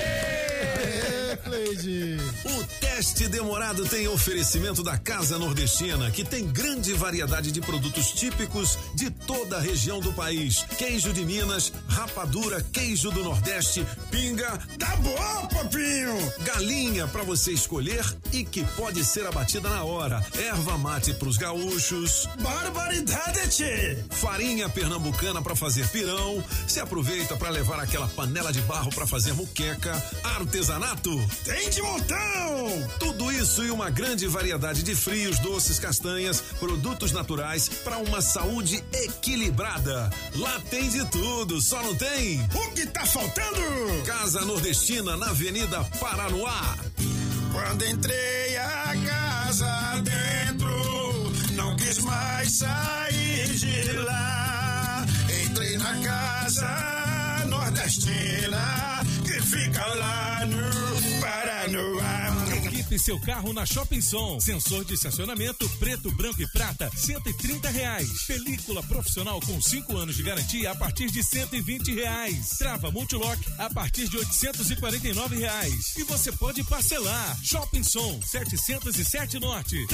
Speaker 6: Aê, Cleide.
Speaker 1: O teste demorado tem oferecimento da Casa Nordestina, que tem grande variedade de produtos típicos de toda a região do país. Queijo de Minas, rapadura, queijo do Nordeste, pinga, tá bom, papinho! Galinha pra você escolher e que pode ser abatida na hora. Erva mate pros gaúchos. Barbaridade, tchê! Farinha pernambucana pra fazer pirão. Se aproveita pra levar aquela panela de barro pra fazer muqueca. Artesanato tem de montão! Tudo isso e uma grande variedade de frios, doces, castanhas, produtos naturais para uma saúde equilibrada. Lá tem de tudo, só não tem o que tá faltando. Casa Nordestina na Avenida Paranoá.
Speaker 6: Quando entrei a casa dentro, não quis mais sair de lá. Entrei na Casa Nordestina, que fica lá no Paranoá.
Speaker 9: Equipe seu carro na Shopping Som. Sensor de estacionamento preto, branco e prata, R$130. Película profissional com 5 anos de garantia a partir de R$120. Trava Multilock a partir de R$849. E você pode parcelar. Shopping Som, 707 Norte,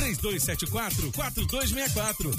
Speaker 9: 3274-4264.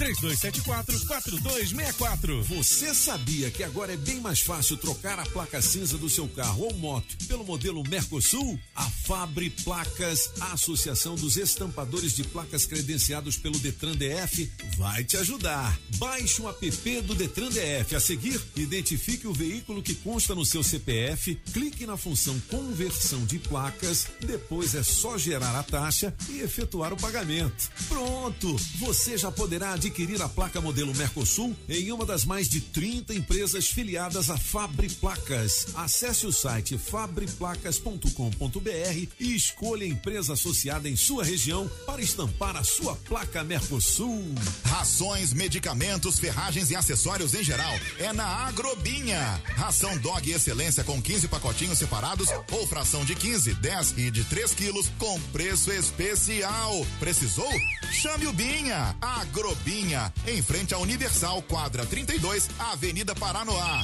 Speaker 9: 3274-4264.
Speaker 1: Você sabia que agora é bem mais fácil trocar a placa cinza do seu carro ou moto pelo modelo Mercosul? A Fabri Placas, a Associação dos Estampadores de Placas credenciados pelo Detran DF, vai te ajudar. Baixe o app do Detran DF. A seguir, identifique o veículo que consta no seu CPF, clique na função conversão de placas, depois é só gerar a taxa e efetuar o pagamento. Pronto! Você já poderá adquirir a placa modelo Mercosul em uma das mais de 30 empresas filiadas à Fabri Placas. Acesse o site fabriplacas.com.br e escolha a empresa associada em sua região para estampar a sua placa Mercosul.
Speaker 12: Rações, medicamentos, ferragens e acessórios em geral é na Agrobinha. Ração Dog Excelência com 15 pacotinhos separados ou fração de 15, 10 e de 3 quilos com preço especial. Precisou? Chame o Binha. Agrobinha, em frente à Universal, quadra 32, Avenida Paranoá.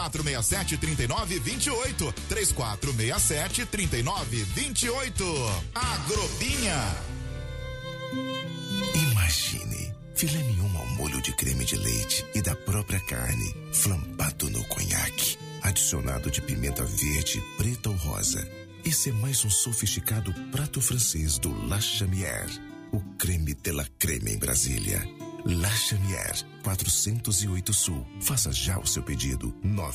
Speaker 12: 3467-3928. 3467-3928. Agrobinha.
Speaker 13: Imagine, filé mignon ao molho de creme de leite e da própria carne, flambado no conhaque, adicionado de pimenta verde, preta ou rosa. Esse é mais um sofisticado prato francês do La Chamière, o creme de la creme em Brasília. La Chamière, 408 Sul. Faça já o seu pedido,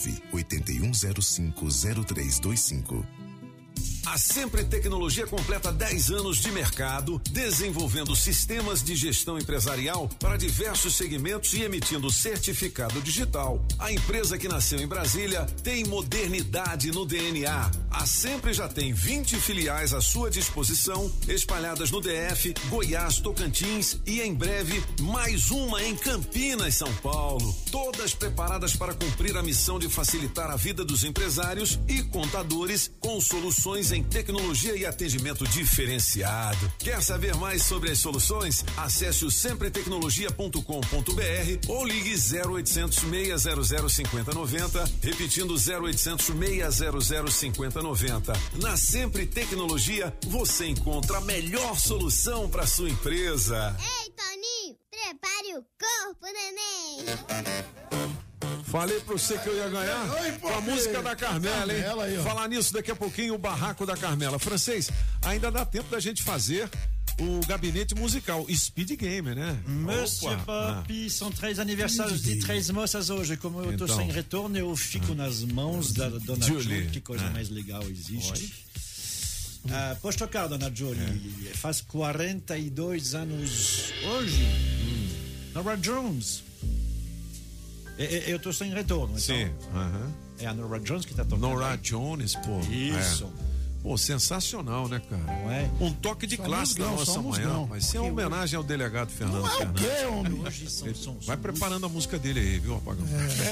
Speaker 13: 981050325.
Speaker 1: A Sempre Tecnologia completa 10 anos de mercado, desenvolvendo sistemas de gestão empresarial para diversos segmentos e emitindo certificado digital. A empresa que nasceu em Brasília tem modernidade no DNA. A Sempre já tem 20 filiais à sua disposição, espalhadas no DF, Goiás, Tocantins e em breve mais uma em Campinas, São Paulo. Todas preparadas para cumprir a missão de facilitar a vida dos empresários e contadores com soluções em tecnologia e atendimento diferenciado. Quer saber mais sobre as soluções? Acesse o SempreTecnologia.com.br ou ligue 0800 600 5090, repetindo 0800 600 5090. Na Sempre Tecnologia, você encontra a melhor solução para sua empresa.
Speaker 22: Ei, Toninho, prepare o corpo, neném.
Speaker 4: Falei pra você que eu ia ganhar com a música da Carmela, hein?
Speaker 6: Aí,
Speaker 4: falar nisso daqui a pouquinho, o barraco da Carmela. Francês, ainda dá tempo da gente fazer o gabinete musical Speed Gamer, né?
Speaker 11: Monsieur Pop, são 3 aniversários de 3 moças hoje. Como eu tô sem retorno, eu fico nas mãos da dona Julie. Que coisa mais legal existe. Posso tocar, dona Jolie? Faz 42 anos hoje. Nora Jones. Eu tô sem retorno, então.
Speaker 4: Sim.
Speaker 11: É a Nora Jones que tá tocando.
Speaker 4: Nora Jones, pô.
Speaker 11: Isso.
Speaker 4: Pô, sensacional, né, cara?
Speaker 11: Não é?
Speaker 4: Um toque de classe da nossa manhã. Vai ser uma homenagem ao delegado Fernando Fernandes.
Speaker 11: Hoje são
Speaker 4: Vai preparando a música dele aí, viu, Apagão?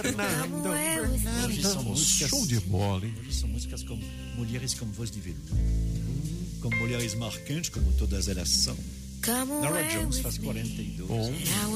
Speaker 11: Hoje são músicas,
Speaker 4: show de bola, hein?
Speaker 11: Hoje são músicas com mulheres com voz de veludo. Com mulheres marcantes, como todas elas são. Nora Jones faz 42.
Speaker 4: Bom.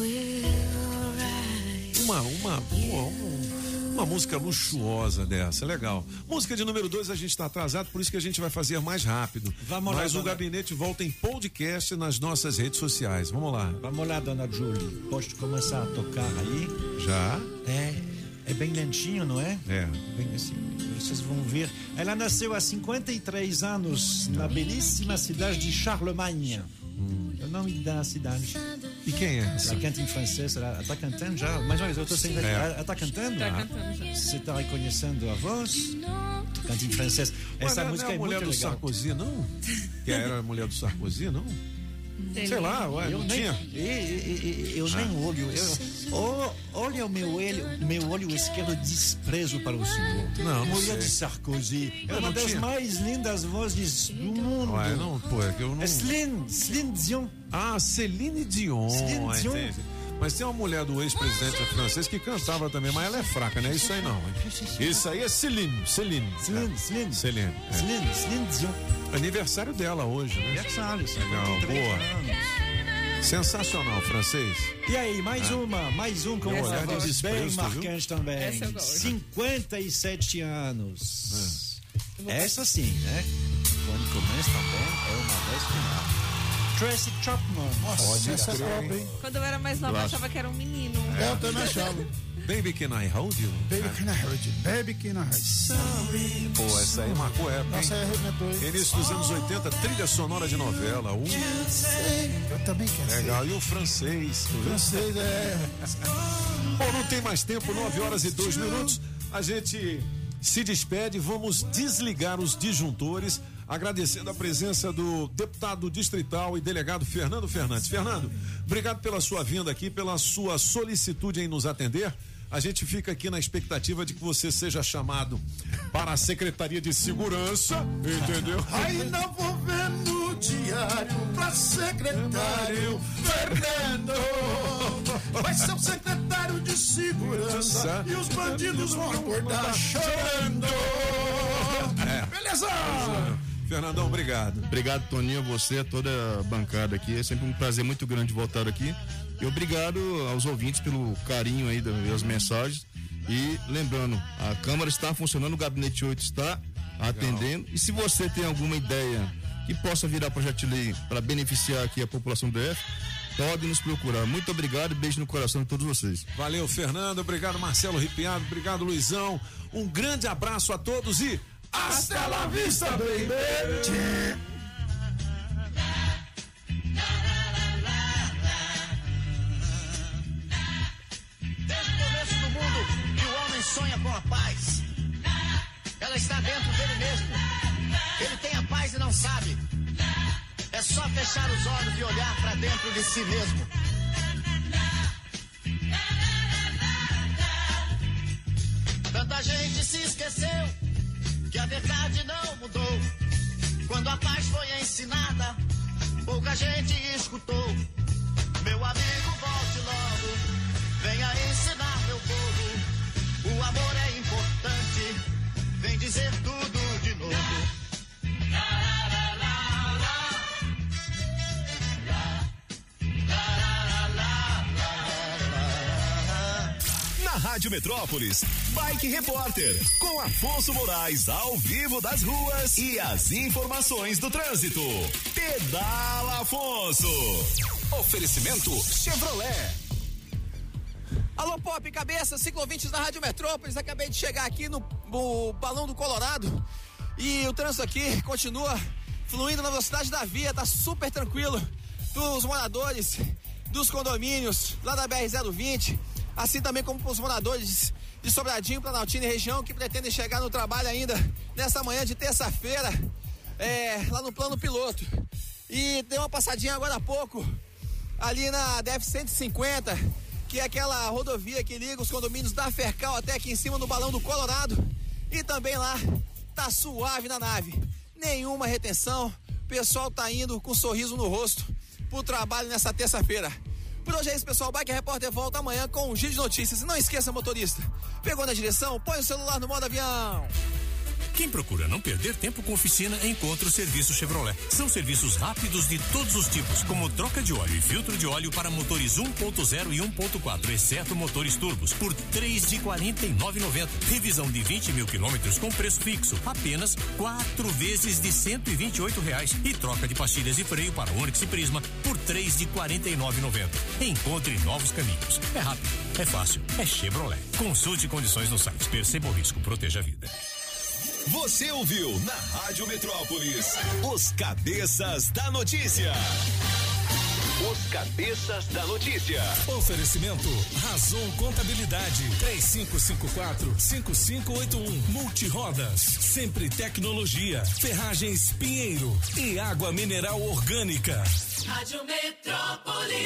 Speaker 4: Uma música luxuosa dessa, legal. Música de número 2, a gente está atrasado, por isso que a gente vai fazer mais rápido. Mas o gabinete volta em podcast nas nossas redes sociais. Vamos lá.
Speaker 11: Vamos lá, dona Julie. Pode começar a tocar aí?
Speaker 4: Já?
Speaker 11: É bem lentinho, não é?
Speaker 4: É.
Speaker 11: Bem assim, vocês vão ver. Ela nasceu há 53 anos na belíssima cidade de Charlemagne. É o nome da cidade.
Speaker 4: E quem é essa?
Speaker 11: Ela canta em francês, ela está cantando já. Mais uma vez, eu estou sem ver. Ela está cantando?
Speaker 7: Está cantando já.
Speaker 11: Você está reconhecendo a voz? Canta em francês. Essa música é
Speaker 4: mulher
Speaker 11: muito
Speaker 4: do
Speaker 11: legal.
Speaker 4: Sarkozy, não? Que era a mulher do Sarkozy, não? Sei lá, ué,
Speaker 11: eu
Speaker 4: não
Speaker 11: nem,
Speaker 4: tinha.
Speaker 11: Eu nem olho. Olha o meu olho esquerdo desprezo para o senhor.
Speaker 4: Não
Speaker 11: mulher
Speaker 4: sei.
Speaker 11: de Sarkozy. É
Speaker 4: Eu
Speaker 11: uma
Speaker 4: não
Speaker 11: das
Speaker 4: tinha.
Speaker 11: mais lindas vozes do mundo.
Speaker 4: Ué, não, pô, é que eu não...
Speaker 11: É Celine Dion.
Speaker 4: Ah, Celine Dion.
Speaker 11: Celine Dion.
Speaker 4: Entendi. Mas tem uma mulher do ex-presidente francês que cantava também, mas ela é fraca, né? Isso aí não. Hein? Isso aí é Celine.
Speaker 11: Celine Dion.
Speaker 4: Aniversário dela hoje, né?
Speaker 11: Aniversário.
Speaker 4: Legal, boa. Sensacional, francês.
Speaker 11: E aí, mais um com
Speaker 4: Essa
Speaker 11: uma voz bem
Speaker 4: desprezo,
Speaker 11: marcante também.
Speaker 7: Essa eu gosto.
Speaker 11: 57 anos. Essa sim, né? Quando começa também é uma voz final. Tracy Chapman.
Speaker 6: Nossa, essa é top, hein?
Speaker 7: Quando eu era mais nova, eu achava que era um menino.
Speaker 6: Eu também achava.
Speaker 4: Baby Can I Hold You?
Speaker 6: Baby Can I Hold You? Baby Can I Hold You?
Speaker 4: Pô, essa aí marcou época,
Speaker 6: Nossa,
Speaker 4: hein?
Speaker 6: arrebentou, hein?
Speaker 4: Início dos anos 80, trilha sonora de novela.
Speaker 6: Eu também quero ser.
Speaker 4: Legal, e o francês?
Speaker 6: Francês
Speaker 4: Bom, não tem mais tempo, 9h02. A gente se despede, vamos desligar os disjuntores, agradecendo a presença do deputado distrital e delegado Fernando Fernandes. Fernando, obrigado pela sua vinda aqui, pela sua solicitude em nos atender. A gente fica aqui na expectativa de que você seja chamado para a Secretaria de Segurança, entendeu?
Speaker 6: Ainda vou ver no diário pra secretário Fernando. Vai ser o secretário de segurança e os bandidos vão acordar chorando. Beleza?
Speaker 4: Fernandão, obrigado.
Speaker 18: Obrigado, Toninho, a você, a toda a bancada aqui. É sempre um prazer muito grande voltar aqui. E obrigado aos ouvintes pelo carinho aí das mensagens. E lembrando, a Câmara está funcionando, o Gabinete 8 está atendendo. E se você tem alguma ideia que possa virar projeto de lei para beneficiar aqui a população do DF, pode nos procurar. Muito obrigado e beijo no coração de todos vocês.
Speaker 4: Valeu, Fernando. Obrigado, Marcelo Ripiado. Obrigado, Luizão. Um grande abraço a todos e hasta la vista, baby!
Speaker 14: Desde o começo do mundo que o homem sonha com a paz. Ela está dentro dele mesmo. Ele tem a paz e não sabe. É só fechar os olhos e olhar para dentro de si mesmo. Tanta gente se esqueceu que a verdade não mudou. Quando a paz foi ensinada, pouca gente escutou. Meu amigo, volte logo, venha ensinar meu povo. O amor é importante, vem dizer tudo de novo.
Speaker 1: Na Rádio Metrópolis, Bike Repórter, com Afonso Moraes ao vivo das ruas e as informações do trânsito. Pedala Afonso. Oferecimento Chevrolet.
Speaker 16: Alô, Pop, cabeça, ciclovintes da Rádio Metrópolis. Acabei de chegar aqui no Balão do Colorado e o trânsito aqui continua fluindo na velocidade da via, tá super tranquilo pros moradores dos condomínios lá da BR-020, assim também como pros moradores de Sobradinho, Planaltina e região que pretendem chegar no trabalho ainda nessa manhã de terça-feira. lá no plano piloto. E dei uma passadinha agora há pouco, ali na DF-150, que é aquela rodovia que liga os condomínios da Fercal até aqui em cima no Balão do Colorado. E também lá, tá suave na nave. Nenhuma retenção, o pessoal tá indo com um sorriso no rosto pro trabalho nessa terça-feira. Por hoje é isso, pessoal. Bike Repórter volta amanhã com um giro de notícias. E não esqueça, motorista, pegou na direção, põe o celular no modo avião.
Speaker 10: Quem procura não perder tempo com oficina, encontra o serviço Chevrolet. São serviços rápidos de todos os tipos, como troca de óleo e filtro de óleo para motores 1.0 e 1.4, exceto motores turbos, por R$ 3,49,90. Revisão de 20 mil quilômetros com preço fixo, apenas 4 vezes de R$ 128. E troca de pastilhas e freio para Onix e Prisma por R$ 3,49,90. Encontre novos caminhos. É rápido, é fácil, é Chevrolet. Consulte condições no site. Perceba o risco, proteja a vida.
Speaker 1: Você ouviu na Rádio Metrópolis os Cabeças da Notícia. Os Cabeças da Notícia.
Speaker 9: Oferecimento Razon Contabilidade 3554-5581. Multirodas, sempre tecnologia. Ferragens Pinheiro e água mineral orgânica.
Speaker 15: Rádio Metrópolis.